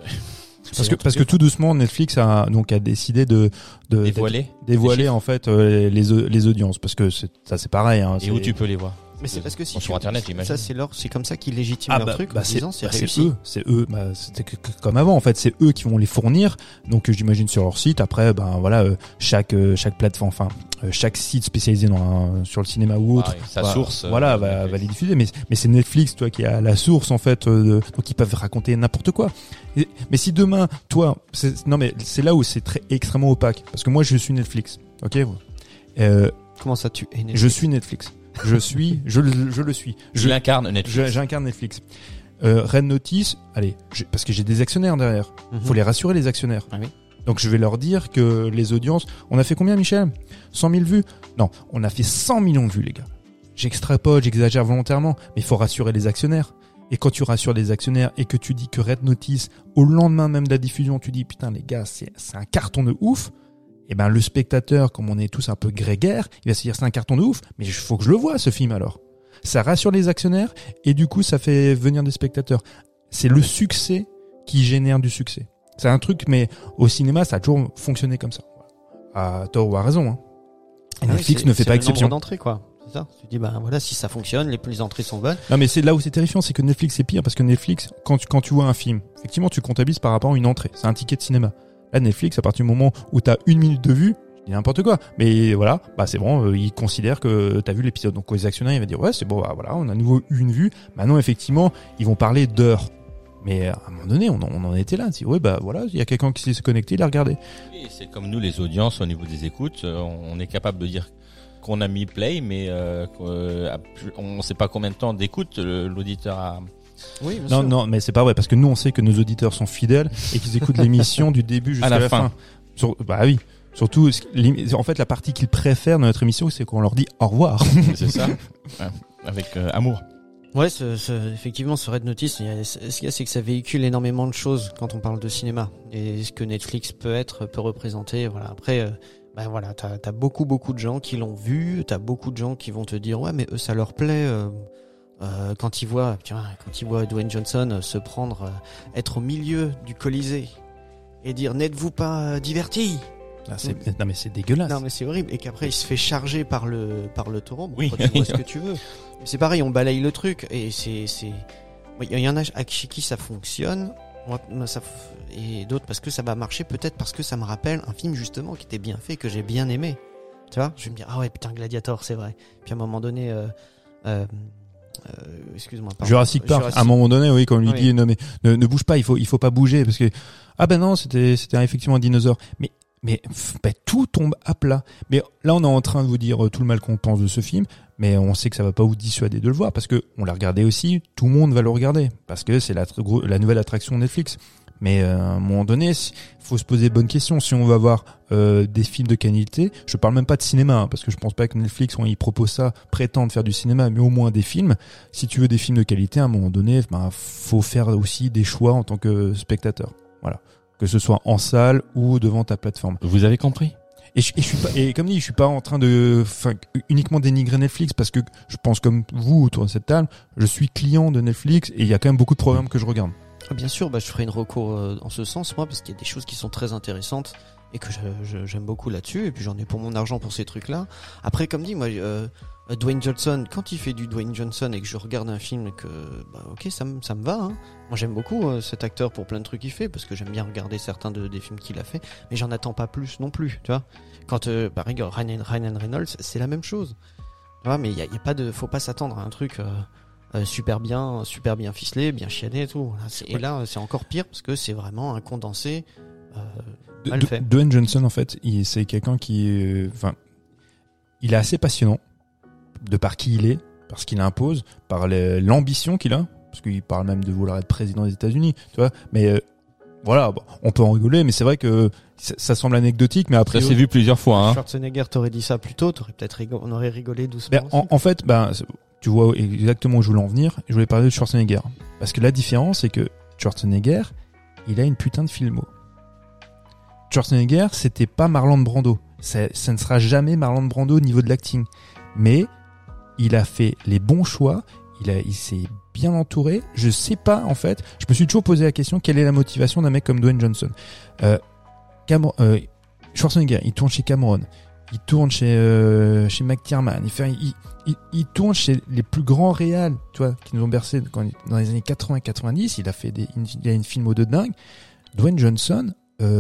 Parce que tout doucement Netflix a décidé de dévoiler en fait les audiences, parce que c'est pareil, hein, et où tu peux les voir. Mais c'est parce que si sur Internet, j'imagine. Ça, c'est comme ça qu'ils légitiment leur truc, en disant c'est réussi. C'est eux. C'était comme avant, en fait. C'est eux qui vont les fournir. Donc, j'imagine sur leur site. Après, chaque plateforme, chaque site spécialisé sur le cinéma ou autre. Sa source. Va les diffuser. Mais c'est Netflix, toi, qui a la source, en fait, donc ils peuvent raconter n'importe quoi. Mais si demain, toi, c'est là où c'est extrêmement opaque. Parce que moi, je suis Netflix. Ok? Comment ça, tu es Netflix? Je suis Netflix. Je le suis. J'incarne Netflix. J'incarne Netflix. Red Notice, parce que j'ai des actionnaires derrière. Faut les rassurer, les actionnaires. Ah oui. Donc je vais leur dire que les audiences, on a fait combien, Michel? 100 000 vues? Non, on a fait 100 millions de vues, les gars. J'extrapole, j'exagère volontairement, mais il faut rassurer les actionnaires. Et quand tu rassures les actionnaires et que tu dis que Red Notice, au lendemain même de la diffusion, tu dis putain les gars, c'est un carton de ouf. Et ben le spectateur, comme on est tous un peu grégaires, il va se dire c'est un carton de ouf, mais il faut que je le voie ce film alors. Ça rassure les actionnaires et du coup ça fait venir des spectateurs. C'est le succès qui génère du succès. C'est un truc, mais au cinéma ça a toujours fonctionné comme ça. À tort ou à raison. Hein. Et Netflix ne fait pas exception. C'est le nombre d'entrées quoi. C'est ça. Tu dis si ça fonctionne, les entrées sont bonnes. Non mais c'est là où c'est terrifiant, c'est que Netflix c'est pire parce que Netflix quand tu vois un film, effectivement tu comptabilises par rapport à une entrée, c'est un ticket de cinéma. Là Netflix à partir du moment où t'as 1 minute de vue, je dis n'importe quoi, mais voilà, c'est bon, ils considèrent que t'as vu l'épisode. Donc les actionnaires ils vont dire ouais c'est bon, voilà, on a à nouveau une vue. Maintenant effectivement ils vont parler d'heures. Mais à un moment donné, on en était là. On dit, voilà, il y a quelqu'un qui s'est connecté, il a regardé. Et c'est comme nous, les audiences, au niveau des écoutes, on est capable de dire qu'on a mis play, mais on ne sait pas combien de temps d'écoute l'auditeur a. Oui, bien sûr. Non, mais c'est pas vrai, parce que nous, on sait que nos auditeurs sont fidèles et qu'ils écoutent l'émission du début jusqu'à la fin. Oui. Surtout, en fait, la partie qu'ils préfèrent dans notre émission, c'est qu'on leur dit au revoir. C'est ça. Avec amour. Ouais, effectivement, ce Red Notice, ce qu'il y a, c'est que ça véhicule énormément de choses quand on parle de cinéma. Et ce que Netflix peut représenter, voilà. Après, t'as beaucoup de gens qui l'ont vu, t'as beaucoup de gens qui vont te dire, ouais, mais eux, ça leur plaît, quand ils voient Dwayne Johnson se prendre, être au milieu du Colisée et dire, n'êtes-vous pas divertis? Non mais c'est dégueulasse. Non mais c'est horrible, et qu'après il se fait charger par le taureau. Oui. Tu vois ce que tu veux. C'est pareil, on balaye le truc et il y en a chez qui ça fonctionne, et d'autres parce que ça va marcher, peut-être parce que ça me rappelle un film justement qui était bien fait, que j'ai bien aimé. Tu vois, je vais me dire ah ouais putain Gladiator, c'est vrai. Puis à un moment donné excuse-moi, pardon. Jurassic Park, à un moment donné, oui, quand on lui dit non mais ne bouge pas, il faut pas bouger parce que non, c'était effectivement un dinosaure. Mais tout tombe à plat. Mais là, on est en train de vous dire tout le mal qu'on pense de ce film, mais on sait que ça va pas vous dissuader de le voir parce que on l'a regardé aussi. Tout le monde va le regarder parce que c'est la nouvelle attraction Netflix. Mais à un moment donné, faut se poser de bonnes questions. Si on va voir des films de qualité, je parle même pas de cinéma, parce que je pense pas que Netflix, quand ils proposent ça, prétendent faire du cinéma, mais au moins des films. Si tu veux des films de qualité, à un moment donné, faut faire aussi des choix en tant que spectateur. Voilà. Que ce soit en salle ou devant ta plateforme. Vous avez compris? Et je suis pas, et comme dit, je suis pas en train de, uniquement dénigrer Netflix, parce que je pense comme vous autour de cette table, je suis client de Netflix et il y a quand même beaucoup de programmes que je regarde. Bien sûr, je ferai une reco en ce sens, moi, parce qu'il y a des choses qui sont très intéressantes et que j'aime beaucoup là-dessus, et puis j'en ai pour mon argent pour ces trucs-là. Après, comme dit, moi, Dwayne Johnson, quand il fait du Dwayne Johnson et que je regarde un film et que, ok, ça me va, hein. Moi, j'aime beaucoup cet acteur pour plein de trucs qu'il fait, parce que j'aime bien regarder certains des films qu'il a fait, mais j'en attends pas plus non plus, tu vois. Quand, par exemple, Ryan Reynolds, c'est la même chose. Tu vois, mais il y a pas de, faut pas s'attendre à un truc, super bien ficelé, bien chiané et tout. Et là, c'est encore pire parce que c'est vraiment un condensé mal fait. Dwayne Johnson, en fait, c'est quelqu'un qui, il est assez passionnant de par qui il est, parce qu'il impose, par l'ambition qu'il a, parce qu'il parle même de vouloir être président des États-Unis, tu vois. Mais voilà, on peut en rigoler, mais c'est vrai que ça semble anecdotique, mais après. Ça s'est vu plusieurs fois. Hein. Schwarzenegger, t'aurais dit ça plus tôt, on aurait rigolé doucement. En fait, tu vois exactement où je voulais en venir. Je voulais parler de Schwarzenegger. Parce que la différence, c'est que Schwarzenegger, il a une putain de filmo. Schwarzenegger, c'était pas Marlon Brando. Ça ne sera jamais Marlon Brando au niveau de l'acting. Mais il a fait les bons choix. Il s'est bien entouré. Je sais pas, en fait. Je me suis toujours posé la question, quelle est la motivation d'un mec comme Dwayne Johnson? Schwarzenegger, il tourne chez Cameron. il tourne chez McTiernan, il tourne chez les plus grands réals, tu vois, qui nous ont bercé dans les années 80-90. Il a une filmo de dingue. Dwayne Johnson,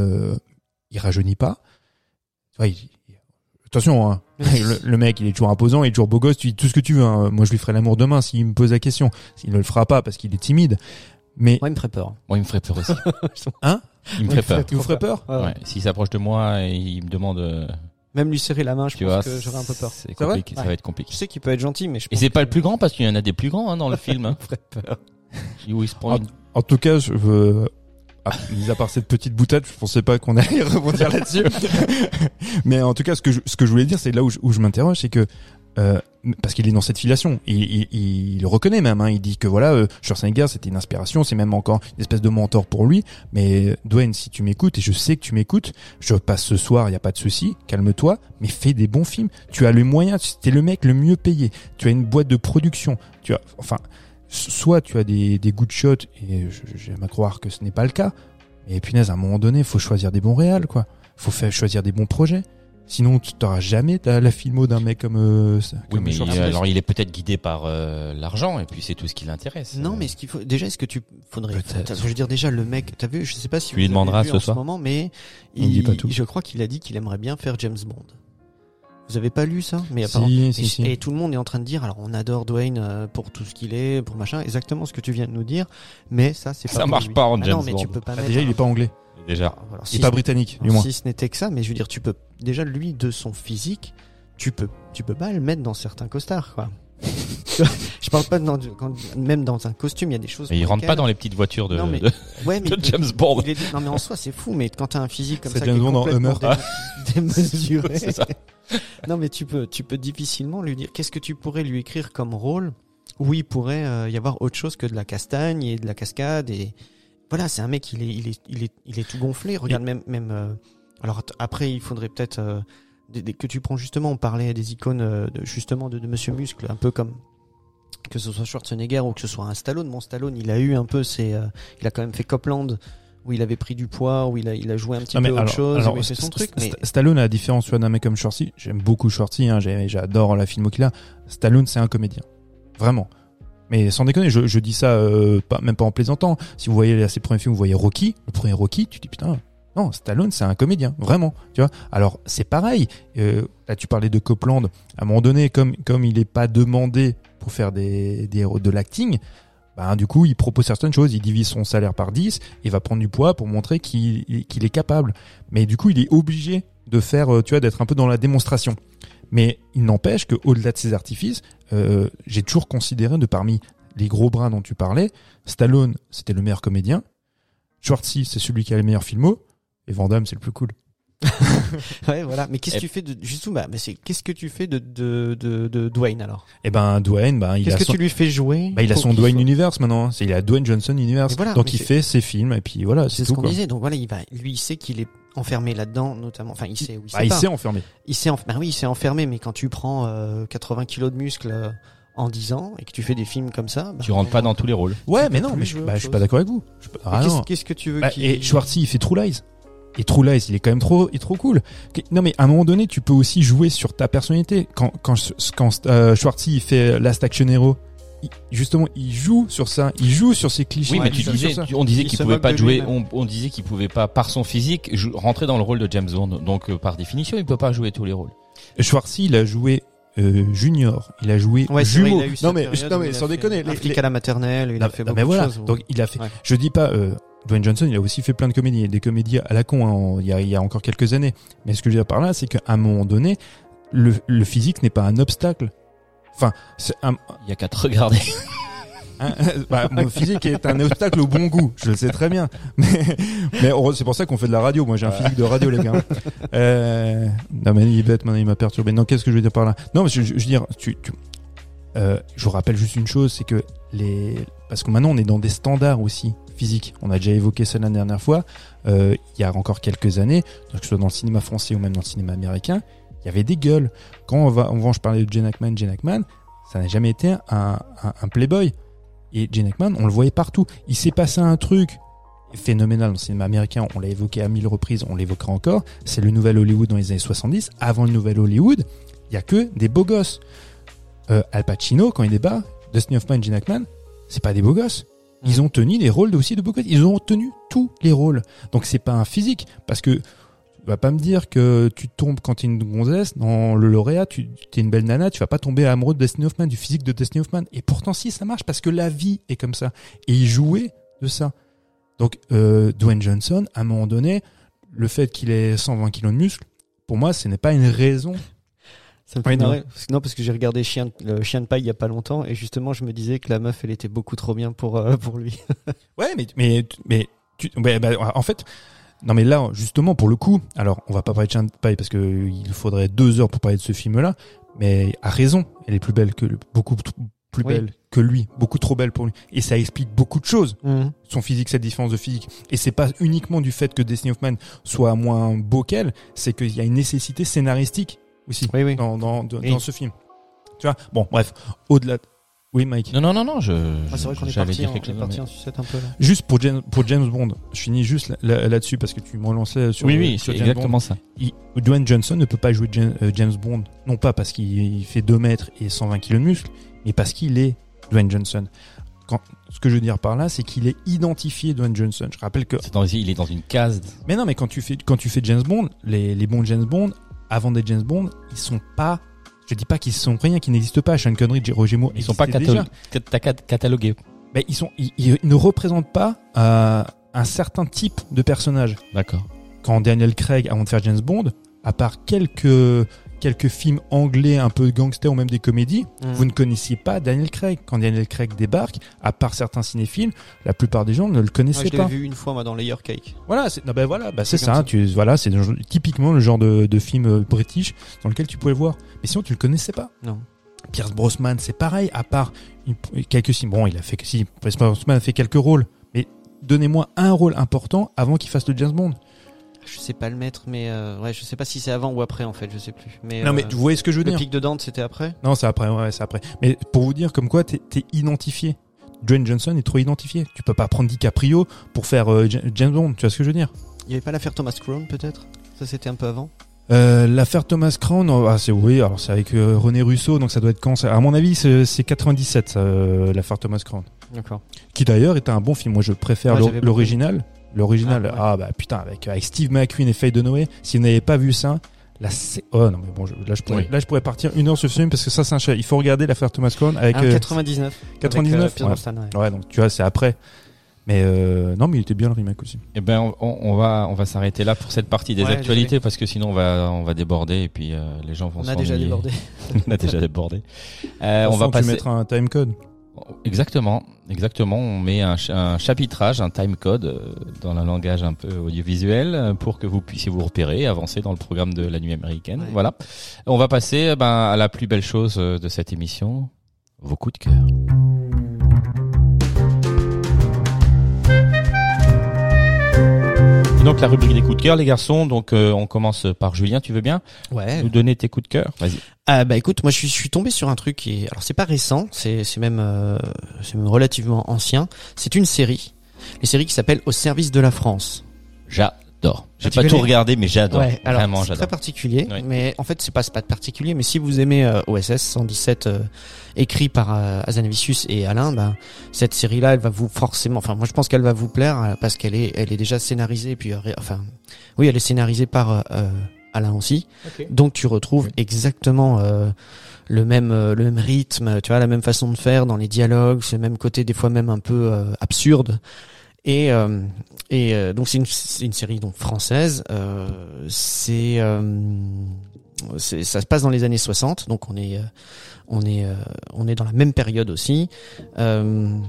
il rajeunit pas. Tu vois, attention, hein. Le mec, il est toujours imposant, il est toujours beau gosse, tu dis tout ce que tu veux, hein. Moi, je lui ferai l'amour demain s'il me pose la question. S'il ne le fera pas parce qu'il est timide. Mais Moi, il me ferait peur. Moi, il me ferait peur aussi. hein? Il me ferait peur. Il vous ferait peur? Ouais. S'il s'approche de moi et il me demande, Même lui serrer la main, je tu pense vois, que j'aurais un peu peur. c'est Ça va compliqué, ça va être compliqué. Je sais qu'il peut être gentil, mais je Et pense c'est pas que- le plus grand parce qu'il y en a des plus grands hein, dans le film. Hein. Il me ferait peur. Où il se prend une... En tout cas, je veux, mis à part cette petite boutade, je pensais pas qu'on allait rebondir là-dessus. Mais en tout cas, ce que je voulais dire, c'est là où je m'interroge, c'est que parce qu'il est dans cette filiation, il le reconnaît même. Hein, il dit que voilà, Schwarzenegger, c'était une inspiration, c'est même encore une espèce de mentor pour lui. Mais Dwayne, si tu m'écoutes, et je sais que tu m'écoutes, je passe ce soir, il y a pas de souci, calme-toi, mais fais des bons films. Tu as le moyen, t'es le mec le mieux payé. Tu as une boîte de production. Tu as, enfin, soit tu as des good shots, et j'aime à croire que ce n'est pas le cas. Mais punaise, à un moment donné, faut choisir des bons réals, quoi. Faut choisir des bons projets. Sinon, tu t'auras jamais la filmo d'un mec comme Oui, comme mais Schwarzenegger. alors il est peut-être guidé par l'argent et puis c'est tout ce qui l'intéresse. Non, mais ce qu'il faut déjà, est-ce que tu faudrait, Peut-être. je veux dire déjà le mec, t'as vu, je sais pas si Tu lui vous demanderas avez vu ce en soir. ce moment, mais On dit pas tout. je crois qu'il a dit qu'il aimerait bien faire James Bond. Vous avez pas lu ça? Mais apparemment, Si. et tout le monde est en train de dire, alors on adore Dwayne pour tout ce qu'il est, pour machin, exactement ce que tu viens de nous dire, mais ça c'est pas Ça pour marche lui. pas en Ah James non, mais tu Bond. peux pas Ah, mettre. déjà, il est pas anglais. Déjà. Alors, Il si est pas ce- britannique, du alors, moins. si ce n'était que ça, mais je veux dire, tu peux déjà lui de son physique, tu peux pas le mettre dans certains costards, quoi. Je parle pas même dans un costume, il y a des choses. Et il pour rentre pas lesquelles- dans les petites voitures de, Non, mais- de, Ouais, mais de James Bond. non mais en soi c'est fou, mais quand t'as un physique comme C'est ça James qui est Bond en complètement Hummer. démesuré, C'est ça. non mais tu peux difficilement lui dire qu'est-ce que tu pourrais lui écrire comme rôle où il pourrait y avoir autre chose que de la castagne et de la cascade et voilà, c'est un mec il est tout gonflé. Regarde même alors après il faudrait peut-être que tu prends justement, on parlait des icônes justement de Monsieur Muscle, un peu comme que ce soit Schwarzenegger ou que ce soit un Stallone. Mon Stallone, il a eu un peu il a quand même fait Copland où il avait pris du poids, où il a joué un petit peu autre chose, où il fait son truc. Mais Stallone, à la différence d'un mec comme Schwarzy, j'aime beaucoup Schwarzy, hein, j'adore la filmo qu'il a. Stallone, c'est un comédien. Vraiment. Mais sans déconner, je dis ça même pas en plaisantant. Si vous voyez ses premiers films, vous voyez Rocky, le premier Rocky, tu dis putain, non, Stallone, c'est un comédien, vraiment, tu vois. Alors, c'est pareil. Là, tu parlais de Copland. À un moment donné, comme il est pas demandé pour faire de l'acting, bah, du coup, il propose certaines choses. Il divise son salaire par 10, il va prendre du poids pour montrer qu'il est capable. Mais du coup, il est obligé de faire, tu vois, d'être un peu dans la démonstration. Mais il n'empêche qu'au-delà de ces artifices, j'ai toujours considéré de parmi les gros bras dont tu parlais, Stallone, c'était le meilleur comédien. Schwarzy, c'est celui qui a les meilleurs filmos. Et Van Damme, c'est le plus cool. ouais, voilà. Mais qu'est-ce que tu fais de justement, qu'est-ce que tu fais de Dwayne alors? Et ben Dwayne, il Qu'est-ce a que son, tu lui fais jouer? il a pour son qu'il Dwayne soit- Universe maintenant. Il a Dwayne Johnson Universe. Et voilà, donc mais il c'est- fait ses films et puis voilà, C'est c'est ce tout qu'on quoi. disait. Donc voilà, lui, il sait qu'il est enfermé là-dedans, notamment. Enfin, il sait où il sait Il pas. s'est enfermé. Ben oui, il s'est enfermé, mais quand tu prends 80 kilos de muscles en 10 ans et que tu fais des films comme ça, Tu rentres pas dans tous les rôles. Ouais, Tu mais peux non, plus mais jouer je autre suis pas chose. d'accord avec vous. Qu'est-ce que tu veux qu'il... Et Schwarzy, il fait True Lies. Et True Lies, il est quand même trop cool. Non, mais à un moment donné, tu peux aussi jouer sur ta personnalité. Quand Schwarzy, il fait Last Action Hero, justement, il joue sur ça. Il joue sur ses clichés. Oui, mais il tu joue disais, sur ça. on disait Il qu'il se pouvait moque pas de jouer, lui-même. on disait qu'il pouvait pas, par son physique, rentrer dans le rôle de James Bond. Donc, par définition, il peut pas jouer tous les rôles. Schwarzy, il a joué Junior, il a joué Ouais, c'est vrai, Jumeau. il a eu cette Non mais période où il a sans fait déconner, un flic à la maternelle, il a fait beaucoup mais voilà. de choses. Donc il a fait. Ouais. Je dis pas. Dwayne Johnson, il a aussi fait plein de comédies, des comédies à la con. Il y a encore quelques années. Mais ce que je veux dire par là, c'est qu'à un moment donné, le physique n'est pas un obstacle. Enfin, c'est Il y a qu'à te regarder. mon physique est un obstacle au bon goût, je le sais très bien. Mais c'est pour ça qu'on fait de la radio. Moi, j'ai un physique de radio, les gars. Non, mais il est bête, maintenant, il m'a perturbé. Non, qu'est-ce que je veux dire par là? Non, parce que je veux dire, je vous rappelle juste une chose, c'est que parce que maintenant, on est dans des standards aussi physiques. On a déjà évoqué ça la dernière fois. Il y a encore quelques années, que ce soit dans le cinéma français ou même dans le cinéma américain, il y avait des gueules. Quand je parlais de Gene Hackman, ça n'a jamais été un playboy. Et Gene Hackman, on le voyait partout. Il s'est passé un truc. phénoménal dans le cinéma américain, on l'a évoqué à 1000 reprises, on l'évoquera encore, c'est le nouvel Hollywood dans les années 70. Avant le nouvel Hollywood, il y a que des beaux gosses. Al Pacino, quand il débat, Dustin Hoffman, Gene Hackman, c'est pas des beaux gosses. Ils ont tenu les rôles aussi de beaux gosses. Ils ont tenu tous les rôles. Donc c'est pas un physique, parce que tu vas pas me dire que tu tombes quand t'es une gonzesse dans le lauréat, t'es une belle nana, tu vas pas tomber amoureux de Dustin Hoffman, du physique de Dustin Hoffman. Et pourtant si, ça marche parce que la vie est comme ça. Et il jouait de ça. Donc Dwayne Johnson, à un moment donné, le fait qu'il ait 120 kilos de muscles, pour moi, ce n'est pas une raison. Ça me fait marrer. Non, parce que j'ai regardé le Chien de paille il y a pas longtemps et justement je me disais que la meuf elle était beaucoup trop bien pour lui. Ouais, en fait, non mais là justement pour le coup, alors on va pas parler de Chien de paille parce que il faudrait 2 heures pour parler de ce film-là, mais à raison, elle est plus belle que beaucoup plus belle que lui, beaucoup trop belle pour lui, et ça explique beaucoup de choses. Son physique, cette différence de physique, et c'est pas uniquement du fait que Dustin Hoffman soit moins beau qu'elle, c'est qu'il y a une nécessité scénaristique aussi dans ce film. Tu vois, bon bref, au-delà oui Mike. Non, c'est vrai qu'on est parti en sucette un peu là. Juste pour James Bond, je finis juste là-dessus parce que tu m'en lançais sur c'est exactement ça. Dwayne Johnson ne peut pas jouer James Bond, non pas parce qu'il fait 2 mètres et 120 kilos de muscles, mais parce qu'il est Dwayne Johnson. Ce que je veux dire par là, c'est qu'il est identifié Dwayne Johnson. Je rappelle que il est dans une case. Mais non, mais quand tu fais James Bond, les bons James Bond, avant d'être James Bond, ils sont pas. Je dis pas qu'ils sont rien, qu'ils n'existent pas. Sean Connery, Roger Moore, ils sont pas catalogués. Mais ils ne représentent pas un certain type de personnage. D'accord. Quand Daniel Craig, avant de faire James Bond, à part quelques films anglais un peu gangsters ou même des comédies, vous ne connaissiez pas Daniel Craig. Quand Daniel Craig débarque, à part certains cinéphiles, la plupart des gens ne le connaissaient pas. Je l'ai vu une fois moi dans Layer Cake. Voilà, c'est ça. C'est typiquement le genre de film british dans lequel tu pouvais le voir. Mais sinon tu le connaissais pas. Non. Pierce Brosnan, c'est pareil, à part quelques films. Bon, Pierce Brosnan a fait quelques rôles, mais donnez-moi un rôle important avant qu'il fasse le James Bond. Je sais pas le mettre, mais je sais pas si c'est avant ou après en fait, je sais plus. Mais non, mais vous voyez ce que je veux dire. Le pic de Dante, c'était après ? Non, c'est après. Ouais, c'est après. Mais pour vous dire comme quoi t'es identifié. Dwayne Johnson est trop identifié. Tu peux pas prendre DiCaprio pour faire James Bond. Tu vois ce que je veux dire ? Il y avait pas l'affaire Thomas Crown peut-être ? Ça c'était un peu avant. L'affaire Thomas Crown, alors c'est avec René Russo, donc ça doit être quand ça ? À mon avis, c'est 97 l'affaire Thomas Crown. D'accord. Qui d'ailleurs était un bon film. Moi, je préfère l'original. L'original, avec Steve McQueen et Faye Dunaway. Si vous n'avez pas vu ça, là c'est. Oh non mais bon, je pourrais partir 1 heure sur ce film parce que ça c'est un chat. Il faut regarder l'affaire Thomas Crown avec 99. 99. Ouais, donc tu vois, c'est après. Mais non, mais il était bien le remake aussi. Eh ben, on va s'arrêter là pour cette partie des actualités parce que sinon on va déborder et puis les gens vont s'ennuyer. On a déjà débordé. On va passer. Tu mettras un time code. Exactement. On met un chapitrage, un time code dans un langage un peu audiovisuel pour que vous puissiez vous repérer, avancer dans le programme de la nuit américaine. Ouais. Voilà. On va passer à la plus belle chose de cette émission, vos coups de cœur. Et donc la rubrique des coups de cœur, les garçons. Donc on commence par Julien. Tu veux bien nous donner tes coups de cœur ? Vas-y. Écoute, moi je suis tombé sur un truc alors c'est pas récent, c'est même relativement ancien. C'est une série, les séries qui s'appelle Au service de la France. J'adore. J'ai pas tout regardé, mais j'adore. Ouais, alors, vraiment, c'est j'adore. Très particulier, mais en fait c'est pas de particulier. Mais si vous aimez OSS 117 écrit par Hazanavicius et Alain, cette série-là, elle va vous forcément. Enfin, moi je pense qu'elle va vous plaire parce qu'elle est déjà scénarisée. Et puis, elle est scénarisée par Alain aussi. Okay. Donc tu retrouves exactement le même rythme, tu vois, la même façon de faire dans les dialogues, ce même côté des fois même un peu absurde. Et donc c'est une série donc française. Ça se passe dans les années 60, donc on est dans la même période aussi. On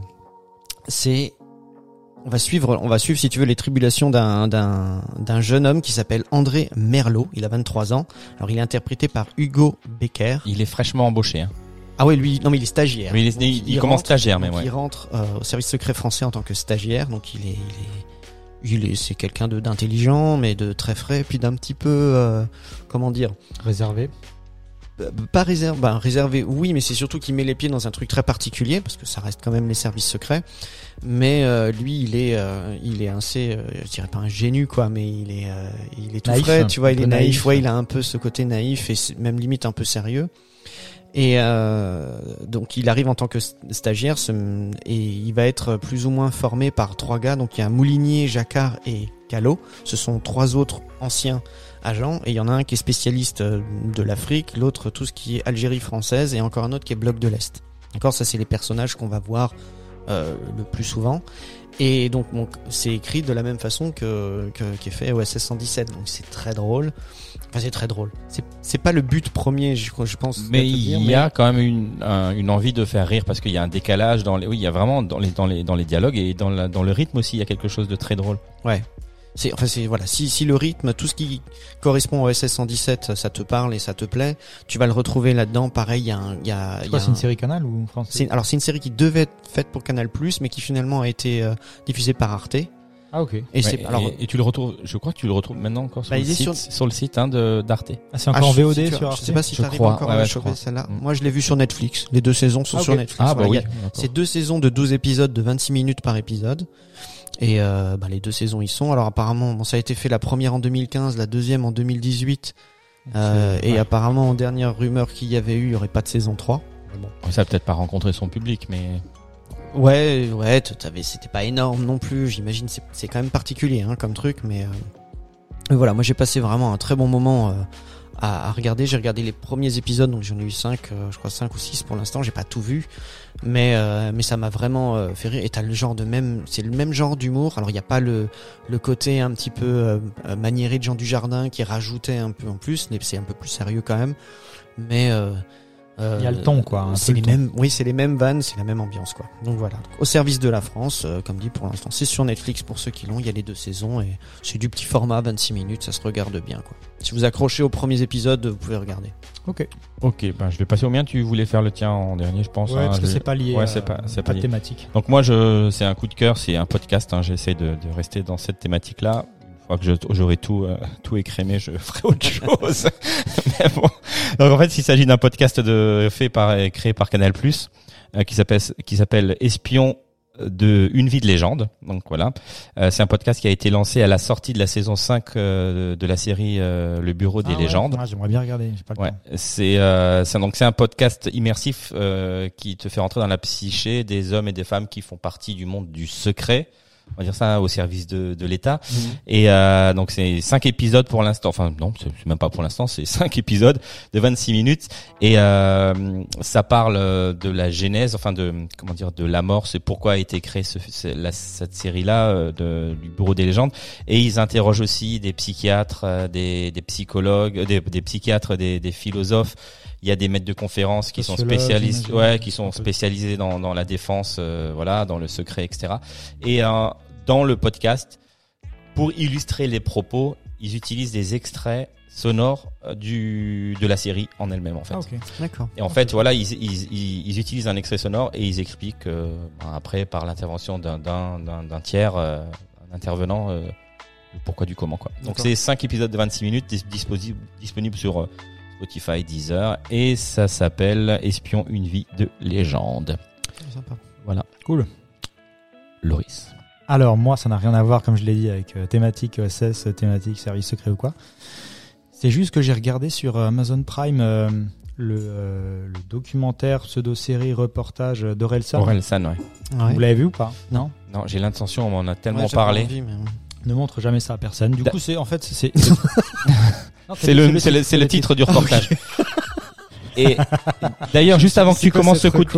va suivre si tu veux les tribulations d'un jeune homme qui s'appelle André Merlot. Il a 23 ans. Alors il est interprété par Hugo Becker. Il est fraîchement embauché, hein. Ah ouais, lui, non mais il est stagiaire. Oui, il commence stagiaire, mais Il rentre au service secret français en tant que stagiaire, donc c'est quelqu'un d'intelligent, mais de très frais, puis d'un petit peu, comment dire, réservé. pas réservé, oui, mais c'est surtout qu'il met les pieds dans un truc très particulier parce que ça reste quand même les services secrets. Mais lui, il est assez, je dirais pas un génie quoi, mais il est tout Naïf, frais, tu vois, il est naïf, naïf. ouais, il a un peu ce côté naïf et même limite un peu sérieux. Et donc il arrive en tant que stagiaire et il va être plus ou moins formé par 3 gars. Donc il y a Moulinier, Jacquard et Callot. Ce sont 3 autres anciens agents et il y en a un qui est spécialiste de l'Afrique, l'autre tout ce qui est Algérie française et encore un autre qui est bloc de l'Est. D'accord, ça c'est les personnages qu'on va voir le plus souvent. Et donc c'est écrit de la même façon qu'est fait OSS 117. Donc c'est très drôle. Enfin c'est très drôle. C'est pas le but premier, je pense. Mais il y a quand même une envie de faire rire parce qu'il y a un décalage il y a vraiment dans les dialogues et dans le rythme aussi, il y a quelque chose de très drôle. Ouais. Voilà, si le rythme, tout ce qui correspond au OSS 117, ça te parle et ça te plaît, tu vas le retrouver là-dedans. Pareil, c'est une série Canal ou France? C'est une série qui devait être faite pour Canal+, mais qui finalement a été diffusée par Arte. Ah ok. Et tu le retrouves, je crois que tu le retrouves maintenant encore sur le site d'Arte. Ah, c'est encore en VOD sur Arte. Je sais pas si t'arrives encore à choper celle-là. Moi, je l'ai vu sur Netflix. Les 2 saisons sont sur Netflix. Ah bah oui. C'est 2 saisons de 12 épisodes de 26 minutes par épisode. Et les 2 saisons y sont. Alors apparemment, ça a été fait la première en 2015, la deuxième en 2018. Et apparemment, en dernière rumeur qu'il y avait eu, il y aurait pas de saison 3. Bon. Ça a peut-être pas rencontré son public, mais... Ouais, c'était pas énorme non plus. J'imagine c'est quand même particulier hein, comme truc, mais voilà, moi j'ai passé vraiment un très bon moment à regarder. J'ai regardé les premiers épisodes, donc j'en ai eu 5, je crois 5 ou 6 pour l'instant. J'ai pas tout vu, mais ça m'a vraiment fait rire. Et t'as c'est le même genre d'humour. Alors il y a pas le côté un petit peu maniéré de Jean Dujardin qui rajoutait un peu en plus. C'est un peu plus sérieux quand même, mais il y a le ton quoi. C'est les mêmes vannes, c'est la même ambiance quoi. Donc voilà, au service de la France, comme dit pour l'instant, c'est sur Netflix pour ceux qui l'ont. Il y a les 2 saisons et c'est du petit format, 26 minutes, ça se regarde bien quoi. Si vous accrochez aux premiers épisodes, vous pouvez regarder. Ok, je vais passer au mien. Tu voulais faire le tien en dernier, je pense. Ouais, parce que c'est pas lié. Ouais, c'est pas lié. Thématique. Donc moi, c'est un coup de cœur, c'est un podcast. J'essaie de rester dans cette thématique-là. Une fois que j'aurai tout écrémé, je ferai autre chose. Mais bon. Donc en fait, il s'agit d'un podcast créé par Canal+, qui s'appelle Espion de Une vie de légende. Donc voilà. C'est un podcast qui a été lancé à la sortie de la saison 5 de la série Le Bureau des légendes. Ouais, j'aimerais bien regarder, j'ai pas le temps. C'est un podcast immersif qui te fait rentrer dans la psyché des hommes et des femmes qui font partie du monde du secret. On va dire ça au service de l'État. Et donc c'est 5 épisodes pour l'instant. Enfin non, c'est même pas pour l'instant, c'est 5 épisodes de 26 minutes et ça parle de la genèse, enfin de l'amorce et pourquoi a été créée cette série-là du Bureau des légendes. Et ils interrogent aussi des psychiatres, des psychologues, des psychiatres, des philosophes. Il y a des maîtres de conférences qui sont spécialistes, spécialisés dans la défense, dans le secret, etc. Et dans le podcast, pour illustrer les propos, ils utilisent des extraits sonores de la série en elle-même, en fait. Ah, ok. D'accord. Et en fait, voilà, ils utilisent un extrait sonore et ils expliquent après par l'intervention d'un tiers, un intervenant, le pourquoi du comment, quoi. Donc c'est 5 épisodes de 26 minutes disponibles sur Spotify, Deezer, et ça s'appelle Espion, une vie de légende. C'est sympa. Voilà. Cool. Loris. Alors moi, ça n'a rien à voir, comme je l'ai dit, avec thématique OSS, thématique service secret ou quoi. C'est juste que j'ai regardé sur Amazon Prime le documentaire pseudo-série reportage d'Orelsan. Orelsan, ouais. Vous l'avez vu ou pas? Non. Non, j'ai l'intention, on m'en a tellement parlé. Envie, mais... Ne montre jamais ça à personne. Du coup, c'est c'est le titre du reportage. Et d'ailleurs, juste avant que tu commences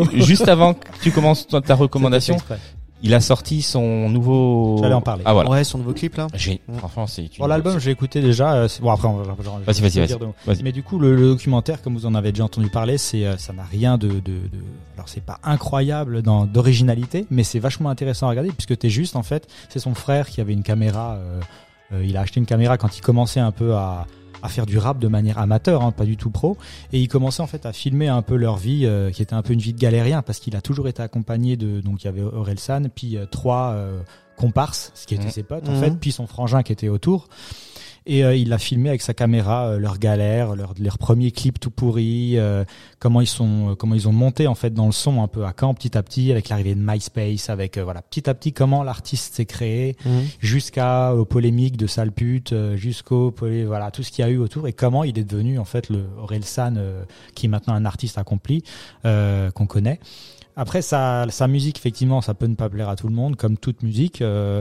ta recommandation, il a sorti son nouveau... J'allais en parler. Ah voilà. Ouais, son nouveau clip là. Franchement, c'est... Bon, l'album, j'ai écouté déjà. Bon, après, on va... Vas-y. Mais du coup, le documentaire, comme vous en avez déjà entendu parler, ça n'a rien de... Alors, c'est pas incroyable d'originalité, mais c'est vachement intéressant à regarder, puisque t'es juste, en fait, c'est son frère qui avait une caméra. Il a acheté une caméra quand il commençait un peu à faire du rap de manière amateur, hein, pas du tout pro, et il commençait en fait à filmer un peu leur vie, qui était un peu une vie de galérien, parce qu'il a toujours été accompagné donc il y avait Orelsan, puis 3 comparses, ce qui étaient ses potes en fait, puis son frangin qui était autour. Et il a filmé avec sa caméra leurs galères, leurs premiers clips tout pourris, comment ils ont monté en fait dans le son un peu à camp petit à petit avec l'arrivée de MySpace, avec voilà petit à petit comment l'artiste s'est créé jusqu'aux polémiques de sale pute, voilà tout ce qu'il y a eu autour et comment il est devenu en fait le Orelsan qui est maintenant un artiste accompli qu'on connaît. Après sa musique effectivement ça peut ne pas plaire à tout le monde comme toute musique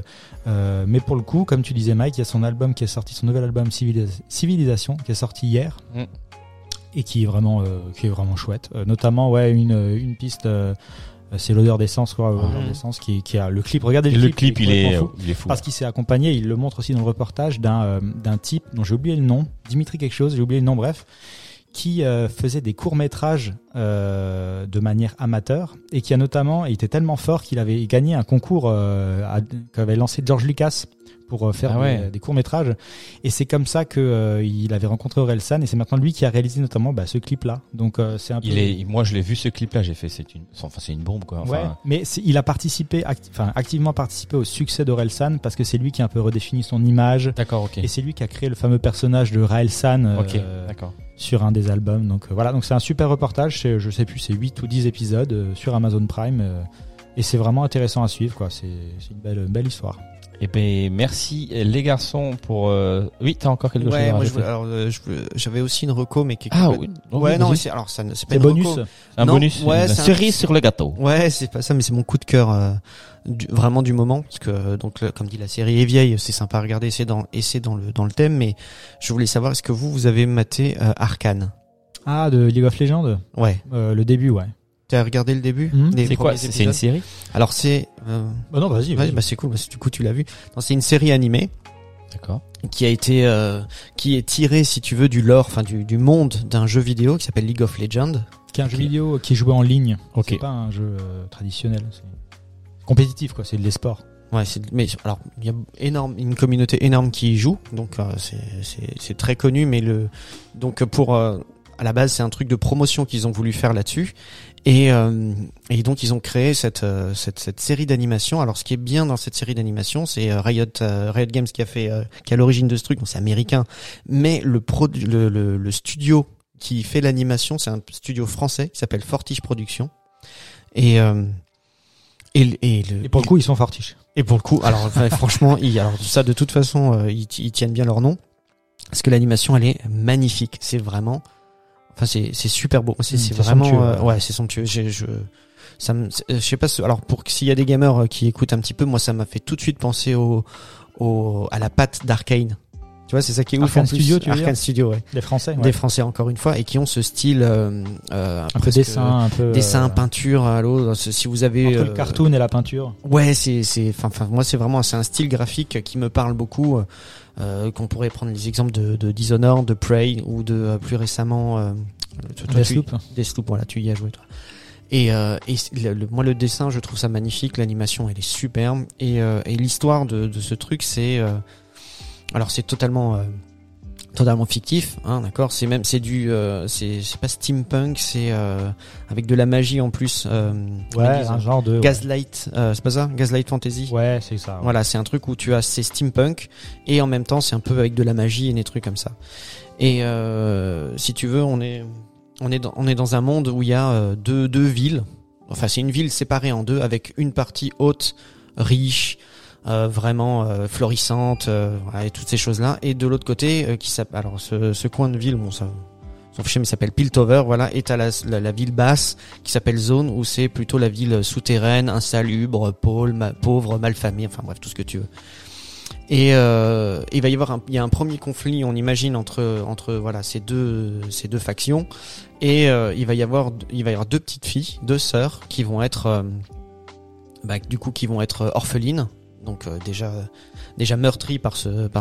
mais pour le coup comme tu disais Mike il y a son album qui est sorti, son nouvel album Civilisation qui est sorti hier et qui est vraiment chouette, notamment une piste c'est l'odeur d'essence quoi, l'odeur d'essence qui a le clip, regardez le clip il est fou parce qu'il s'est accompagné, il le montre aussi dans le reportage d'un type dont j'ai oublié le nom, Dimitri quelque chose, j'ai oublié le nom, bref, qui faisait des courts-métrages de manière amateur et qui a notamment, il était tellement fort qu'il avait gagné un concours qu'avait lancé George Lucas pour faire des courts-métrages et c'est comme ça que il avait rencontré Orelsan et c'est maintenant lui qui a réalisé notamment ce clip-là. Donc c'est un peu moi je l'ai vu ce clip-là, j'ai fait c'est une bombe quoi. Ouais, mais il a participé activement participé au succès d'Orelsan parce que c'est lui qui a un peu redéfini son image. D'accord, OK. Et c'est lui qui a créé le fameux personnage de Raelsan. OK, d'accord. Sur un des albums. Donc voilà, donc c'est un super reportage, je sais plus, c'est 8 ou 10 épisodes sur Amazon Prime et c'est vraiment intéressant à suivre quoi, c'est une belle histoire. Eh ben merci les garçons pour oui, t'as encore quelque chose à rajouter. J'avais aussi une reco mais oui. Non, mais c'est pas une bonus. reco. Un bonus, une cerise sur le gâteau. Ouais, c'est pas ça mais c'est mon coup de cœur vraiment du moment parce que comme dit la série est vieille, c'est sympa à regarder, c'est dans le thème mais je voulais savoir est-ce que vous avez maté Arcane? Ah, de League of Legends? Ouais. Le début, ouais. T'as regardé le début? C'est quoi? C'est une série? Alors c'est non, vas-y. C'est cool parce que du coup tu l'as vu. Non, c'est une série animée. D'accord. Qui a été qui est tirée si tu veux du lore, enfin du monde d'un jeu vidéo qui s'appelle League of Legends. Qui est un jeu vidéo qui est joué en ligne. OK. C'est pas un jeu traditionnel, c'est compétitif quoi, c'est de l'esport. Ouais, mais alors il y a une communauté énorme qui y joue, donc c'est très connu, mais donc pour à la base c'est un truc de promotion qu'ils ont voulu faire là-dessus, et donc ils ont créé cette série d'animation. Alors ce qui est bien dans cette série d'animation, c'est Riot Games qui a l'origine de ce truc, donc c'est américain, mais le studio qui fait l'animation, c'est un studio français qui s'appelle Fortiche Productions, et pour le coup, ils sont fortiches. Et pour le coup, alors franchement, alors ça de toute façon, ils tiennent bien leur nom parce que l'animation elle est magnifique. C'est vraiment, enfin c'est super beau. C'est vraiment, somptueux, c'est somptueux. Je sais pas. Alors s'il y a des gamers qui écoutent un petit peu, moi ça m'a fait tout de suite penser à la patte d'Arcane. Tu vois, c'est ça qui est ouf. Arcane Studio, tu veux dire ? Arcane Studio, ouais. Les Français, ouais. Des Français encore une fois, et qui ont ce style un peu dessin, peinture à l'eau. Si vous avez entre le cartoon et la peinture. Ouais, enfin moi c'est un style graphique qui me parle beaucoup. Qu'on pourrait prendre les exemples de Dishonored, de Prey ou de plus récemment Deathloop. Voilà, tu y as joué toi. Et moi le dessin, je trouve ça magnifique. L'animation, elle est superbe. Et l'histoire de ce truc, c'est alors c'est totalement fictif, hein, d'accord. C'est pas steampunk, c'est avec de la magie en plus. Un genre de Gaslight, c'est pas ça, Gaslight Fantasy. Ouais, c'est ça. Ouais. Voilà, c'est un truc où c'est steampunk et en même temps c'est un peu avec de la magie et des trucs comme ça. Et si tu veux, on est dans un monde où il y a deux villes. Enfin, c'est une ville séparée en deux avec une partie haute, riche. Vraiment florissante, et toutes ces choses-là, et de l'autre côté qui s'appelle, alors ce coin de ville, bon ça s'en fiche, mais s'appelle Piltover, voilà, et t'as la ville basse qui s'appelle Zone, où c'est plutôt la ville souterraine, insalubre, pauvre, malfamée, enfin bref, tout ce que tu veux. Et il va y avoir il y a un premier conflit, on imagine, entre voilà ces deux factions, et il va y avoir deux petites filles, deux sœurs qui vont être qui vont être orphelines. Donc déjà meurtries par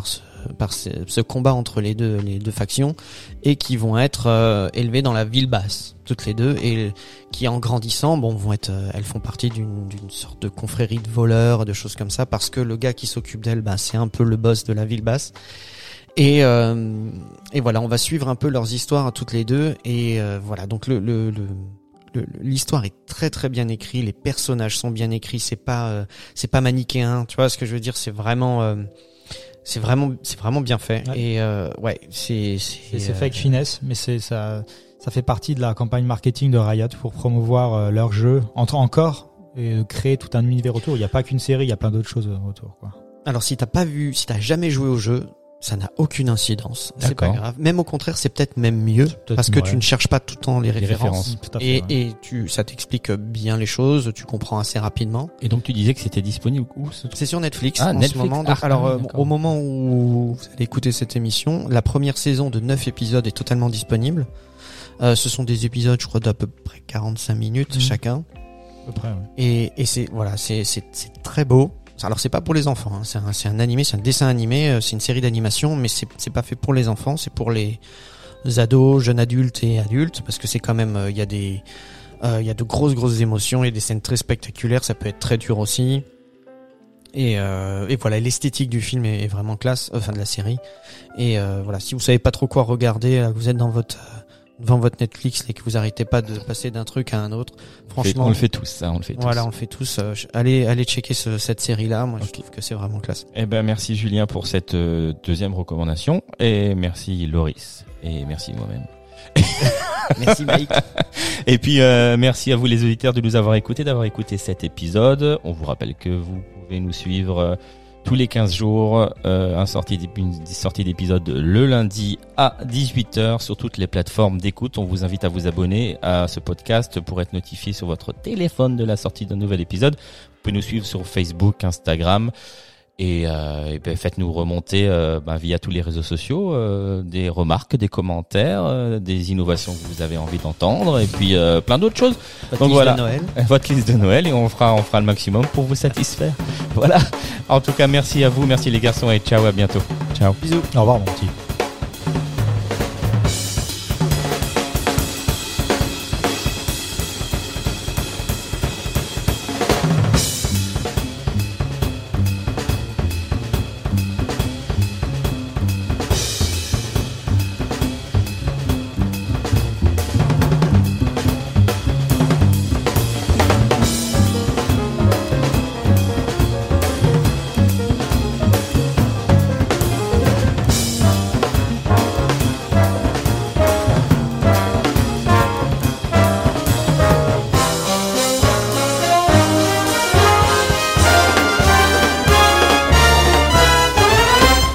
ce combat entre les deux factions, et qui vont être élevées dans la ville basse toutes les deux, et qui en grandissant elles font partie d'une sorte de confrérie de voleurs, de choses comme ça, parce que le gars qui s'occupe d'elles, c'est un peu le boss de la ville basse. Et voilà, on va suivre un peu leurs histoires à toutes les deux, et voilà, donc l'histoire est très très bien écrite, les personnages sont bien écrits, c'est pas manichéen, tu vois ce que je veux dire, c'est vraiment C'est vraiment bien fait. Ouais. Et ouais, c'est fait avec finesse, mais ça fait partie de la campagne marketing de Riot pour promouvoir leur jeu encore et créer tout un univers autour. Il n'y a pas qu'une série, il y a plein d'autres choses autour, quoi. Alors si t'as jamais joué au jeu, ça n'a aucune incidence. C'est pas D'accord. grave. Même au contraire, c'est peut-être même mieux parce que ouais. tu ne cherches pas tout le temps les références. Tout à fait, ouais. Et ça t'explique bien les choses, tu comprends assez rapidement. Et donc tu disais que c'était disponible où ce truc? C'est sur Netflix Ah, en Netflix. ce moment. Ah, Alors d'accord. au moment où vous allez écouter cette émission, la première saison de 9 épisodes est totalement disponible. Ce sont des épisodes, je crois, d'à peu près 45 minutes chacun. À peu près, ouais. Et c'est très beau. Alors c'est pas pour les enfants, hein. C'est un animé, c'est un dessin animé, c'est une série d'animation, mais c'est pas fait pour les enfants, c'est pour les ados, jeunes adultes et adultes, parce que c'est quand même il y a de grosses émotions et des scènes très spectaculaires, ça peut être très dur aussi. Et voilà, l'esthétique du film est vraiment classe, enfin de la série. Et voilà, si vous savez pas trop quoi regarder, vous êtes devant votre Netflix et que vous arrêtez pas de passer d'un truc à un autre, franchement On le fait tous, ça, on le fait tous. voilà, on le fait tous. Allez checker cette série-là. Moi, je trouve que c'est vraiment classe. Eh ben, merci Julien pour cette deuxième recommandation. Et merci Loris. Et merci moi-même. Merci Mike. Et puis, merci à vous les auditeurs de nous avoir écoutés, d'avoir écouté cet épisode. On vous rappelle que vous pouvez nous suivre tous les 15 jours, une sortie d'épisode le lundi à 18h sur toutes les plateformes d'écoute. On vous invite à vous abonner à ce podcast pour être notifié sur votre téléphone de la sortie d'un nouvel épisode. Vous pouvez nous suivre sur Facebook, Instagram et ben, faites-nous remonter via tous les réseaux sociaux des remarques, des commentaires, des innovations que vous avez envie d'entendre et puis plein d'autres choses. Donc voilà, de Noël. votre liste de Noël et on fera le maximum pour vous satisfaire. Voilà. En tout cas, merci à vous, merci les garçons et ciao, à bientôt. Ciao. Bisous. Au revoir, mon petit.